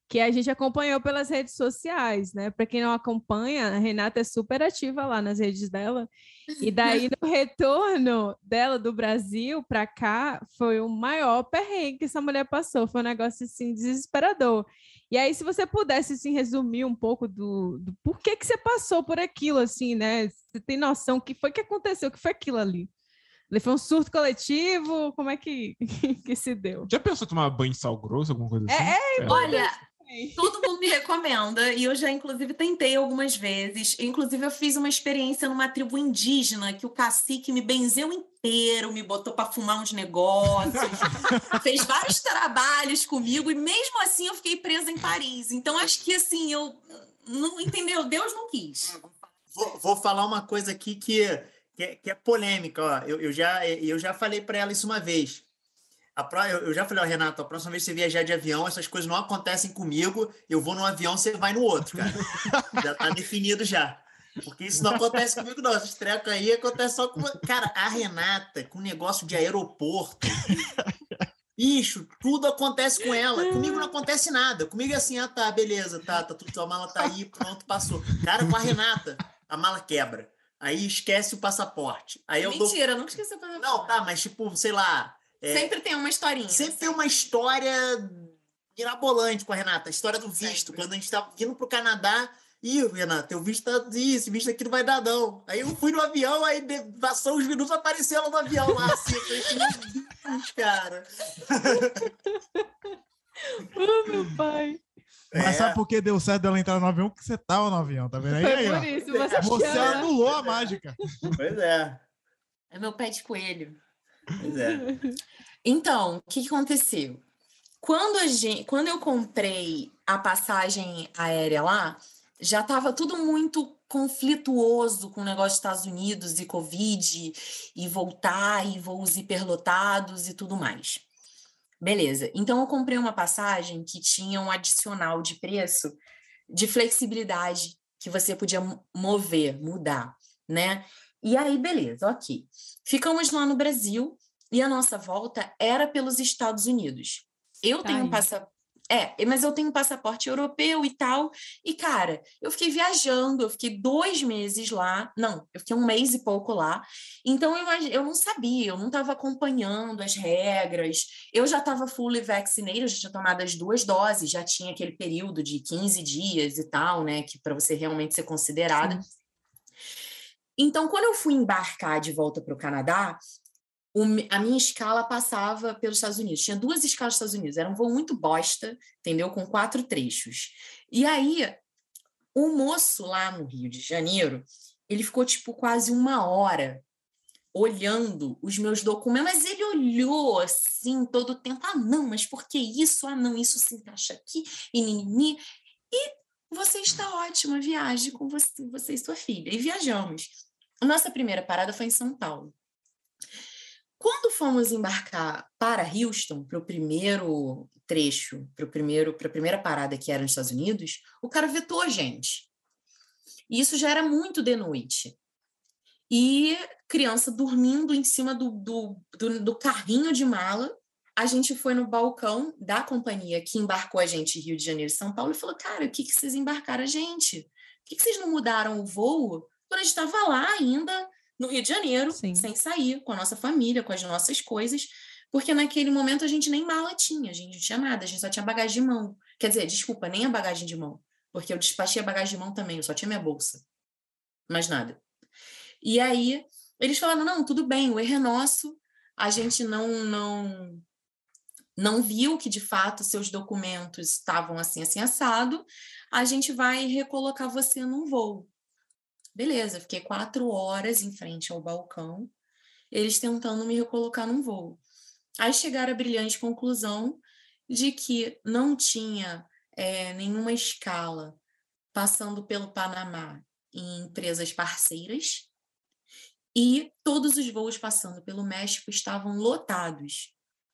que a gente acompanhou pelas redes sociais, né? Para quem não acompanha, a Renata é super ativa lá nas redes dela. E daí, no retorno dela do Brasil para cá, foi o maior perrengue que essa mulher passou. Foi um negócio, assim, desesperador. E aí, se você pudesse, assim, resumir um pouco do, do porquê que você passou por aquilo, assim, né? Você tem noção o que foi que aconteceu, o que foi aquilo ali? Ele foi um surto coletivo? Como é que, que se deu?
Já pensou em tomar banho de sal grosso, alguma coisa assim?
É, é,
Olha, todo mundo me recomenda, e eu já, inclusive, tentei algumas vezes. Inclusive, eu fiz uma experiência numa tribo indígena, que o cacique me benzeu inteiro, me botou para fumar uns negócios, fez vários trabalhos comigo, e mesmo assim eu fiquei presa em Paris. Então, acho que, assim, eu não entendeu, Deus não quis.
Vou, vou falar uma coisa aqui que, que, é, que é polêmica. Ó. Eu, eu, já, eu já falei para ela isso uma vez. A pro, eu, eu já falei, ó, Renato, a próxima vez que você viajar de avião, essas coisas não acontecem comigo. Eu vou num avião, você vai no outro, cara. Já tá definido já. Porque isso não acontece comigo, não. Esses trecos aí acontecem só com... Cara, a Renata, com negócio de aeroporto... Bicho, tudo acontece com ela. Comigo não acontece nada. Comigo é assim, ah, tá, beleza, tá, tá tudo, a mala tá aí, pronto, passou. Cara, com a Renata, a mala quebra. Aí esquece o passaporte. Aí eu
Mentira,
dou...
nunca esqueci o passaporte.
Não, tá, mas tipo, sei lá... É...
Sempre tem uma historinha.
Sempre tem uma história mirabolante com a Renata. A história do visto. Sempre. Quando a gente tá indo pro Canadá... Ih, Renata, teu visto tá... Ih, esse visto aqui não vai dar, não. Aí eu fui no avião, aí passou uns minutos, apareceu ela no avião lá, assim. Eu falei, meu Deus, cara.
Oh, meu pai.
Mas é. Sabe por que deu certo dela entrar no avião? Porque você tava no avião, tá vendo? Aí,
Foi
aí,
por
ó.
isso, você,
você
chama.
anulou a mágica.
Pois é.
É meu pé de coelho.
Pois é.
Então, o que aconteceu? Quando, a gente, quando eu comprei a passagem aérea lá, já estava tudo muito conflituoso com o negócio dos Estados Unidos e Covid, e voltar, e voos hiperlotados e tudo mais. Beleza. Então, eu comprei uma passagem que tinha um adicional de preço de flexibilidade que você podia mover, mudar, né? E aí, beleza, ok. Ficamos lá no Brasil e a nossa volta era pelos Estados Unidos. Eu tenho um passaporte... É, mas eu tenho um passaporte europeu e tal. E, cara, eu fiquei viajando, eu fiquei dois meses lá. Não, eu fiquei um mês e pouco lá. Então, eu, eu não sabia, eu não estava acompanhando as regras. Eu já estava fully vaccinated, eu já tinha tomado as duas doses, já tinha aquele período de quinze dias e tal, né? Que para você realmente ser considerada. Sim. Então, quando eu fui embarcar de volta para o Canadá, O, a minha escala passava pelos Estados Unidos. Tinha duas escalas dos Estados Unidos. Era um voo muito bosta, entendeu? Com quatro trechos. E aí, o moço lá no Rio de Janeiro, ele ficou, tipo, quase uma hora olhando os meus documentos. Mas ele olhou, assim, todo o tempo. Ah, não, mas por que isso? Ah, não, isso se encaixa aqui. E ninini. E você está ótima, viagem com você, você e sua filha. E viajamos. A nossa primeira parada foi em São Paulo. Quando fomos embarcar para Houston, para o primeiro trecho, para o primeiro, para a primeira parada que era nos Estados Unidos, o cara vetou a gente. E isso já era muito de noite. E criança dormindo em cima do, do, do, do carrinho de mala. A gente foi no balcão da companhia que embarcou a gente em Rio de Janeiro e São Paulo e falou, cara, o que, que vocês embarcaram a gente? Por que, que vocês não mudaram o voo quando a gente estava lá ainda no Rio de Janeiro, Sim. sem sair, com a nossa família, com as nossas coisas, porque naquele momento a gente nem mala tinha, a gente não tinha nada, a gente só tinha bagagem de mão. Quer dizer, desculpa, nem a bagagem de mão, porque eu despachei a bagagem de mão também, eu só tinha minha bolsa. Mais nada. E aí, eles falaram, não, tudo bem, o erro é nosso, a gente não, não, não viu que, de fato, seus documentos estavam assim, assim, assado, a gente vai recolocar você num voo. Beleza, fiquei quatro horas em frente ao balcão, eles tentando me recolocar num voo. Aí chegaram à brilhante conclusão de que não tinha é, nenhuma escala passando pelo Panamá em empresas parceiras e todos os voos passando pelo México estavam lotados.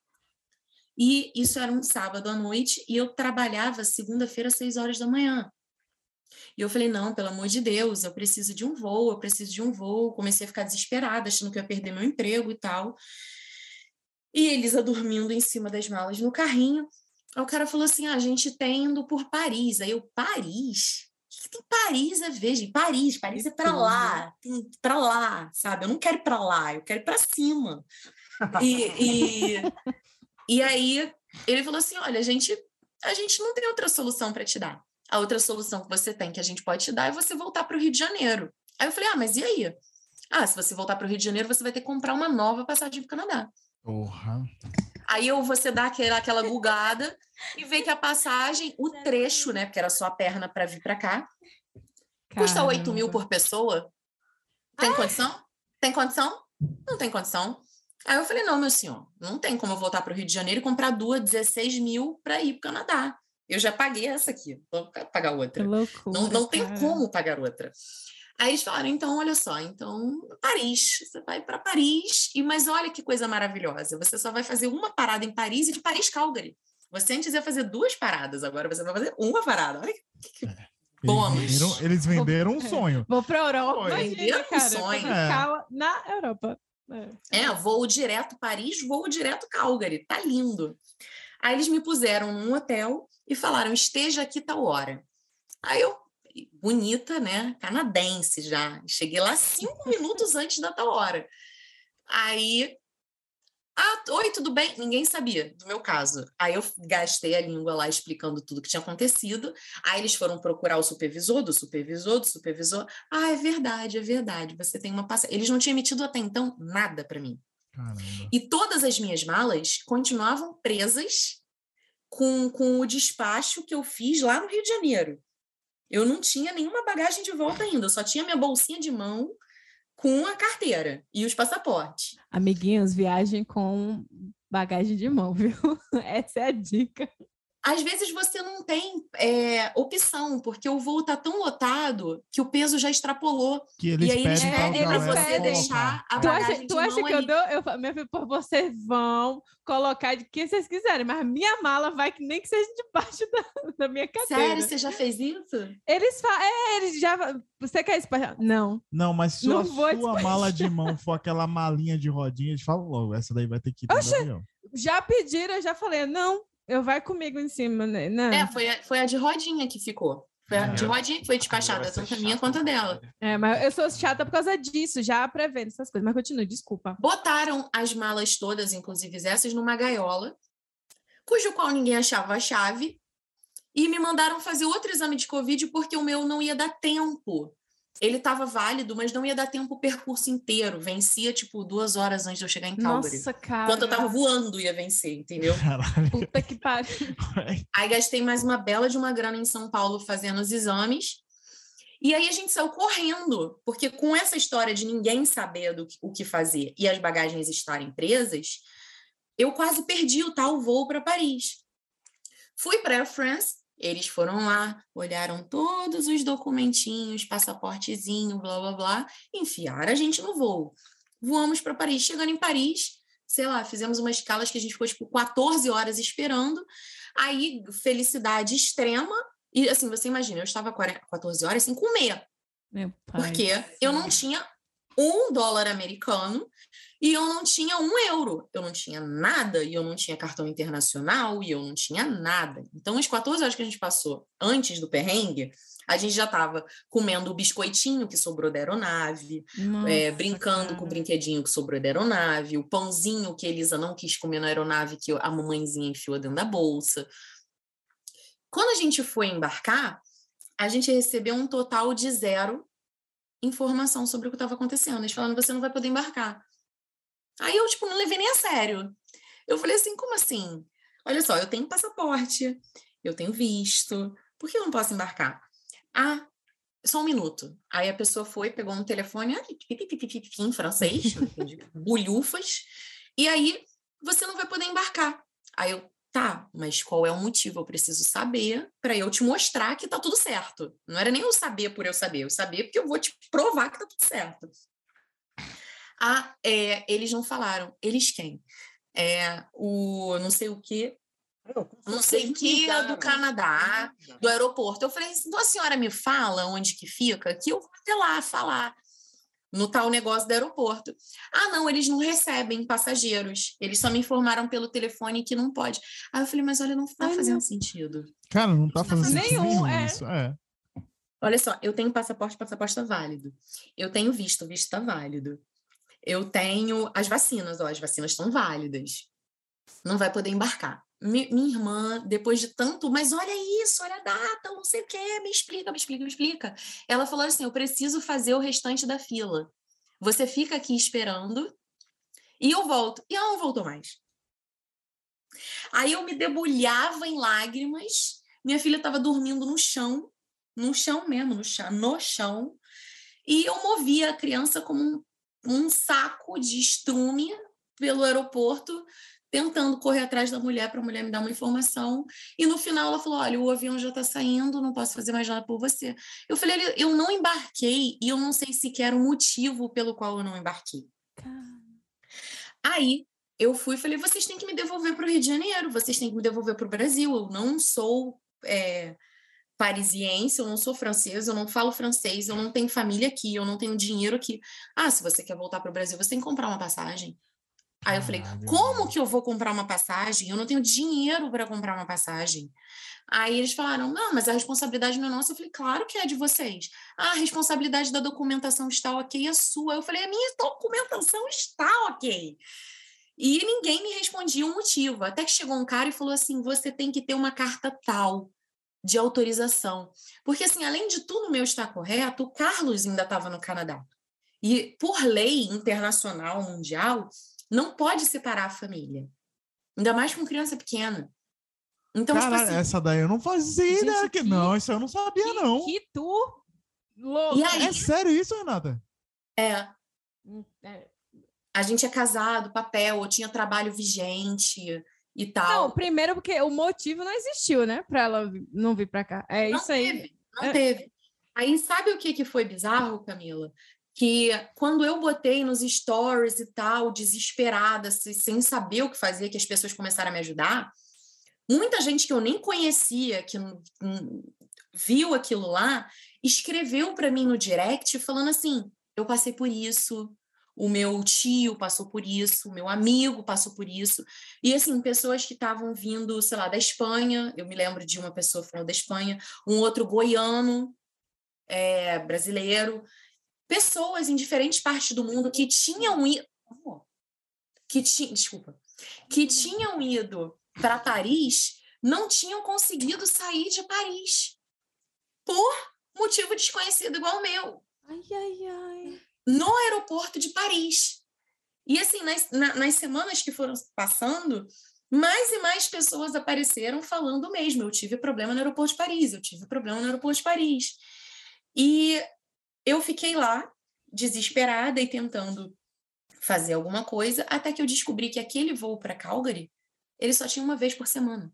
E isso era um sábado à noite e eu trabalhava segunda-feira às seis horas da manhã. E eu falei, não, pelo amor de Deus, eu preciso de um voo, eu preciso de um voo. Comecei a ficar desesperada, achando que eu ia perder meu emprego e tal. E Elisa dormindo em cima das malas no carrinho. Aí o cara falou assim, ah, a gente tem indo por Paris. Aí eu, Paris? O que tem Paris a ver, gente? Paris, Paris é pra lá, tem pra lá, sabe? Eu não quero ir pra lá, eu quero ir pra cima. E, e, e aí ele falou assim, olha, a gente, a gente não tem outra solução para te dar. A outra solução que você tem, que a gente pode te dar, é você voltar para o Rio de Janeiro. Aí eu falei, ah, mas e aí? Ah, se você voltar para o Rio de Janeiro, você vai ter que comprar uma nova passagem para o Canadá.
Porra.
Aí eu, você dá aquela, aquela gulgada e vê que a passagem, o trecho, né, porque era só a perna para vir para cá, custa
Caramba.
oito mil por pessoa. Tem ah. condição? Tem condição? Não tem condição. Aí eu falei, não, meu senhor, não tem como eu voltar para o Rio de Janeiro e comprar duas, dezesseis mil para ir para o Canadá. Eu já paguei essa aqui, vou pagar outra.
Que loucura,
não não tem
cara.
como pagar outra. Aí eles falaram, então, olha só, então, Paris, você vai para Paris, e mas olha que coisa maravilhosa, você só vai fazer uma parada em Paris e de Paris, Calgary. Você antes ia fazer duas paradas, agora você vai fazer uma parada. Olha que
é.
bônus.
Eles venderam, eles venderam um sonho.
Vou para a Europa,
Foi.
imagina,
Venderam um
cara,
sonho.
é. na Europa. É.
É, voo direto Paris, voo direto Calgary, tá lindo. Aí eles me puseram num hotel e falaram, esteja aqui tal hora. Aí eu, bonita, né, canadense já, cheguei lá cinco minutos antes da tal hora. Aí, ah, oi, tudo bem? Ninguém sabia do meu caso. Aí eu gastei a língua lá explicando tudo que tinha acontecido. Aí eles foram procurar o supervisor, do supervisor, do supervisor. Ah, é verdade, é verdade, você tem uma passagem. Eles não tinham emitido até então nada para mim.
Caramba.
E todas as minhas malas continuavam presas com, com o despacho que eu fiz lá no Rio de Janeiro. Eu não tinha nenhuma bagagem de volta ainda, eu só tinha minha bolsinha de mão com a carteira e os passaportes.
Amiguinhos, viagem com bagagem de mão, viu? Essa é a dica.
Às vezes você não tem é, opção, porque o voo está tão lotado que o peso já extrapolou.
Que eles
e aí eles
pedem
pedem para
pra
você
galera
deixar a
Tu
bagagem
acha,
de
tu acha
mão
que
ali.
eu dou? Eu falo, minha filha, por vocês vão colocar de quem vocês quiserem, mas minha mala vai que nem que seja debaixo da, da minha cadeira.
Sério, você já fez isso?
Eles falam, é, eles já. Você quer despachar? Não.
Não, mas se
Não
a
vou
sua
despachar.
mala de mão for aquela malinha de rodinha, eles falam logo, essa daí vai ter que ir
Oxe,
no avião.
Já pediram, eu já falei, não, eu vai comigo em cima, né? Não.
É, foi a, foi a de rodinha que ficou. Foi a
É.
de rodinha que foi despachada, tanto a minha quanto a dela.
É, mas eu sou chata por causa disso, já prevendo essas coisas. Mas continue, desculpa.
Botaram as malas todas, inclusive essas, numa gaiola, cujo qual ninguém achava a chave, e me mandaram fazer outro exame de Covid porque o meu não ia dar tempo. Ele estava válido, mas não ia dar tempo o percurso inteiro. Vencia, tipo, duas horas antes de eu chegar em Calgary.
Nossa, cara.
Enquanto eu tava voando, ia vencer, entendeu?
Caralho.
Puta que pariu.
Aí gastei mais uma bela de uma grana em São Paulo fazendo os exames. E aí a gente saiu correndo, porque com essa história de ninguém saber do que, o que fazer e as bagagens estarem presas, eu quase perdi o tal voo para Paris. Fui para Air France, eles foram lá, olharam todos os documentinhos, passaportezinho, blá, blá, blá, enfiaram a gente no voo. Voamos para Paris. Chegando em Paris, sei lá, fizemos umas escalas que a gente ficou, tipo, quatorze horas esperando. Aí, felicidade extrema. E, assim, você imagina, eu estava quatorze horas sem comer.
Meu pai.
Porque eu não tinha um dólar americano e eu não tinha um euro. Eu não tinha nada, e eu não tinha cartão internacional, e eu não tinha nada. Então, as quatorze horas que a gente passou antes do perrengue, a gente já estava comendo o biscoitinho que sobrou da aeronave,
Nossa,
é, brincando
cara.
com o brinquedinho que sobrou da aeronave, o pãozinho que a Elisa não quis comer na aeronave, que a mamãezinha enfiou dentro da bolsa. Quando a gente foi embarcar, a gente recebeu um total de zero informação sobre o que estava acontecendo. Eles falaram, você não vai poder embarcar. Aí eu, tipo, não levei nem a sério. Eu falei assim, como assim? Olha só, eu tenho passaporte, eu tenho visto, por que eu não posso embarcar? Ah, só um minuto. Aí a pessoa foi, pegou um telefone, em francês, bulhufas, e aí você não vai poder embarcar. Aí eu, tá, mas qual é o motivo? Eu preciso saber para eu te mostrar que tá tudo certo. Não era nem eu saber por eu saber, eu saber porque eu vou te provar que tá tudo certo. Ah, é, eles não falaram. Eles quem? É, o não sei o quê, não sei o que do Canadá, do aeroporto. Eu falei assim, então a senhora me fala onde que fica, que eu vou até lá falar. no tal negócio do aeroporto. Ah, não, eles não recebem passageiros. Eles só me informaram pelo telefone que não pode. Aí eu falei, mas olha, não tá
Ai,
fazendo
não.
sentido.
Cara, não tá fazendo sentido
Nenhum,
nenhum
é.
isso. É.
Olha só, eu tenho passaporte, passaporte tá válido. Eu tenho visto, visto tá válido. Eu tenho as vacinas, ó, as vacinas estão válidas. Não vai poder embarcar. Mi- minha irmã, depois de tanto, mas olha isso, olha a data, não sei o quê, me explica, me explica, me explica. Ela falou assim, eu preciso fazer o restante da fila. Você fica aqui esperando e eu volto. E ela não voltou mais. Aí eu me debulhava em lágrimas. Minha filha estava dormindo no chão, no chão mesmo, no chão, no chão. E eu movia a criança como um, um saco de estrume pelo aeroporto, tentando correr atrás da mulher para a mulher me dar uma informação. E no final ela falou, olha, o avião já está saindo, não posso fazer mais nada por você. Eu falei, eu não embarquei e eu não sei sequer o motivo pelo qual eu não embarquei. Aí eu fui e falei, vocês têm que me devolver para o Rio de Janeiro, vocês têm que me devolver para o Brasil. Eu não sou é, parisiense, eu não sou francesa, eu não falo francês, eu não tenho família aqui, eu não tenho dinheiro aqui. Ah, se você quer voltar para o Brasil, você tem que comprar uma passagem. Aí eu falei,
Caralho,
como
velho.
que eu vou comprar uma passagem? Eu não tenho dinheiro para comprar uma passagem. Aí eles falaram, não, mas a responsabilidade não é nossa. Eu falei, claro que é de vocês. Ah, a responsabilidade da documentação está ok, é sua. Eu falei, a minha documentação está ok. E ninguém me respondia um motivo. Até que chegou um cara e falou assim, você tem que ter uma carta tal de autorização. Porque, assim, além de tudo meu estar correto, o Carlos ainda estava no Canadá. E, por lei internacional, mundial, não pode separar a família. Ainda mais com criança pequena. Então,
Caralho,
tipo assim...
essa daí eu não fazia
Gente,
ideia. Que...
que-
Não, isso eu não sabia,
Que,
não.
que tu louco.
E aí?
É sério isso, Renata?
É,
É.
a gente é casado, papel, eu tinha trabalho vigente e tal.
Não, primeiro porque o motivo não existiu, né? Pra ela vi- não vir pra cá. É
Não
isso aí.
teve, não
É.
teve. Aí, sabe o que, que foi bizarro, Camila? Que quando eu botei nos stories e tal, desesperada, se- sem saber o que fazer, que as pessoas começaram a me ajudar, muita gente que eu nem conhecia, que hum, hum, viu aquilo lá, escreveu para mim no direct falando assim, eu passei por isso, o meu tio passou por isso, o meu amigo passou por isso. E, assim, pessoas que estavam vindo, sei lá, da Espanha, eu me lembro de uma pessoa falando da Espanha, um outro goiano, é, brasileiro, pessoas em diferentes partes do mundo que tinham ido... Que ti... Desculpa. Que tinham ido para Paris, não tinham conseguido sair de Paris. Por motivo desconhecido igual o meu.
Ai, ai, ai.
No aeroporto de Paris. E assim, nas, na, nas semanas que foram passando, mais e mais pessoas apareceram falando mesmo. Eu tive problema no aeroporto de Paris, eu tive problema no aeroporto de Paris. E eu fiquei lá, desesperada e tentando fazer alguma coisa, até que eu descobri que aquele voo para Calgary, ele só tinha uma vez por semana.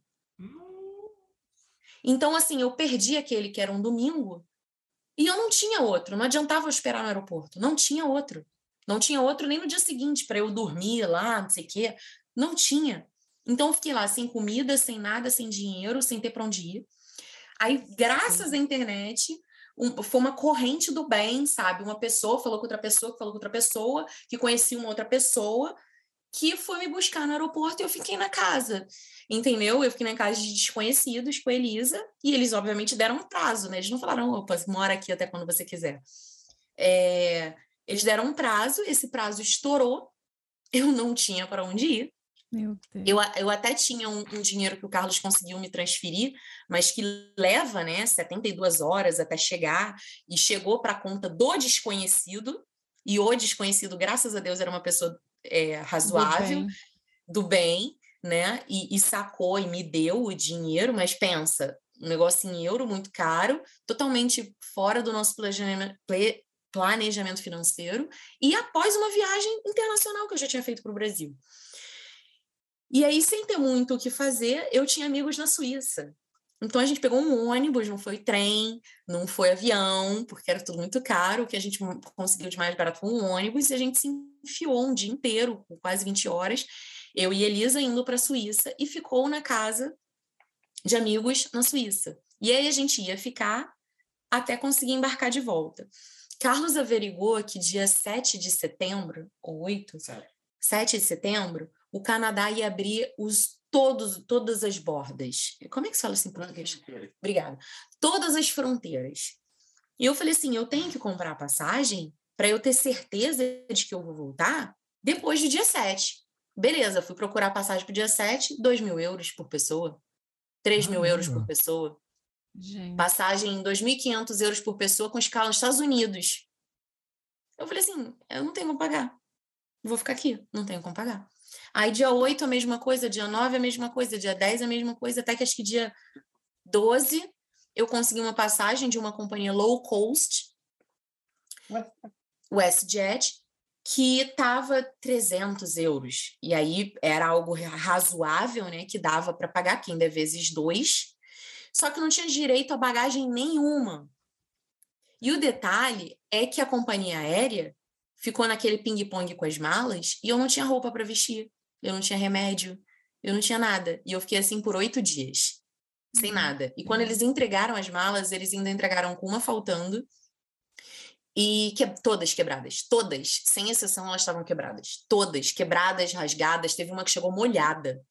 Então, assim, eu perdi aquele que era um domingo, e eu não tinha outro, não adiantava eu esperar no aeroporto, não tinha outro. Não tinha outro nem no dia seguinte para eu dormir lá, não sei o quê. Não tinha. Então eu fiquei lá sem comida, sem nada, sem dinheiro, sem ter para onde ir. Aí, graças à internet, um, foi uma corrente do bem, sabe? Uma pessoa falou com outra pessoa, que falou com outra pessoa, que conhecia uma outra pessoa, que foi me buscar no aeroporto e eu fiquei na casa, entendeu? Eu fiquei na casa de desconhecidos com a Elisa e eles, obviamente, deram um prazo, né? Eles não falaram, opa, mora aqui até quando você quiser. É... Eles deram um prazo, esse prazo estourou, eu não tinha para onde ir.
Meu Deus.
Eu, eu até tinha um, um dinheiro que o Carlos conseguiu me transferir, mas que leva, né, setenta e duas horas até chegar, e chegou para a conta do desconhecido, e o desconhecido, graças a Deus, era uma pessoa é, razoável,
Do bem.
do bem, né, e, e sacou e me deu o dinheiro, mas pensa, um negócio em euro muito caro, totalmente fora do nosso planejamento, planejamento financeiro, e após uma viagem internacional que eu já tinha feito para o Brasil. E aí, sem ter muito o que fazer, eu tinha amigos na Suíça. Então, a gente pegou um ônibus, não foi trem, não foi avião, porque era tudo muito caro. O que a gente conseguiu de mais barato foi um ônibus, e a gente se enfiou um dia inteiro, com quase vinte horas, eu e Elisa indo para a Suíça, e ficou na casa de amigos na Suíça. E aí, a gente ia ficar até conseguir embarcar de volta. Carlos averigou que dia sete de setembro, ou oito, sete de setembro, o Canadá ia abrir os, todos, todas as bordas. Como é que se fala assim em português? Obrigada. Todas as fronteiras. E eu falei assim, eu tenho que comprar a passagem para eu ter certeza de que eu vou voltar depois do dia sete. Beleza, fui procurar a passagem para o dia sete, dois mil euros por pessoa, três mil euros por pessoa.
Gente.
Passagem dois mil e quinhentos euros por pessoa com escala nos Estados Unidos. Eu falei assim, eu não tenho como pagar. Vou ficar aqui, não tenho como pagar. Aí dia oito a mesma coisa, dia nove a mesma coisa, dia dez a mesma coisa, até que acho que dia doze eu consegui uma passagem de uma companhia low cost, WestJet, que estava trezentos euros. E aí era algo razoável, né, que dava para pagar, que ainda é vezes dois, só que não tinha direito a bagagem nenhuma. E o detalhe é que a companhia aérea ficou naquele ping-pong com as malas e eu não tinha roupa para vestir, eu não tinha remédio, eu não tinha nada. E eu fiquei assim por oito dias, sem nada. E quando eles entregaram as malas, eles ainda entregaram com uma faltando e que... todas quebradas, todas, sem exceção, elas estavam quebradas. Todas, quebradas, rasgadas, teve uma que chegou molhada.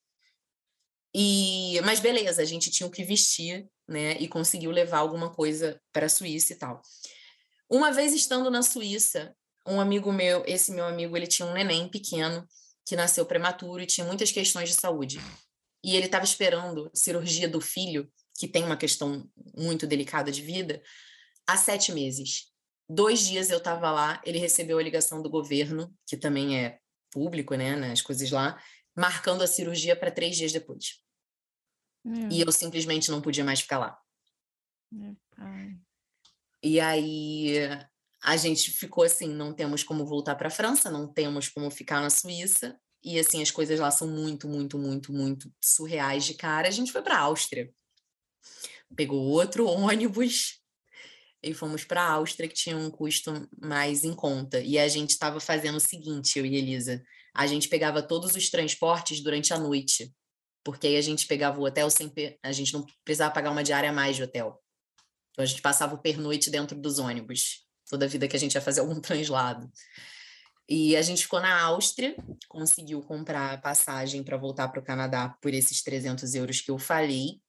E... Mas beleza, a gente tinha o que vestir, né? E conseguiu levar alguma coisa para a Suíça e tal. Uma vez estando na Suíça, um amigo meu, esse meu amigo, ele tinha um neném pequeno que nasceu prematuro e tinha muitas questões de saúde. E ele estava esperando cirurgia do filho, que tem uma questão muito delicada de vida, há sete meses. Dois dias eu estava lá, ele recebeu a ligação do governo, que também é público, né, nas coisas lá, marcando a cirurgia para três dias depois. Hum. E eu simplesmente não podia mais ficar lá.
Meu pai.
E aí a gente ficou assim, não temos como voltar para a França, não temos como ficar na Suíça, e assim, as coisas lá são muito, muito, muito, muito surreais de cara. A gente foi para a Áustria, pegou outro ônibus e fomos para a Áustria, que tinha um custo mais em conta. E a gente estava fazendo o seguinte, eu e Elisa, a gente pegava todos os transportes durante a noite, porque aí a gente pegava o hotel sem... a gente não precisava pagar uma diária a mais de hotel. Então a gente passava o pernoite dentro dos ônibus, toda a vida que a gente ia fazer algum translado. E a gente ficou na Áustria, conseguiu comprar a passagem para voltar para o Canadá por esses trezentos euros que eu falei.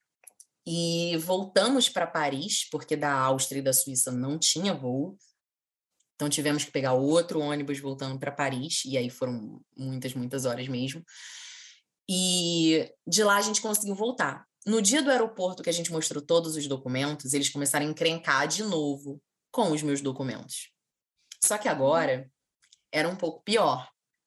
E voltamos para Paris, porque da Áustria e da Suíça não tinha voo. Então tivemos que pegar outro ônibus voltando para Paris, e aí foram muitas, muitas horas mesmo. E de lá a gente conseguiu voltar. No dia do aeroporto que a gente mostrou todos os documentos, eles começaram a encrencar de novo com os meus documentos. Só que agora era um pouco pior,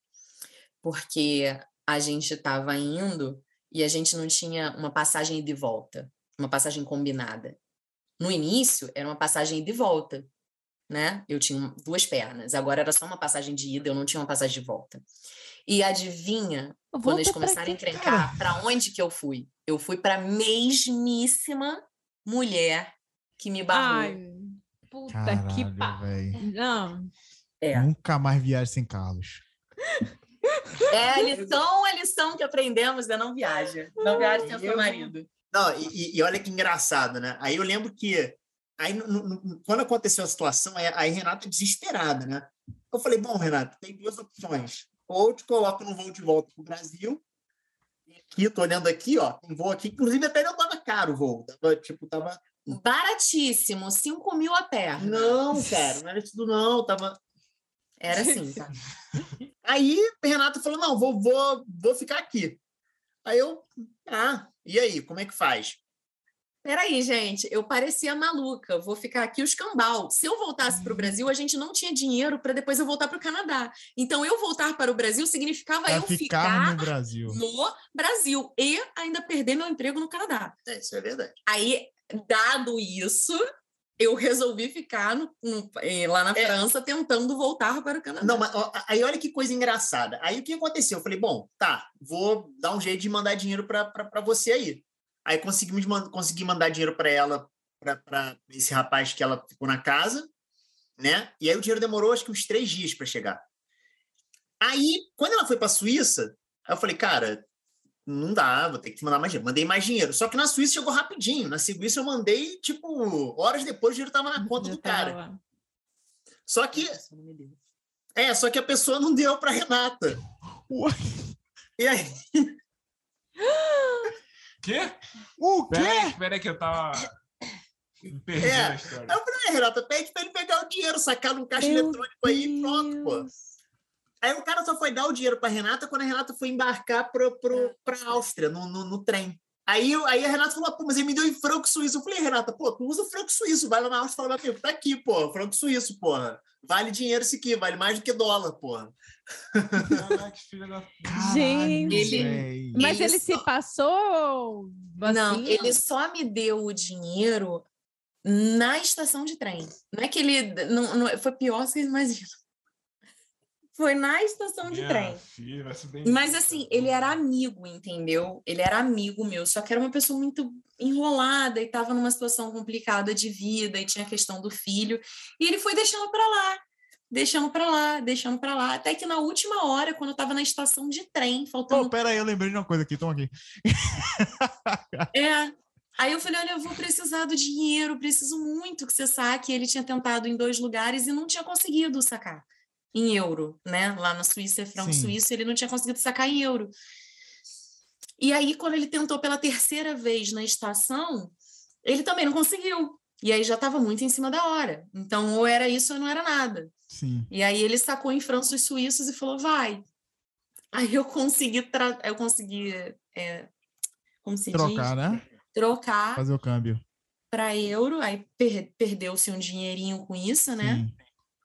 porque a gente estava indo e a gente não tinha uma passagem ida e volta, uma passagem combinada. No início, era uma passagem ida e volta, né? Eu tinha duas pernas, agora era só uma passagem de ida, eu não tinha uma passagem de volta. E adivinha, volta quando eles começaram a encrencar, para onde que eu fui? Eu fui para a mesmíssima mulher que me barrou.
Ai, puta
Caralho,
que pariu. Não.
É.
Nunca mais viaje sem Carlos.
É a lição, a lição que aprendemos é não viaja. Não viaja sem o seu marido.
Não, e, e olha que engraçado, né? Aí eu lembro que aí, no, no, quando aconteceu a situação, aí, aí Renato desesperada, né? Eu falei, bom, Renato, tem duas opções. Ou te coloco no voo de volta para o Brasil. Aqui, tô olhando aqui, ó, tem voo aqui. Inclusive, até não tava caro o voo. Tava, tipo, tava...
Baratíssimo, cinco mil a perna.
Não, cara, não era isso tudo, não. Tava...
Era assim, tá?
Aí, o Renato falou, não, vou, vou, vou ficar aqui. Aí eu, ah, e aí, como é que faz?
Peraí, gente, eu parecia maluca, vou ficar aqui os cambal. Se eu voltasse para o Brasil, a gente não tinha dinheiro para depois eu voltar para o Canadá. Então, eu voltar para o Brasil significava
pra
eu
ficar,
ficar
no Brasil.
no Brasil e ainda perder meu emprego no Canadá.
É, isso é verdade.
Aí, dado isso, eu resolvi ficar no, no, lá na é. França tentando voltar para o Canadá.
Não, mas ó, aí olha que coisa engraçada. Aí o que aconteceu? Eu falei, bom, tá, vou dar um jeito de mandar dinheiro para você aí. Aí consegui, consegui mandar dinheiro para ela, para esse rapaz que ela ficou na casa, né? E aí o dinheiro demorou acho que uns três dias para chegar. Aí, quando ela foi para a Suíça, aí eu falei, cara, não dá, vou ter que mandar mais dinheiro. Mandei mais dinheiro. Só que na Suíça chegou rapidinho. Na Suíça eu mandei, tipo, horas depois o dinheiro estava na conta do cara. Só que... É, só que a pessoa não deu para Renata.
Ué?
E aí...
Quê?
O quê?
Peraí, espera aí que eu tava... Me perdi
É.
na história.
Aí eu falei, Renata, pede para ele pegar o dinheiro, sacar no caixa
Meu
eletrônico aí e pronto, pô.
Deus.
Aí o cara só foi dar o dinheiro para Renata quando a Renata foi embarcar para a Áustria, no, no, no trem. Aí, eu, aí a Renata falou, pô, mas ele me deu em franco suíço. Eu falei, Renata, pô, tu usa franco suíço, vai lá na Áustria e fala, meu, tá aqui, pô, franco suíço, porra. Vale dinheiro isso aqui, vale mais do que dólar, porra.
Caraca, filha da...
Gente,
véi.
mas
Ele
ele
só-
se passou assim?
Não, ele só me deu o dinheiro na estação de trem. Não é que ele... Não, não, foi pior, vocês imaginam. Foi na estação de
Minha
trem.
filha, vai se bem-
Mas assim, ele era amigo, entendeu? Ele era amigo meu, só que era uma pessoa muito enrolada e estava numa situação complicada de vida e tinha a questão do filho. E ele foi deixando para lá, deixando para lá, deixando para lá. Até que na última hora, quando eu estava na estação de trem,
Pô,
faltando...
pera aí, eu lembrei de uma coisa aqui, toma aqui.
É. Aí eu falei, olha, eu vou precisar do dinheiro, preciso muito que você saque. Ele tinha tentado em dois lugares e não tinha conseguido sacar em euro, né? Lá na Suíça é franco
Sim.
suíço, ele não tinha conseguido sacar em euro. E aí, quando ele tentou pela terceira vez na estação, ele também não conseguiu. E aí já estava muito em cima da hora. Então, ou era isso ou não era nada.
Sim.
E aí ele sacou em francos suíços e falou, vai. Aí eu consegui, tra... eu consegui é... como se
Trocar,
diz?
né?
Trocar
Fazer o câmbio.
para euro, aí per- perdeu-se um dinheirinho com isso, né?
Sim.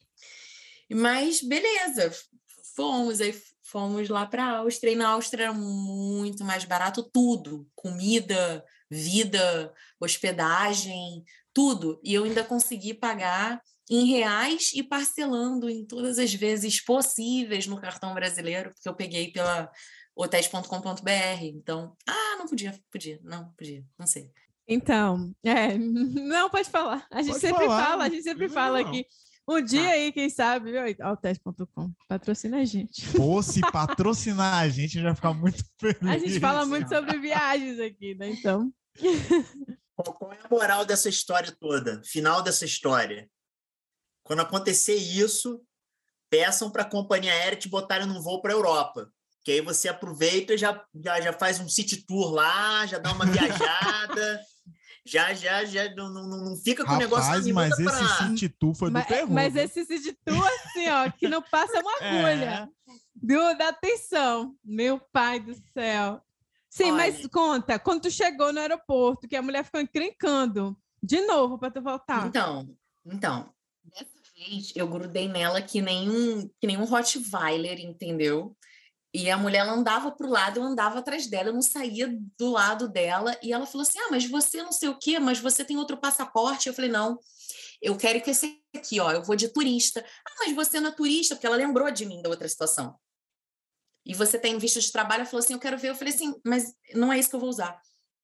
Mas beleza, fomos, aí fomos lá para a Áustria, e na Áustria era muito mais barato tudo, comida, vida, hospedagem, tudo. E eu ainda consegui pagar em reais e parcelando em todas as vezes possíveis no cartão brasileiro, porque eu peguei pela hotéis ponto com ponto b r. Então, ah, não podia, podia, não podia, não sei.
Então, é, não pode falar. A gente
Pode
sempre
falar.
fala, a gente sempre
Não,
fala
não.
aqui. Um dia
Tá.
aí, quem sabe, viu? Altes ponto com, patrocina a gente.
Pô, se patrocinar a gente, eu já ficar muito feliz.
A gente fala muito sobre viagens aqui, né? Então,
Qual, qual é a moral dessa história toda? Final dessa história. Quando acontecer isso, peçam para a companhia aérea te botarem num voo para a Europa. Que aí você aproveita e já, já, já faz um city tour lá, já dá uma viajada, já, já, já não, não, não fica com o negócio
Rapaz,
na
mas
minuta
esse
pra...
City Tour foi do
mas,
terror.
mas
viu?
esse se situa assim, ó, que não passa uma agulha.
É.
Do, da atenção. Meu pai do céu. Sim,
Olha.
mas conta, quando tu chegou no aeroporto, que a mulher ficou encrencando de novo para tu voltar.
Então, então, dessa vez eu grudei nela que nem um, que nem um Rottweiler, entendeu? E a mulher ela andava para o lado, eu andava atrás dela, eu não saía do lado dela. E ela falou assim, ah, mas você não sei o quê, mas você tem outro passaporte? Eu falei, não, eu quero que esse aqui, ó, eu vou de turista. Ah, mas você não é turista, porque ela lembrou de mim da outra situação. E você tem visto de trabalho? Ela falou assim, eu quero ver. Eu falei assim, mas não é isso que eu vou usar.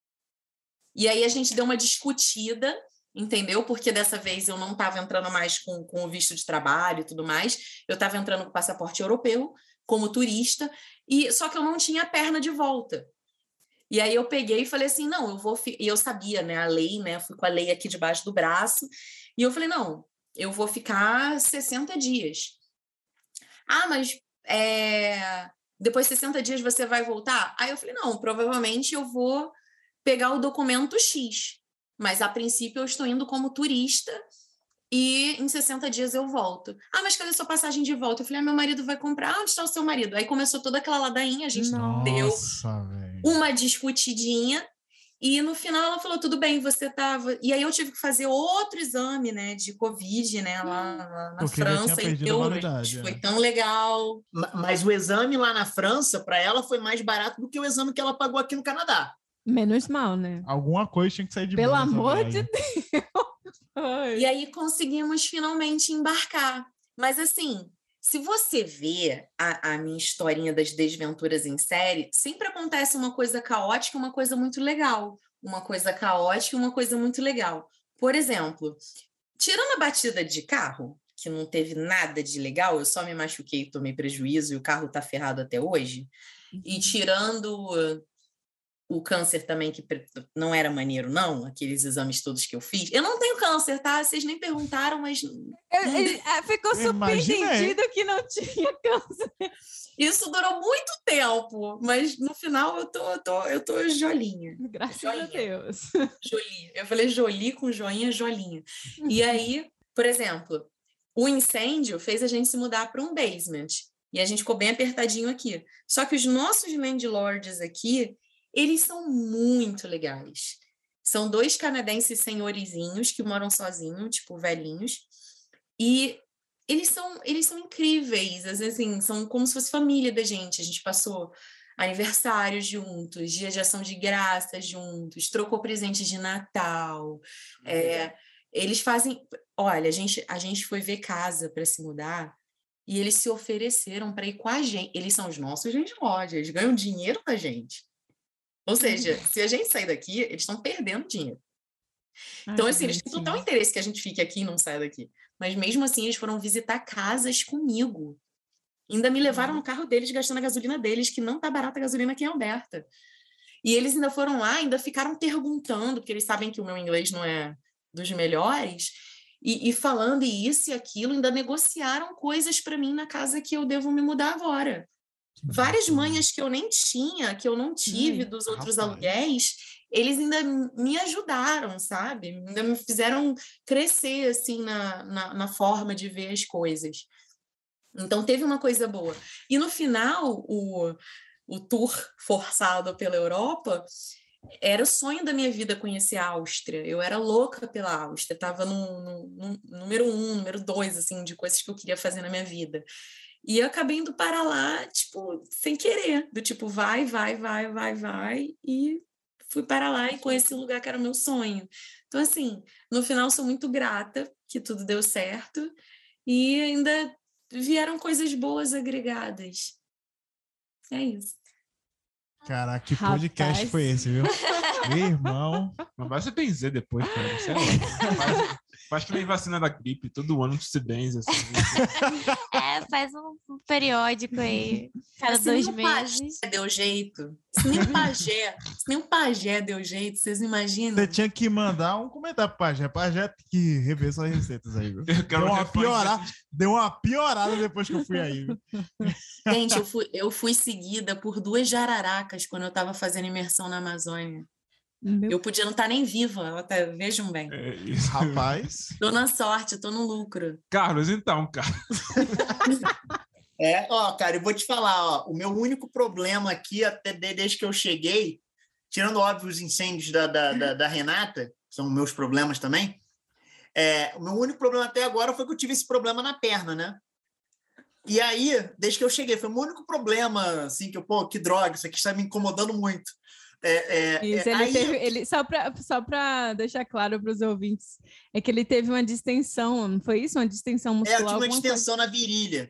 E aí a gente deu uma discutida, entendeu? Porque dessa vez eu não estava entrando mais com, com o visto de trabalho e tudo mais. Eu estava entrando com o passaporte europeu, como turista, e só que eu não tinha a perna de volta. E aí eu peguei e falei assim, não, eu vou... Fi... E eu sabia, né, a lei, né? Fui com a lei aqui debaixo do braço. E eu falei, não, eu vou ficar sessenta dias. Ah, mas... É... depois de sessenta dias você vai voltar? Aí eu falei, não, provavelmente eu vou pegar o documento X, mas a princípio eu estou indo como turista e em sessenta dias eu volto. Ah, mas cadê sua passagem de volta? Eu falei, ah, meu marido vai comprar. Ah, onde está o seu marido? Aí começou toda aquela ladainha, a gente deu
Nossa, velho.
uma discutidinha e no final ela falou, tudo bem, você estava... E aí eu tive que fazer outro exame, né, de Covid, né, lá, lá na
Porque já tinha
França, em
perdido a
euros.
validade,
Foi
é.
tão legal.
Ma- Mas o exame lá na França, para ela, foi mais barato do que o exame que ela pagou aqui no Canadá.
Menos mal, né?
Alguma coisa tinha que sair de
Pelo
boa nessa
amor
viagem.
de Deus. Ai.
E aí conseguimos finalmente embarcar. Mas assim, se você vê a, a minha historinha das desventuras em série, sempre acontece uma coisa caótica e uma coisa muito legal. Uma coisa caótica e uma coisa muito legal. Por exemplo, tirando a batida de carro, que não teve nada de legal, eu só me machuquei, tomei prejuízo e o carro tá ferrado até hoje. E tirando o câncer também, que não era maneiro, não, aqueles exames todos que eu fiz. Eu não tenho câncer, tá? Vocês nem perguntaram, mas...
Eu, ele, ficou subentendido que não tinha câncer.
Isso durou muito tempo, mas no final eu tô, eu tô, eu tô jolinha.
Graças
jolinha.
a Deus.
Jolie. Eu falei Jolie com joinha, jolinha. E aí, por exemplo, o incêndio fez a gente se mudar para um basement. E a gente ficou bem apertadinho aqui. Só que os nossos landlords aqui, eles são muito legais. São dois canadenses senhorizinhos que moram sozinhos, tipo, velhinhos. E eles são, eles são incríveis. Às vezes, assim, são como se fosse família da gente. A gente passou aniversários juntos, dia de ação de graças juntos, trocou presente de Natal. É, eles fazem... Olha, a gente, a gente foi ver casa para se mudar e eles se ofereceram para ir com a gente. Eles são os nossos landlords, eles ganham dinheiro com a gente. Ou seja, se a gente sair daqui, eles estão perdendo dinheiro. Então, assim, eles têm total interesse que a gente fique aqui e não saia daqui. Mas mesmo assim, eles foram visitar casas comigo. Ainda me levaram no carro deles, gastando a gasolina deles, que não tá barata a gasolina aqui em Alberta. E eles ainda foram lá, ainda ficaram perguntando, porque eles sabem que o meu inglês não é dos melhores, e, e falando isso e aquilo, ainda negociaram coisas para mim na casa que eu devo me mudar agora. Várias manhas que eu nem tinha, que eu não tive Ai, dos outros rapaz. aluguéis, eles ainda me ajudaram, sabe? Ainda me fizeram crescer, assim, na, na, na forma de ver as coisas. Então, teve uma coisa boa. E, no final, o, o tour forçado pela Europa era o sonho da minha vida conhecer a Áustria. Eu era louca pela Áustria. Estava no, no, no número um, número dois, assim, de coisas que eu queria fazer na minha vida. E eu acabei indo para lá, tipo, sem querer. Do tipo, vai, vai, vai, vai, vai. E fui para lá e conheci o lugar que era o meu sonho. Então, assim, no final, sou muito grata que tudo deu certo. E ainda vieram coisas boas agregadas. É isso.
Caraca, que podcast Rapaz. foi esse, viu? Meu irmão.
Mas vai você benzer depois, cara. Sei lá. Faz, faz que nem vacina da gripe, todo ano tu se benze. Assim.
É, faz um periódico aí, cada
se
dois
nem
meses.
Pajé deu jeito. Se nem o pajé, se nem o pajé deu jeito, vocês imaginam?
Você tinha que mandar um comentário pro pajé. Pajé tem que rever suas receitas aí, viu? Eu quero deu, uma piorada, deu uma piorada depois que eu fui aí, viu?
Gente, eu fui, eu fui seguida por duas jararacas quando eu estava fazendo imersão na Amazônia. Meu... Eu podia não estar nem viva, até, vejam bem.
É isso.
Rapaz.
Tô na sorte, tô no lucro.
Carlos, então, cara.
É, ó, cara, eu vou te falar, ó, o meu único problema aqui, até desde que eu cheguei, tirando, óbvio, os incêndios da, da, da, da Renata, que são meus problemas também, é, o meu único problema até agora foi que eu tive esse problema na perna, né? E aí, desde que eu cheguei, foi o único problema, assim, que eu, pô, que droga, isso aqui está me incomodando muito. É, é,
Isso,
é,
ele
aí...
teve, ele, só para só para deixar claro para os ouvintes, é que ele teve uma distensão, não foi isso? Uma distensão muscular?
É, eu tive uma distensão coisa... na virilha.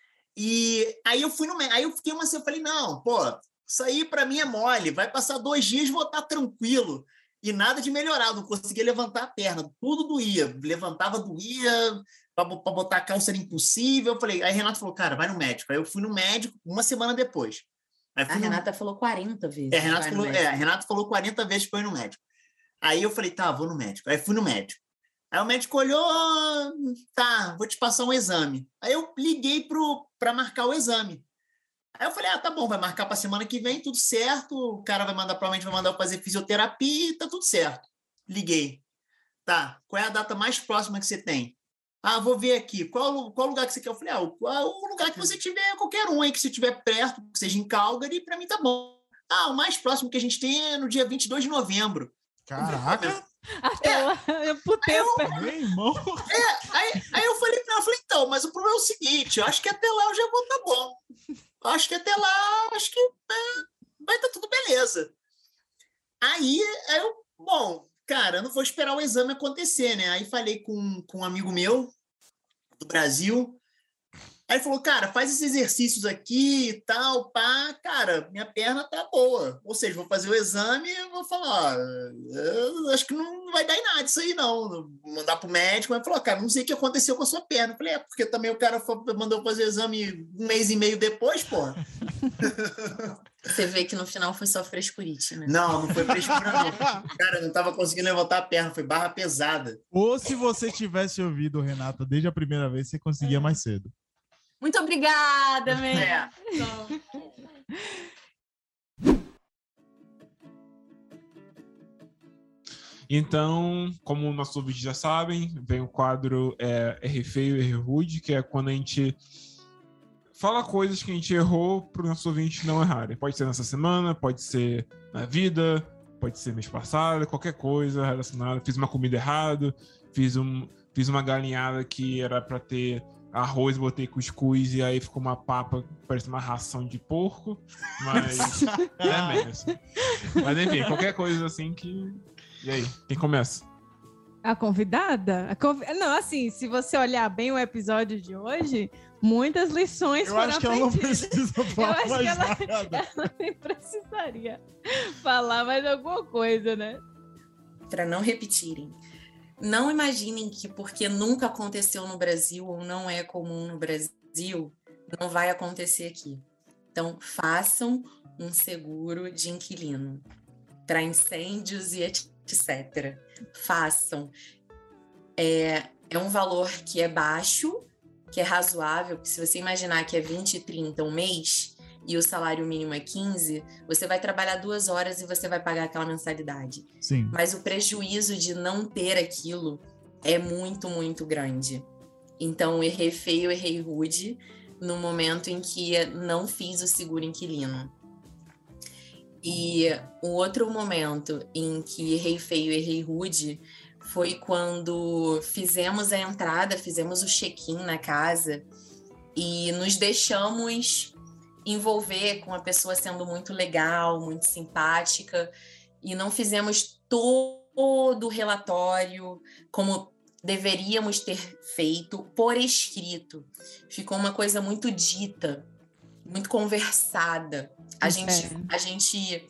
E aí eu fui no aí eu fiquei uma assim, eu falei, não, pô, isso aí para mim é mole, vai passar dois dias e vou estar tranquilo. E nada de melhorar, não conseguia levantar a perna, tudo doía, levantava, doía, para botar a calça era impossível. Eu falei, aí a Renata falou, cara, vai no médico. Aí eu fui no médico uma semana depois. Aí
a Renata no... falou quarenta vezes.
É, a Renata falou, é, a Renata falou quarenta vezes para ir no médico. Aí eu falei, tá, vou no médico. Aí fui no médico. Aí o médico olhou, tá, vou te passar um exame. Aí eu liguei para marcar o exame. Aí eu falei, ah, tá bom, vai marcar para semana que vem, tudo certo. O cara vai mandar, provavelmente vai mandar eu fazer fisioterapia e tá tudo certo. Liguei. Tá, qual é a data mais próxima que você tem? Ah, vou ver aqui. Qual, qual lugar que você quer? Eu falei, ah, o, o lugar que você tiver, qualquer um aí, que você tiver perto, que seja em Calgary, para mim tá bom. Ah, o mais próximo que a gente tem é no dia vinte e dois de novembro.
Caraca!
Até é. lá, eu putei
eu, meu irmão.
É, aí, aí eu falei, não, eu falei, então, mas o problema é o seguinte, eu acho que até lá eu já vou estar tá bom. Eu acho que até lá, acho que é, vai estar tá tudo beleza. Aí, eu, bom, cara, eu não vou esperar o exame acontecer, né? Aí falei com, com um amigo meu do Brasil. Aí ele falou, cara, faz esses exercícios aqui e tal, pá, cara, minha perna tá boa. Ou seja, vou fazer o exame e vou falar, ó, eu acho que não vai dar em nada isso aí, não. Vou mandar pro médico, mas falou, cara, não sei o que aconteceu com a sua perna. Eu falei, é, porque também o cara mandou fazer o exame um mês e meio depois, pô.
Você vê que no final foi só frescurite, né?
Não, não foi frescura, não. Cara, eu não tava conseguindo levantar a perna, foi barra pesada.
Ou se você tivesse ouvido o Renato desde a primeira vez, você conseguia mais cedo.
Muito obrigada, Mê.
É.
Então, como nossos ouvintes já sabem, vem o quadro é, Errei Feio, Errei Rude, que é quando a gente fala coisas que a gente errou para os nossos ouvintes não errarem. Pode ser nessa semana, pode ser na vida, pode ser mês passado, qualquer coisa relacionada. Fiz uma comida errada, fiz, um, fiz uma galinhada que era para ter arroz, botei cuscuz e aí ficou uma papa, parece uma ração de porco, mas é menos. Mas enfim, qualquer coisa assim que... E aí, quem começa?
A convidada? A conv... Não, assim, se você olhar bem o episódio de hoje, muitas lições
Eu
foram
acho que ela não
aprendidas.
precisa falar
acho
mais
que ela-
nada.
Ela nem precisaria falar mais alguma coisa, né?
Para não repetirem. Não imaginem que porque nunca aconteceu no Brasil ou não é comum no Brasil, não vai acontecer aqui. Então, façam um seguro de inquilino para incêndios e etcétera. Façam. É, é um valor que é baixo, que é razoável, porque se você imaginar que é vinte, trinta um mês e o salário mínimo é quinze, você vai trabalhar duas horas e você vai pagar aquela mensalidade.
Sim.
Mas o prejuízo de não ter aquilo é muito, muito grande. Então, errei feio, errei rude no momento em que não fiz o seguro inquilino. E o outro momento em que errei feio, errei rude foi quando fizemos a entrada, fizemos o check-in na casa e nos deixamos envolver com a pessoa sendo muito legal, muito simpática, e não fizemos todo o relatório como deveríamos ter feito por escrito. Ficou uma coisa muito dita, muito conversada. A gente, a gente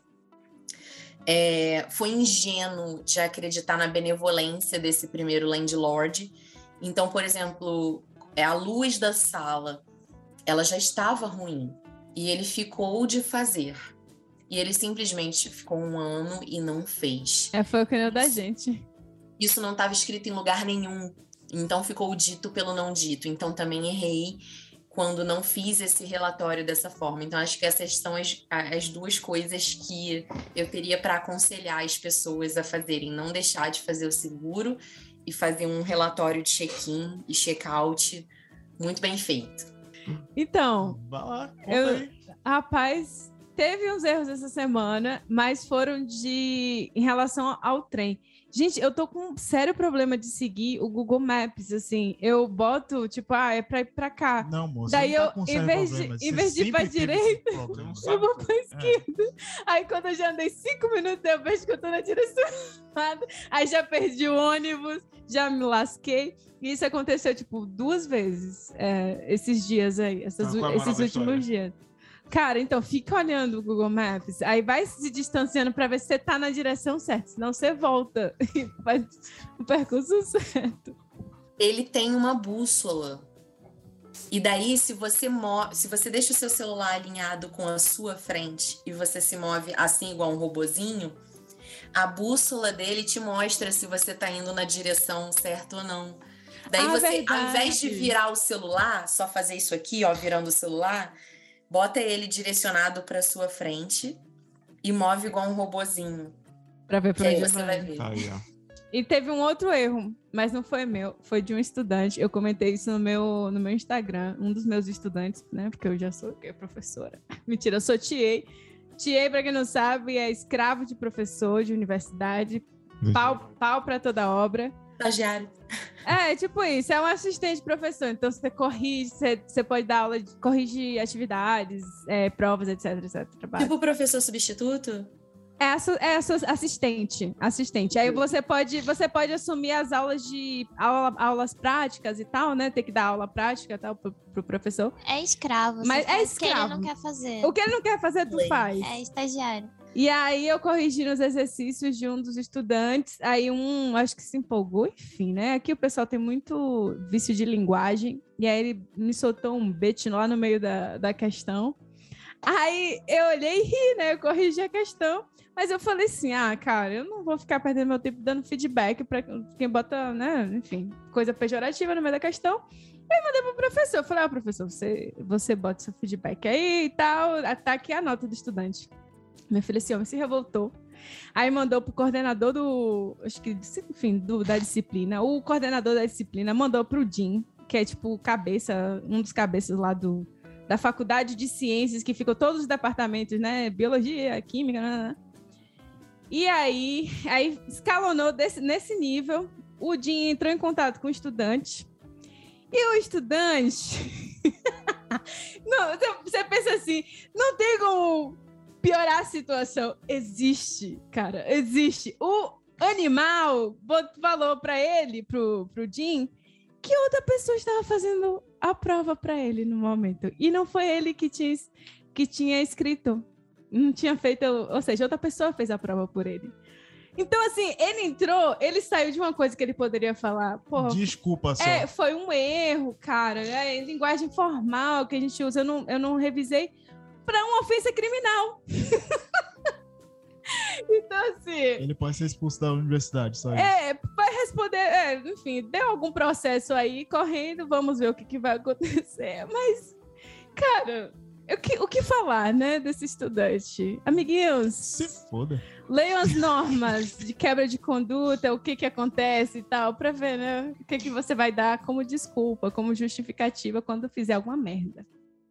é, foi ingênuo de acreditar na benevolência desse primeiro landlord. Então, por exemplo, a luz da sala, ela já estava ruim. E ele ficou de fazer. E ele simplesmente ficou um ano e não fez.
É, foi o que da gente.
Isso não estava escrito em lugar nenhum. Então ficou dito pelo não dito. Então também errei quando não fiz esse relatório dessa forma. Então acho que essas são as, as duas coisas que eu teria para aconselhar as pessoas a fazerem. Não deixar de fazer o seguro e fazer um relatório de check-in e check-out muito bem feito.
Então,
Vai lá, conta
eu,
aí.
rapaz, teve uns erros essa semana, mas foram de em relação ao trem. Gente, eu tô com um sério problema de seguir o Google Maps, assim. Eu boto, tipo, ah, é pra ir pra cá.
Não, moça,
Daí
não tá
eu,
com
em
sério
vez de,
problema.
em
Você
vez de ir pra
sempre teve
direita,
esse problema.
eu vou pra esquerda. Aí quando eu já andei cinco minutos, eu vejo que eu tô na direção errada. Aí já perdi o ônibus, já me lasquei. E isso aconteceu, tipo, duas vezes é, esses dias aí, essas,
Então, qual é a moral
esses
da
últimos
história?
dias. Cara, então fica olhando o Google Maps, aí vai se distanciando para ver se você tá na direção certa, senão você volta e faz o percurso certo.
Ele tem uma bússola. E daí, se você, mo- se você deixa o seu celular alinhado com a sua frente e você se move assim, igual um robozinho, a bússola dele te mostra se você tá indo na direção certa ou não. Daí
Ah,
você,
verdade.
ao invés de virar o celular, só fazer isso aqui, ó, virando o celular, bota ele direcionado para sua frente e move igual um robozinho.
Pra ver
Que
pra
aí
onde
você
vai.
vai ver.
Tá aí, ó.
E teve um outro erro, mas não foi meu, foi de um estudante. Eu comentei isso no meu, no meu Instagram, um dos meus estudantes, né? Porque eu já sou eu, professora. Mentira, eu sou T A. T A, pra quem não sabe, é escravo de professor de universidade, pau, pau pra toda obra.
Estagiário.
É, tipo isso, é um assistente professor, então você corrige, você, você pode dar aula, de, corrige atividades, é, provas, etc, etc. Trabalho.
Tipo professor substituto?
É, assu- é assu- assistente, assistente. Aí você pode, você pode assumir as aulas de aula- aulas práticas e tal, né? Ter que dar aula prática e tal pro, pro professor.
É escravo. você
Mas é
faz o que ele
escravo.
não quer fazer.
O que ele não quer fazer, tu
Lei.
faz.
É estagiário.
E aí eu corrigi nos exercícios de um dos estudantes, aí um, acho que se empolgou, enfim, né? Aqui o pessoal tem muito vício de linguagem, e aí ele me soltou um bet lá no meio da, da questão. Aí eu olhei e ri, né? Eu corrigi a questão. Mas eu falei assim, ah, cara, eu não vou ficar perdendo meu tempo dando feedback pra quem bota, né, enfim, coisa pejorativa no meio da questão. Aí eu mandei pro professor, eu falei, ah, professor, você, você bota seu feedback aí e tal, tá aqui a nota do estudante. Meu filho, esse homem se revoltou. Aí mandou pro coordenador do, acho que, enfim, do, da disciplina. O coordenador da disciplina mandou pro Dean, que é tipo cabeça, um dos cabeças lá do, da faculdade de ciências, que ficam todos os departamentos, né, biologia, química, né. E aí, aí escalonou desse, nesse nível. O Dean entrou em contato com o estudante. E o estudante... não, você pensa assim, não tem como piorar a situação. Existe, cara, existe. O animal falou para ele, pro, pro Dean, que outra pessoa estava fazendo a prova para ele no momento. E não foi ele que tinha, que tinha escrito. Não tinha feito, ou seja, outra pessoa fez a prova por ele. Então, assim, ele entrou, ele saiu de uma coisa que ele poderia falar. Porra,
desculpa, só.
É, foi um erro, cara. É linguagem formal que a gente usa, eu não, eu não revisei, para uma ofensa criminal. Então, assim...
Ele pode ser expulso da universidade, só isso.
É, vai responder... É, enfim, deu algum processo aí, correndo, vamos ver o que, que vai acontecer. Mas, cara... O que, o que falar, né, desse estudante? Amiguinhos,
se foda.
Leiam as normas de quebra de conduta, o que que acontece e tal, pra ver, né, o que que você vai dar como desculpa, como justificativa quando fizer alguma merda.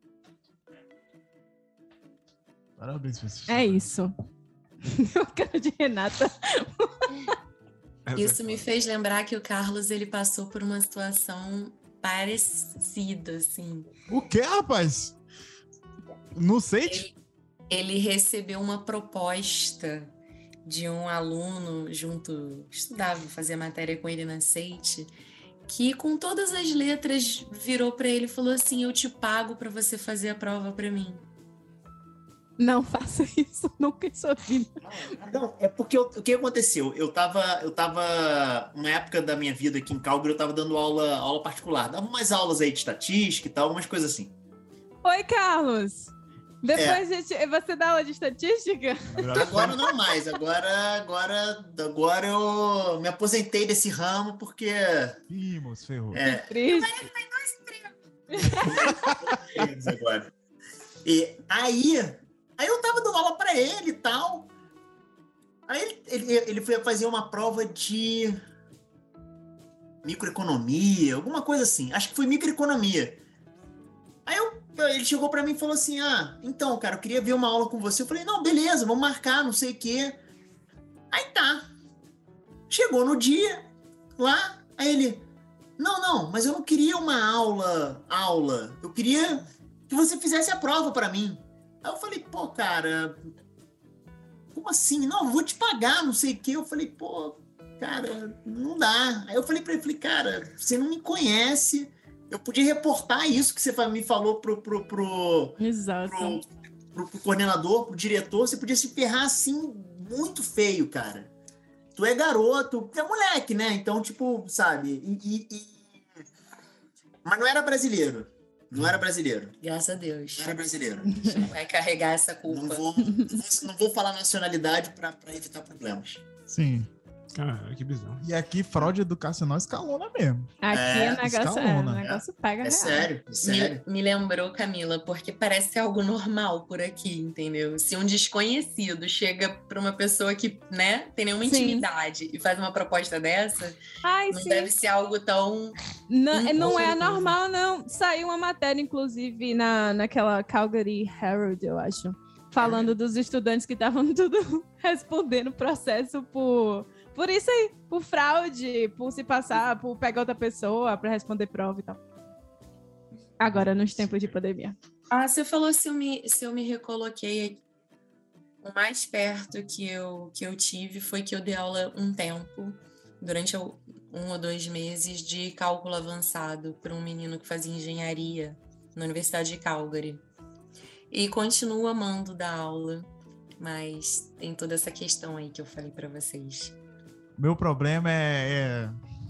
Parabéns pra você.
É isso. O cara de Renata.
Isso me fez lembrar que o Carlos, ele passou por uma situação parecida, assim.
O quê, rapaz? No Sente?
Ele, ele recebeu uma proposta de um aluno junto, estudava, fazia matéria com ele na Sente, que com todas as letras virou para ele e falou assim: eu te pago para você fazer a prova para mim.
Não faça isso nunca em sua vida.
Não, é porque eu, o que aconteceu? Eu tava, eu tava, uma época da minha vida aqui em Calgary, eu tava dando aula, aula particular. Dava umas aulas aí de estatística e tal, umas coisas assim.
Oi, Carlos. Depois
É.
gente, você dá aula de estatística?
Agora não mais. Agora, agora, agora eu me aposentei desse ramo porque...
Ih, moço, ferrou.
É,
Triste.
agora. E aí, aí eu tava dando aula pra ele e tal. Aí ele, ele, ele foi fazer uma prova de microeconomia, alguma coisa assim. Acho que foi microeconomia. Aí eu, ele chegou pra mim e falou assim: ah, então, cara, eu queria ver uma aula com você. Eu falei: não, beleza, vamos marcar, não sei o quê. Aí tá. Chegou no dia, lá, aí ele... Não, não, mas eu não queria uma aula, aula. Eu queria que você fizesse a prova pra mim. Aí eu falei: pô, cara, como assim? Não, eu vou te pagar, não sei o quê. Eu falei: pô, cara, não dá. Aí eu falei pra ele, falei, cara, você não me conhece. Eu podia reportar isso que você me falou pro, pro, pro,
Exato.
pro, pro, pro coordenador, pro diretor. Você podia se ferrar assim, muito feio, cara. Tu é garoto, tu é moleque, né? Então, tipo, sabe? E, e, e... Mas não era brasileiro. Não era brasileiro.
Graças a Deus.
Não era brasileiro.
Não vai carregar essa culpa.
Não vou, não vou, não vou falar nacionalidade pra, pra evitar problemas.
Sim.
Cara, que bizarro.
E aqui, fraude educacional escalona mesmo.
Aqui
É,
o negócio, é, o
escalona.
negócio pega
É
real.
sério, é sério.
Me, me lembrou, Camila, porque parece algo normal por aqui, entendeu? Se um desconhecido chega para uma pessoa que, né, tem nenhuma
Sim.
intimidade e faz uma proposta dessa,
Ai,
não
sim.
deve ser algo tão...
Não,
Hum,
não
com
é
certeza.
normal, não. Saiu uma matéria, inclusive, na, naquela Calgary Herald, eu acho, falando dos estudantes que estavam tudo respondendo processo por, por isso aí, por fraude, por se passar, por pegar outra pessoa para responder prova e tal. Agora, nos tempos de pandemia.
Ah, você falou se eu me, se eu me recoloquei aqui. O mais perto que eu, que eu tive foi que eu dei aula um tempo, durante um ou dois meses, de cálculo avançado para um menino que fazia engenharia na Universidade de Calgary. E continuo amando dar aula, mas tem toda essa questão aí que eu falei para vocês.
Meu problema é, é...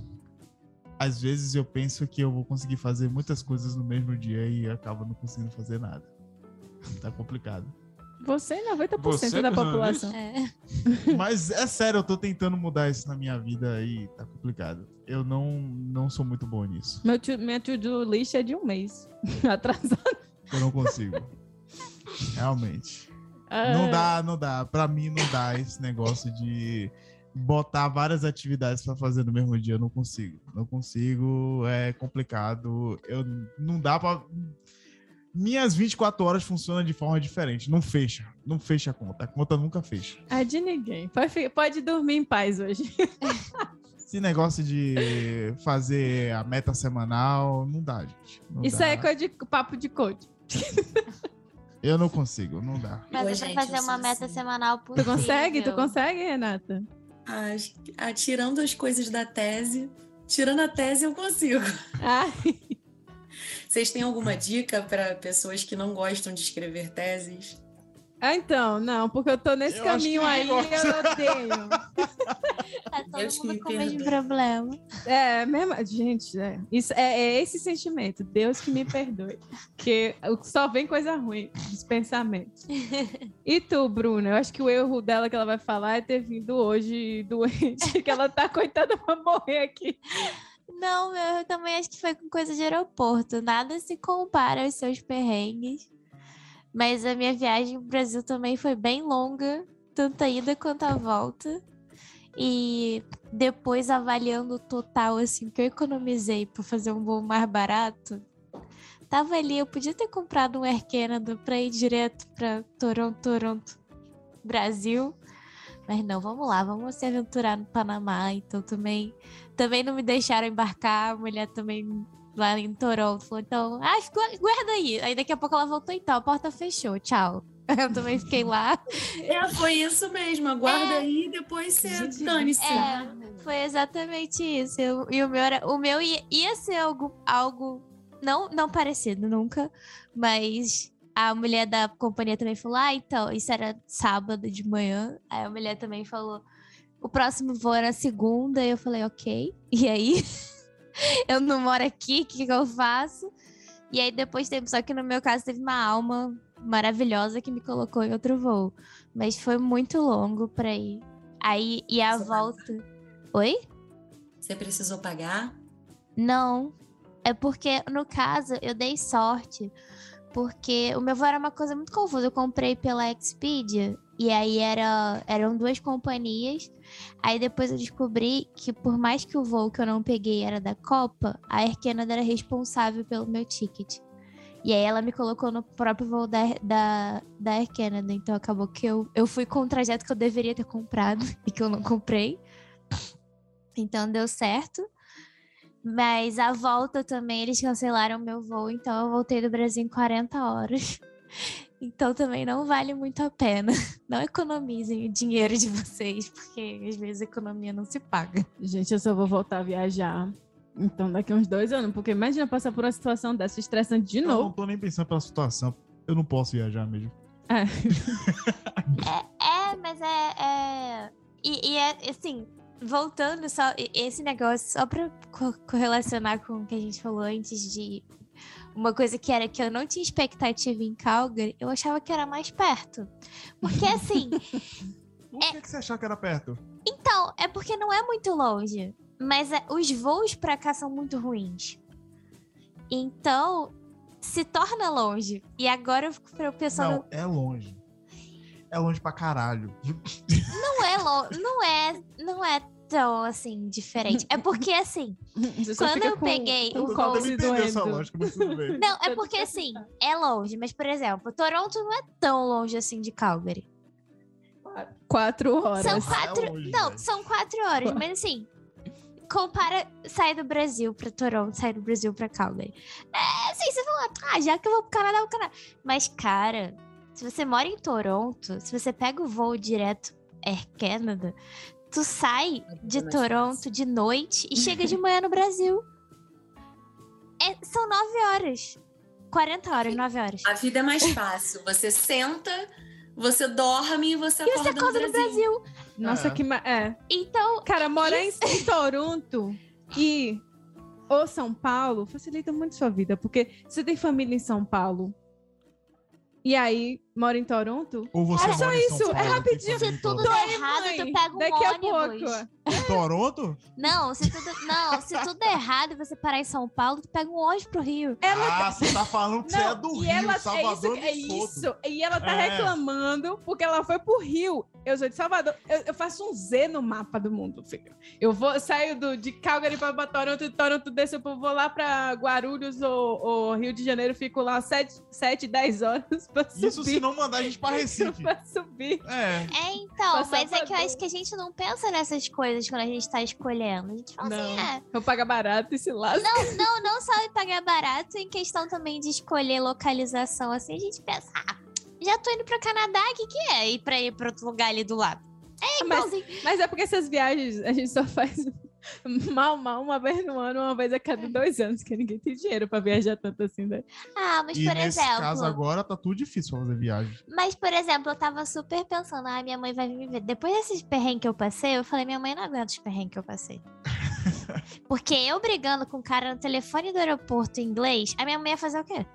Às vezes eu penso que eu vou conseguir fazer muitas coisas no mesmo dia e acabo não conseguindo fazer nada. Tá complicado.
Você é noventa por cento
Você,
da
personalmente?
população.
É.
Mas é sério, eu tô tentando mudar isso na minha vida e tá complicado. Eu não, não sou muito bom nisso.
Meu to, minha to-do list é de um mês. Atrasado.
Eu não consigo. Realmente.
Ah,
Não dá, não dá. Pra mim não dá esse negócio de botar várias atividades pra fazer no mesmo dia. Eu não consigo. Não consigo. É complicado. Eu não dá pra. Minhas vinte e quatro horas funcionam de forma diferente. Não fecha. Não fecha a conta. A conta nunca fecha.
É de ninguém. Pode, pode dormir em paz hoje.
Esse negócio de fazer a meta semanal, não dá, gente. Não
Isso
dá.
aí é coisa de papo de coach.
Eu não consigo, não dá.
Mas
Oi,
é
gente,
pra fazer
eu
uma
sou
meta
assim.
semanal
Tu
possível.
consegue? Tu consegue, Renata?
Ah, ah, tirando as coisas da tese, tirando a tese eu consigo.
Ah,
Vocês têm alguma dica para pessoas que não gostam de escrever teses?
ah, então, não, porque eu tô nesse
Eu acho
caminho
que
aí,
não.
eu odeio.
Tá todo
Deus que
mundo
me
com o mesmo
perdoe.
problema.
É, mesmo, gente, é, isso, é, é esse sentimento. Deus que me perdoe. Porque só vem coisa ruim dos pensamentos. E tu, Bruna? Eu acho que o erro dela que ela vai falar é ter vindo hoje doente, que ela tá coitada pra morrer aqui.
Não, meu, eu também acho que foi com coisa de aeroporto. Nada se compara aos seus perrengues. Mas a minha viagem pro Brasil também foi bem longa, tanto a ida quanto a volta. E depois, avaliando o total, assim, que eu economizei para fazer um voo mais barato, tava ali, eu podia ter comprado um Air Canada para ir direto para Toronto, Toronto, Brasil. Mas não, vamos lá, vamos se aventurar no Panamá. Então também, também não me deixaram embarcar, a mulher também lá em Toronto falou, então, ah, gu- guarda aí. Aí daqui a pouco ela voltou, então, a porta fechou, tchau. Eu também fiquei lá.
É, foi isso mesmo. Aguarda
É.
aí e depois você
Gente,
dane-se.
É, foi exatamente isso. Eu- e o meu, era, o meu ia, ia ser algo, algo não, não parecido nunca, mas a mulher da companhia também falou, ah, então, isso era sábado de manhã. Aí a mulher também falou, o próximo voo era segunda. E eu falei, ok. E aí, eu não moro aqui, o que, que eu faço? E aí depois teve, só que no meu caso teve uma alma maravilhosa que me colocou em outro voo. Mas foi muito longo pra ir. Aí, e a
Você
volta... Oi?
Você precisou pagar?
Não. É porque, no caso, eu dei sorte. Porque o meu voo era uma coisa muito confusa. Eu comprei pela Expedia. E aí era, eram duas companhias. Aí depois eu descobri que, por mais que o voo que eu não peguei era da Copa, a Air Canada era responsável pelo meu ticket. E aí ela me colocou no próprio voo da, da, da Air Canada. Então acabou que eu, eu fui com o trajeto que eu deveria ter comprado e que eu não comprei. Então deu certo. Mas a volta também, eles cancelaram meu voo. Então eu voltei do Brasil em quarenta horas. Então também não vale muito a pena. Não economizem o dinheiro de vocês, porque às vezes a economia não se paga.
Gente, eu só vou voltar a viajar. Então, daqui a uns dois anos. Porque imagina passar por uma situação dessa estressante de
Eu não
novo.
tô nem pensando pela situação. Eu não posso viajar mesmo.
É.
É, mas é. é... E, e é assim, voltando só, e- esse negócio, só pra co- correlacionar com o que a gente falou antes de uma coisa que era que eu não tinha expectativa em Calgary, eu achava que era mais perto. Porque assim,
Por que, que você achava que era perto?
então, é porque não é muito longe, mas é- os voos pra cá são muito ruins. Então, se torna longe. E agora eu fico pensando.
Não, é longe. É longe pra caralho.
Não é longe, não é, não é tão assim diferente. É porque assim,
Você só
Quando
fica
eu
com-
peguei
com
o
o
voo
colo
Eu
se
não entendi essa
doendo.
lógica, mas tudo bem.
não, é porque assim, é longe, mas por exemplo, Toronto não é tão longe assim de Calgary.
Quatro horas.
São
é
quatro,
longe,
não,
velho.
são quatro horas, mas assim, compara sair do Brasil pra Toronto, sair do Brasil pra Calgary. É, assim, você fala, ah, já que eu vou pro Canadá, eu vou pro Canadá. Mas cara, se você mora em Toronto, se você pega o voo direto Air Canada, tu sai de
mais
Toronto
fácil.
de noite e chega de manhã no Brasil. É- são nove horas. quarenta horas, nove horas.
A vida é mais fácil. Você senta, você dorme e você
E
acorda,
você acorda no Brasil.
Nossa,
É.
que. Ma... É.
Então,
Cara, morar em, em Toronto e ou São Paulo facilita muito sua vida, porque você tem família em São Paulo. e aí mora em Toronto.
Ou você
É só
mora em São
isso, é
Paulo,
rapidinho.
tem
Se
família em
tudo
Toronto?
der errado,
Mãe,
tu pega um
daqui a
ônibus.
pouco.
Em Toronto?
Não, se tudo, não, se tudo der errado e você parar em São Paulo, tu pega um ônibus pro Rio.
Ah, você tá falando que você é do
e
Rio,
ela,
Salvador
é
do
isso,
todo.
é isso. E ela tá
É.
reclamando porque ela foi pro Rio. Eu sou de Salvador. Eu, eu faço um Z no mapa do mundo, filho. Eu vou, saio do, de Calgary pra, pra Toronto, de Toronto desço, eu vou lá pra Guarulhos ou, ou Rio de Janeiro, fico lá sete, dez horas pra subir.
Isso se não mandar a gente pra Recife.
pra subir.
É.
É, então,
Pra
mas é que eu
Salvador.
acho que a gente não pensa nessas coisas quando a gente tá escolhendo. A gente fala
Não.
assim, é.
Eu pago barato e se lasca.
Não, não, não só em pagar barato, em questão também de escolher localização, assim, a gente pensa, ah, já tô indo pro Canadá, o que que é ir pra ir pra outro lugar ali do lado? É
Mas-
igualzinho.
Mas é porque essas viagens a gente só faz mal, mal, uma vez no ano, uma vez a cada dois anos, que ninguém tem dinheiro pra viajar tanto assim, né?
Ah, mas
E
por
nesse
exemplo...
caso agora tá tudo difícil fazer viagem.
Mas, por exemplo, eu tava super pensando, ah, minha mãe vai vir me ver. Depois desses perrengues que eu passei, eu falei, minha mãe não aguenta os perrengues que eu passei. Porque eu brigando com o cara no telefone do aeroporto em inglês, a minha mãe ia fazer o quê?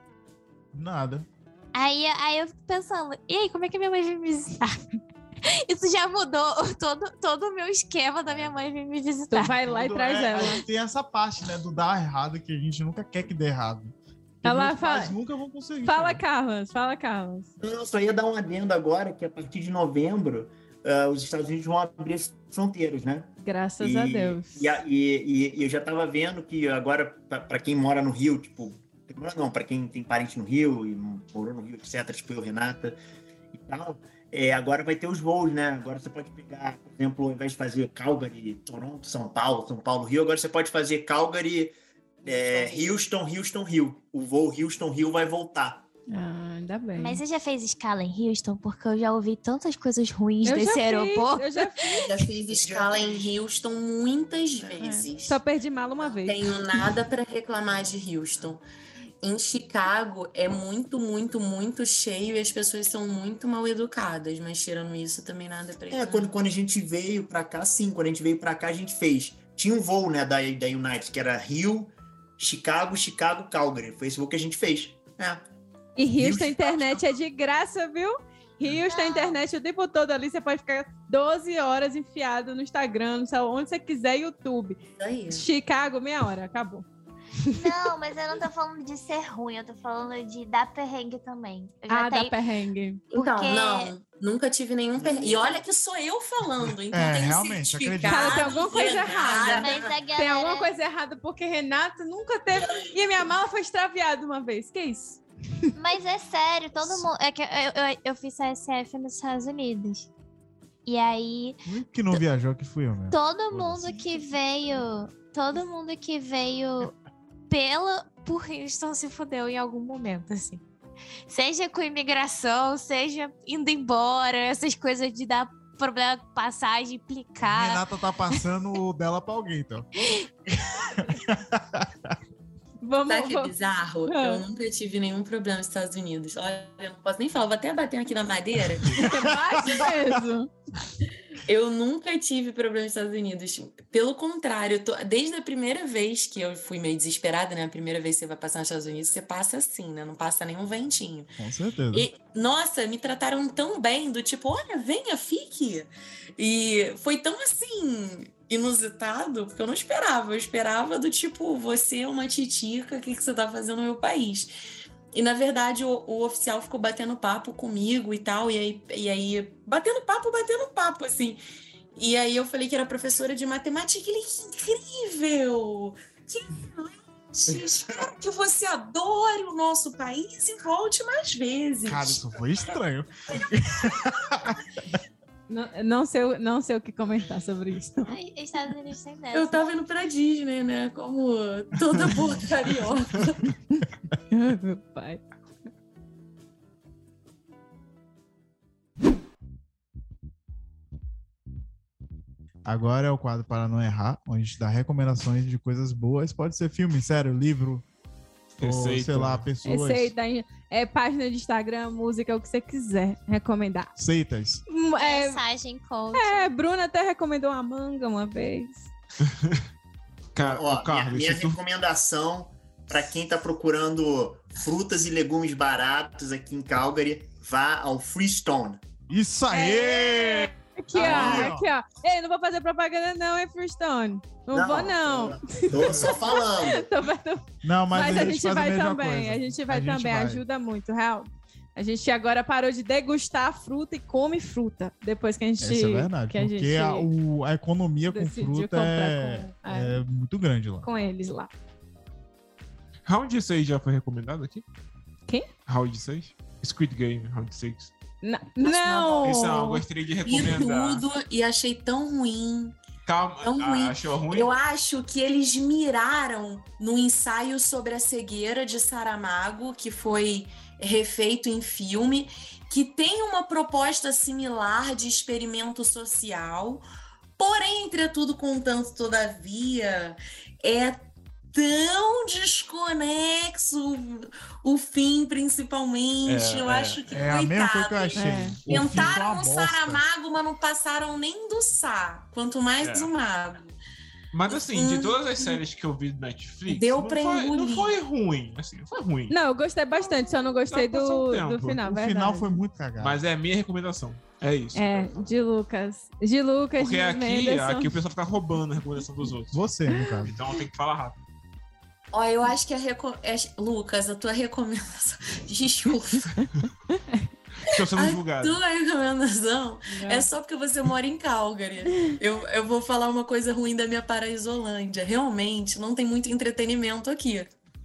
Nada.
Aí, aí eu fico pensando, e aí, como é que minha mãe vai me visitar? Isso já mudou todo, todo o meu esquema da minha mãe vir me
Tu
visitar.
vai lá e
Tudo
traz
é-
ela.
A gente tem essa parte, né, do dar errado, que a gente nunca quer que dê errado. Porque
Ela
meus pais
fala-
nunca vão conseguir.
Fala,
cara.
Carlos, fala, Carlos.
Eu só ia dar um adendo agora que a partir de novembro ah, os Estados Unidos vão abrir as fronteiras, né?
Graças
E-
a Deus.
E, a- e- e- e eu já estava vendo que agora, para quem mora no Rio, tipo, não, para quem tem parente no Rio e morou no Rio, etcétera, tipo eu, Renata e tal, é, agora vai ter os voos, né? Agora você pode pegar, por exemplo, ao invés de fazer Calgary, Toronto, São Paulo, São Paulo, Rio, agora você pode fazer Calgary, é, Houston, Houston, Rio. O voo Houston, Rio vai voltar.
Ah, ainda bem.
Mas você já fez escala em Houston? Porque eu já ouvi tantas coisas ruins
eu
desse
já fiz,
aeroporto.
eu já fiz.
Já fiz escala em Houston muitas vezes.
Só perdi mala uma vez.
Tenho nada para reclamar de Houston. Em Chicago é muito, muito, muito cheio e as pessoas são muito mal educadas, mas tirando isso também nada pra
É, quando, quando a gente veio pra cá, sim, quando a gente veio pra cá, a gente fez. Tinha um voo, né, da, da United, que era Rio, Chicago, Chicago, Calgary. Foi esse voo que a gente fez. É.
E Houston,
Houston.
a internet é de graça, viu? Houston, a
Não.
internet o tempo todo ali, você pode ficar doze horas enfiado no Instagram, no celular, onde você quiser, YouTube.
Isso aí.
Chicago, meia hora, acabou.
Não, mas eu não tô falando de ser ruim, eu tô falando de dar perrengue também. Eu já
Ah, dá
tenho...
perrengue.
Então,
Porque-
não, nunca tive nenhum perrengue. E olha que sou eu falando, então
É,
tem
realmente,
certificado,
Cara, tem alguma coisa
Renata.
errada.
Mas a galera...
Tem alguma coisa errada, porque Renata nunca teve. E a minha mala foi extraviada uma vez. Que isso?
Mas é sério, todo mundo... É que eu, eu, eu fiz C S F nos Estados Unidos. E aí,
O único que não viajou que fui eu mesmo.
todo mundo que veio... Todo mundo que veio pela... Por Houston se fudeu em algum momento, assim. Seja com imigração, seja indo embora, essas coisas de dar problema com passagem, implicar.
Renata tá passando o dela pra alguém, então.
Vamos,
Sabe que é
vamos.
bizarro?
Ah.
Eu nunca tive nenhum problema nos Estados Unidos. Olha, eu não posso nem falar, vou até bater aqui na madeira.
Bate mesmo.
Eu nunca tive problema nos Estados Unidos. Pelo contrário, eu tô- desde a primeira vez que eu fui meio desesperada, né? A primeira vez que você vai passar nos Estados Unidos, você passa assim, né? Não passa nenhum ventinho.
Com certeza.
E, nossa, me trataram tão bem, do tipo, olha, venha, fique. E foi tão assim, inusitado, porque eu não esperava. Eu esperava do tipo, você é uma titica, o que, que você tá fazendo no meu país? E, na verdade, o, o oficial ficou batendo papo comigo e tal, e aí, e aí, batendo papo, batendo papo, assim. E aí eu falei que era professora de matemática, e ele, que incrível! Que excelente! Espero que você adore o nosso país e volte mais vezes.
Cara, isso foi estranho.
Não, não, sei, o- não sei o que comentar sobre isso.
Ai, Estados Unidos tem dessa.
Eu tava indo pra Disney, né? Como toda boa carioca.
Meu pai.
Agora é o quadro Para Não Errar, onde a gente dá recomendações de coisas boas. Pode ser filme, sério, livro, ou
Receita.
sei lá, pessoas.
Receita, é página de Instagram, música, o que você quiser recomendar.
Seitas.
Hum, É,
Mensagem coach.
é, Bruna até recomendou uma manga uma vez.
Cara,
Ó,
o Carlos,
minha, minha
se tu...
recomendação para quem tá procurando frutas e legumes baratos aqui em Calgary, vá ao Freestone.
Isso aí!
É. Aqui,
Ah,
ó, aqui, ó. Ei, não vou fazer propaganda não, hein, Freestone? Não, não vou, não.
Tô só falando.
tô, tô...
Não, mas,
mas
a
a
gente,
gente
faz
vai
a mesma
também,
coisa.
a gente vai
a gente
também,
vai.
ajuda muito, real. A gente agora parou de degustar a fruta e come fruta, depois que a gente...
Isso é verdade,
que a
porque
gente
a, o, a economia com
decidiu
fruta é,
comprar com-
é muito grande lá.
com eles lá.
Round seis já foi recomendado aqui?
Quem?
Round seis? Squid Game, Round seis.
N- não!
Esse não, eu gostaria de
Vi
recomendar.
tudo e achei tão ruim.
Calma,
Tão
ah,
ruim.
achou ruim?
Eu acho que eles miraram no ensaio sobre a cegueira de Saramago, que foi refeito em filme, que tem uma proposta similar de experimento social, porém, entretudo, contanto, todavia, é tão desconexo o fim, principalmente.
É,
eu
é.
acho que,
É a mesma coisa que eu
coitado,
achei.
É.
O fim foi uma
tentaram o
bosta.
Saramago, mas não passaram nem do Sá, quanto mais
É.
o Mago.
Mas assim, de
Hum.
todas as séries que eu vi do Netflix,
Deu
não,
pra
foi, não
engolir.
foi ruim. Assim, foi ruim.
Não, eu gostei bastante, só não gostei
Dá pra passar um
do,
tempo.
do final,
O
verdade.
final foi muito cagado.
Mas é a minha recomendação. É isso.
É, de Lucas. De Lucas,
Porque
de
aqui,
Menderson.
aqui o pessoal fica roubando a recomendação dos outros.
Você, no caso.
Então tem que falar rápido.
Ó, eu acho que a reco... é- Lucas, a tua recomendação. Desculpa.
Estou sendo
A
julgado.
tua recomendação
Não.
é só porque você mora em Calgary. Eu, eu vou falar uma coisa ruim da minha Paraísolândia. Realmente, não tem muito entretenimento aqui.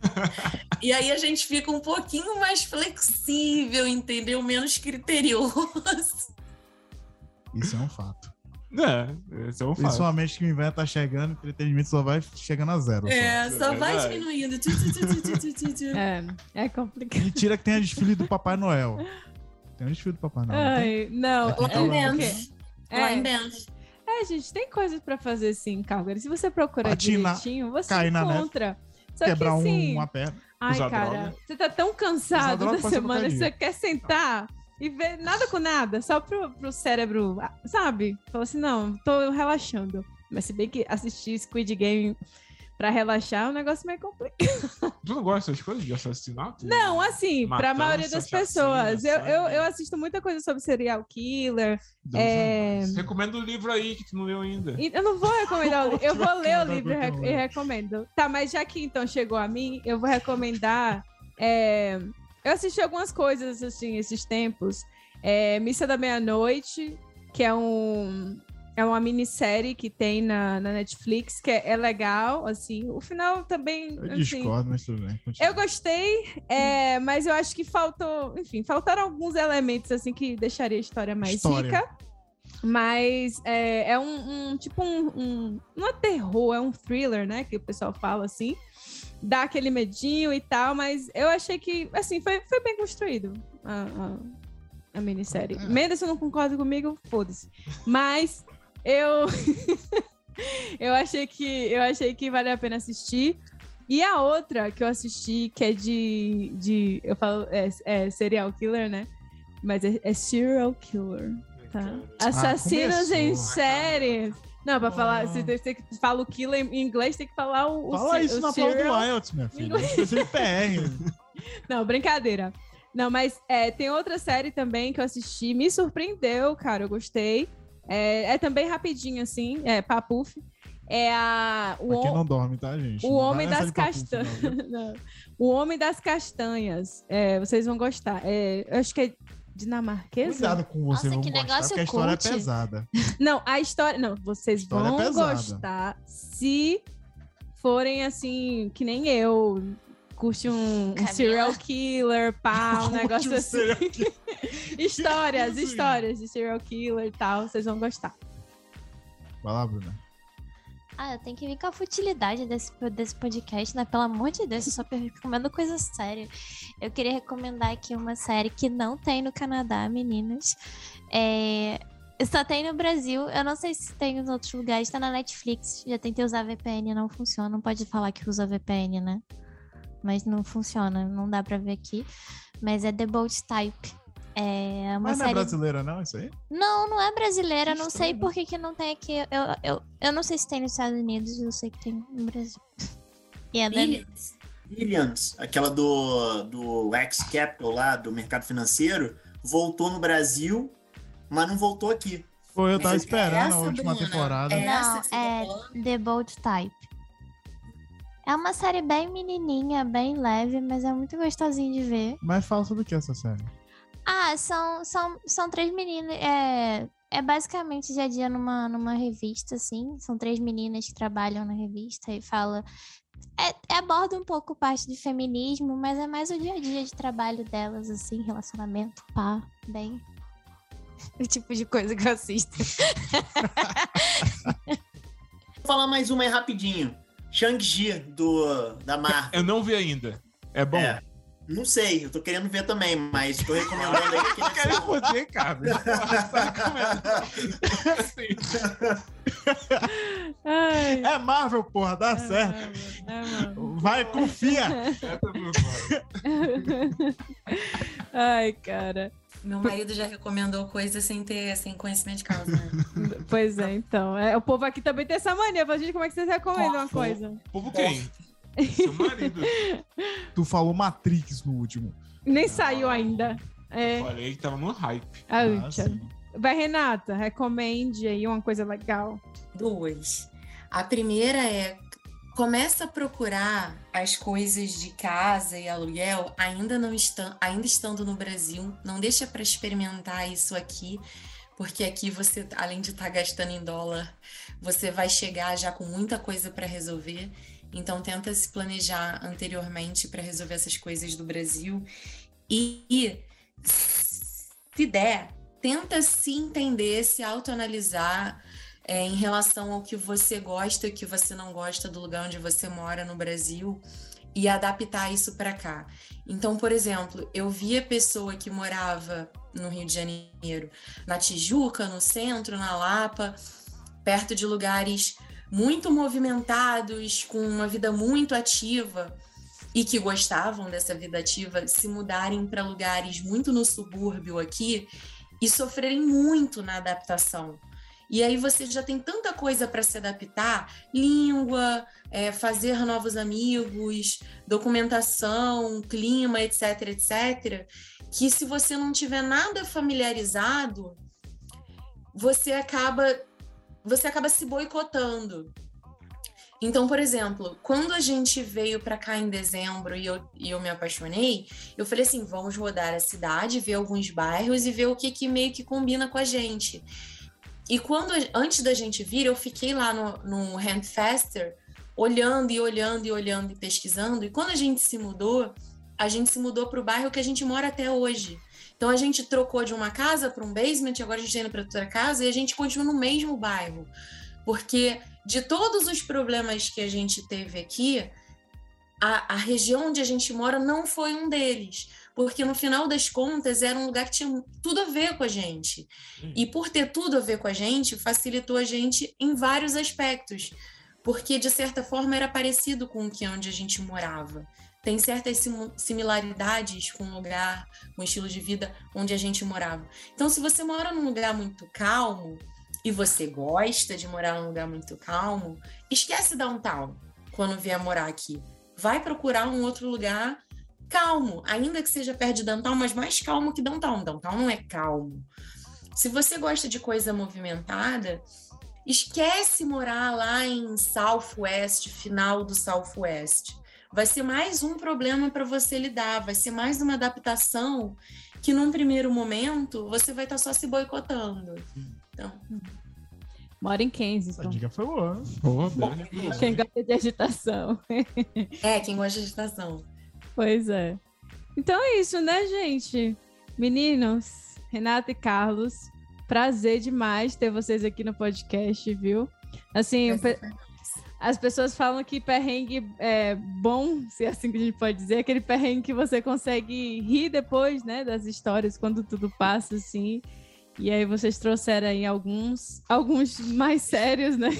E aí a gente fica um pouquinho mais flexível, entendeu? Menos criterioso.
Isso é um fato.
É, esse é um fato.
Principalmente que o inverno tá chegando, o entretenimento só vai chegando a zero. só.
É, só
É
vai
verdade.
diminuindo. Tu, tu, tu, tu, tu, tu, tu.
É, é complicado.
E tira que tem a desfile do Papai Noel. Tem um desfile do Papai Noel. não tem?
Ai, não,
Aqui
Lá
tá
em
lá,
Banff.
é,
Lá
é,
em Banff.
é, gente, tem coisas pra fazer assim em Calgary. Se você procurar
Patinar,
direitinho, você
cair na neve,
encontra. Só
Quebrar
que
um-
assim,
uma perna.
ai,
usar
cara,
droga.
você tá tão
Usar
cansado
droga
da
pode ser
semana que
porcaria.
você quer sentar e ver nada com nada, só pro, pro cérebro, ah, sabe? Fala assim, não, tô relaxando. Mas se bem que assistir Squid Game pra relaxar é um negócio meio complicado.
Tu não gosta dessas coisas de assassinato?
Não, assim, pra
Matança,
maioria das
chacina,
pessoas. Eu, eu,
sangue.
eu assisto muita coisa sobre serial killer.
Deus
é-
é mais. Recomendo o livro aí que tu não leu ainda.
E eu não vou recomendar o livro. Eu vou ler o
Não,
livro e
não,
rec-
não.
e recomendo. Tá, mas já que então chegou a mim, eu vou recomendar. é, Eu assisti algumas coisas assim esses tempos. É, Missa da Meia-Noite, que é um. É uma minissérie que tem na, na Netflix, que é, é legal, assim. O final também.
Eu
assim,
discordo, mas tudo bem. continua.
eu gostei, é, mas eu acho que faltou, enfim, faltaram alguns elementos assim que deixaria a história mais
História.
rica. Mas é, é um, um- tipo um, um. Não é terror, é um thriller, né? Que o pessoal fala assim. Dá aquele medinho e tal, mas eu achei que, assim, foi, foi bem construído a, a, a minissérie.
É.
Menderson não concorda comigo, foda-se. Mas eu. eu achei que eu achei que vale a pena assistir. E a outra que eu assisti, que é de. de eu falo, é, é serial killer, né? Mas é, é serial killer. Tá? Assassinos em
começou.
série. Não, pra
Ah.
falar, se você fala o killer em inglês, tem que falar o, o
Fala
se-
isso
o
na prova do
serial.
I E L T S, minha filha. Você é P R.
Não, brincadeira. Não, mas é, tem outra série também que eu assisti, me surpreendeu, cara, eu gostei. É, é também rapidinho, assim, é papuf. É a... O,
Pra quem
hom-
não dorme, tá, gente?
o
Não vai
Homem
nessa
das
de papo,
Castanhas.
não, viu?
Não. O Homem das Castanhas. É, vocês vão gostar. É, eu acho que é dinamarquesa?
Cuidado com você,
Nossa,
vão
que
gostar,
negócio
porque a história
cult.
é pesada.
Não, a história. Não, vocês
História
vão
pesada.
gostar se forem assim, que nem eu. Curte um, um
Camila.
serial killer, pá, um
Curte
negócio
um
assim.
serial killer.
histórias,
Que isso,
histórias de serial killer e tal. Vocês vão gostar.
Vai lá, Bruna.
Ah, eu tenho que vir com a futilidade desse, desse podcast, né? Pelo amor de Deus, eu só recomendo coisa séria. Eu queria recomendar aqui uma série que não tem no Canadá, meninas. É... Só tem no Brasil. Eu não sei se tem nos outros lugares. Tá na Netflix. Já tentei usar V P N, não funciona. Não pode falar que usa V P N, né? Mas não funciona, não dá pra ver aqui. Mas é The Bold Type. É uma
Mas não é
série...
brasileira, não, isso aí?
Não, não é brasileira. Não sei
Estranho.
por que, que não tem aqui. Eu, eu, eu não sei se tem nos Estados Unidos, eu sei que tem no Brasil. E é da...
Ih,
Williams, aquela do, do X-Capital lá, do mercado financeiro, voltou no Brasil, mas não voltou aqui.
Pô, eu tava
Mas
esperando
essa,
a última
Bruna,
temporada.
é- essa
Não,
que você tá
é
falando?
The Bold Type. É uma série bem menininha, bem leve, mas é muito gostosinho de ver.
Mais falsa do que essa série.
Ah, são, são, são três meninas. É, é basicamente dia a dia numa, numa revista, assim. São três meninas que trabalham na revista e fala. É, é, aborda um pouco parte de feminismo, mas é mais o dia a dia de trabalho delas, assim, relacionamento, pá, bem. O tipo de coisa que eu assisto.
Vou falar mais uma aí rapidinho. Shang-Chi, do, da Marvel.
Eu não vi ainda. É bom?
É, não sei, eu tô querendo ver também, mas tô recomendando aí que
Eu quero
nessa...
poder, cara.
Ai,
É Marvel, porra, dá
é,
certo.
mano, é, mano.
Vai, confia.
Ai, cara.
Meu marido já recomendou coisas sem ter, sem conhecimento de causa. Né?
Pois é, então. É, o povo aqui também tem essa mania. Fala, gente, como é que vocês recomendam uma coisa?
Povo quem? Seu marido.
Tu falou Matrix no último.
Nem saiu ainda. É.
Falei que tava no hype.
Ah,
Ah,
tchau.
sim.
Vai, Renata, recomende aí uma coisa legal.
Duas. A primeira é começa a procurar as coisas de casa e aluguel ainda não estão, ainda estando no Brasil. Não deixa para experimentar isso aqui, porque aqui você, além de estar gastando em dólar, você vai chegar já com muita coisa para resolver. Então tenta se planejar anteriormente para resolver essas coisas do Brasil e, e se der, tenta se entender, se autoanalisar é, em relação ao que você gosta e o que você não gosta do lugar onde você mora no Brasil e adaptar isso para cá. Então, por exemplo, eu via pessoa que morava no Rio de Janeiro, na Tijuca, no centro, na Lapa, perto de lugares muito movimentados, com uma vida muito ativa e que gostavam dessa vida ativa, se mudarem para lugares muito no subúrbio aqui e sofrerem muito na adaptação. E aí você já tem tanta coisa para se adaptar, língua, é, fazer novos amigos, documentação, clima, etc, etc, que se você não tiver nada familiarizado, você acaba, você acaba se boicotando. Então, por exemplo, quando a gente veio para cá em dezembro e eu, e eu me apaixonei, eu falei assim, vamos rodar a cidade, ver alguns bairros e ver o que, que meio que combina com a gente. E quando, antes da gente vir, eu fiquei lá no, no Handfester, olhando e olhando e olhando e pesquisando, e quando a gente se mudou, a gente se mudou para o bairro que a gente mora até hoje. Então, a gente trocou de uma casa para um basement, agora a gente está indo para outra casa, e a gente continua no mesmo bairro. Porque de todos os problemas que a gente teve aqui, a, a região onde a gente mora não foi um deles. Porque no final das contas era um lugar que tinha tudo a ver com a gente. E por ter tudo a ver com a gente, facilitou a gente em vários aspectos. Porque, de certa forma, era parecido com o que onde a gente morava. Tem certas sim- similaridades com o lugar, com o estilo de vida onde a gente morava. Então, se você mora num lugar muito calmo, e você gosta de morar num lugar muito calmo, esquece downtown quando vier morar aqui. Vai procurar um outro lugar calmo, ainda que seja perto de downtown, mas mais calmo que downtown. Downtown não é calmo. Se você gosta de coisa movimentada, esquece morar lá em Southwest, final do Southwest. Vai ser mais um problema para você lidar, vai ser mais uma adaptação que num primeiro momento você vai estar só se boicotando. Então,
Mora em
Essa
Kensington.
dica foi boa.
Pô, bem.
Quem gosta de agitação.
é, quem gosta de agitação.
Pois é. Então é isso, né, gente? Meninos, Renata e Carlos, prazer demais ter vocês aqui no podcast, viu? Assim, pe- as pessoas falam que perrengue é bom, se é assim que a gente pode dizer, aquele perrengue que você consegue rir depois, né, das histórias, quando tudo passa, assim. E aí vocês trouxeram aí alguns, alguns mais sérios, né?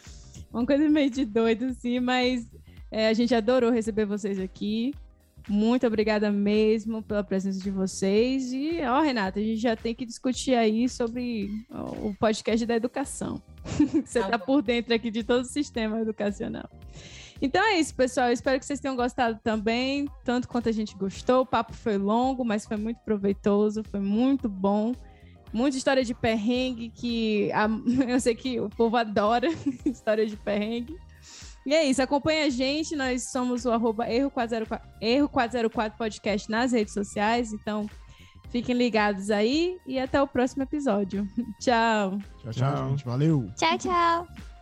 Uma coisa meio de doido, assim, mas é, a gente adorou receber vocês aqui. Muito obrigada mesmo pela presença de vocês. E, ó, Renata, a gente já tem que discutir aí sobre ó, o podcast da educação. Você
Tá
tá
bom.
por dentro aqui de todo o sistema educacional. Então é isso, pessoal. Eu espero que vocês tenham gostado também, tanto quanto a gente gostou. O papo foi longo, mas foi muito proveitoso, foi muito bom. Muita história de perrengue que a... eu sei que o povo adora história de perrengue. E é isso, acompanha a gente, nós somos o arroba erro quatrocentos e quatro podcast nas redes sociais, então fiquem ligados aí e até o próximo episódio. Tchau.
Tchau, tchau, gente. Valeu.
Tchau, tchau.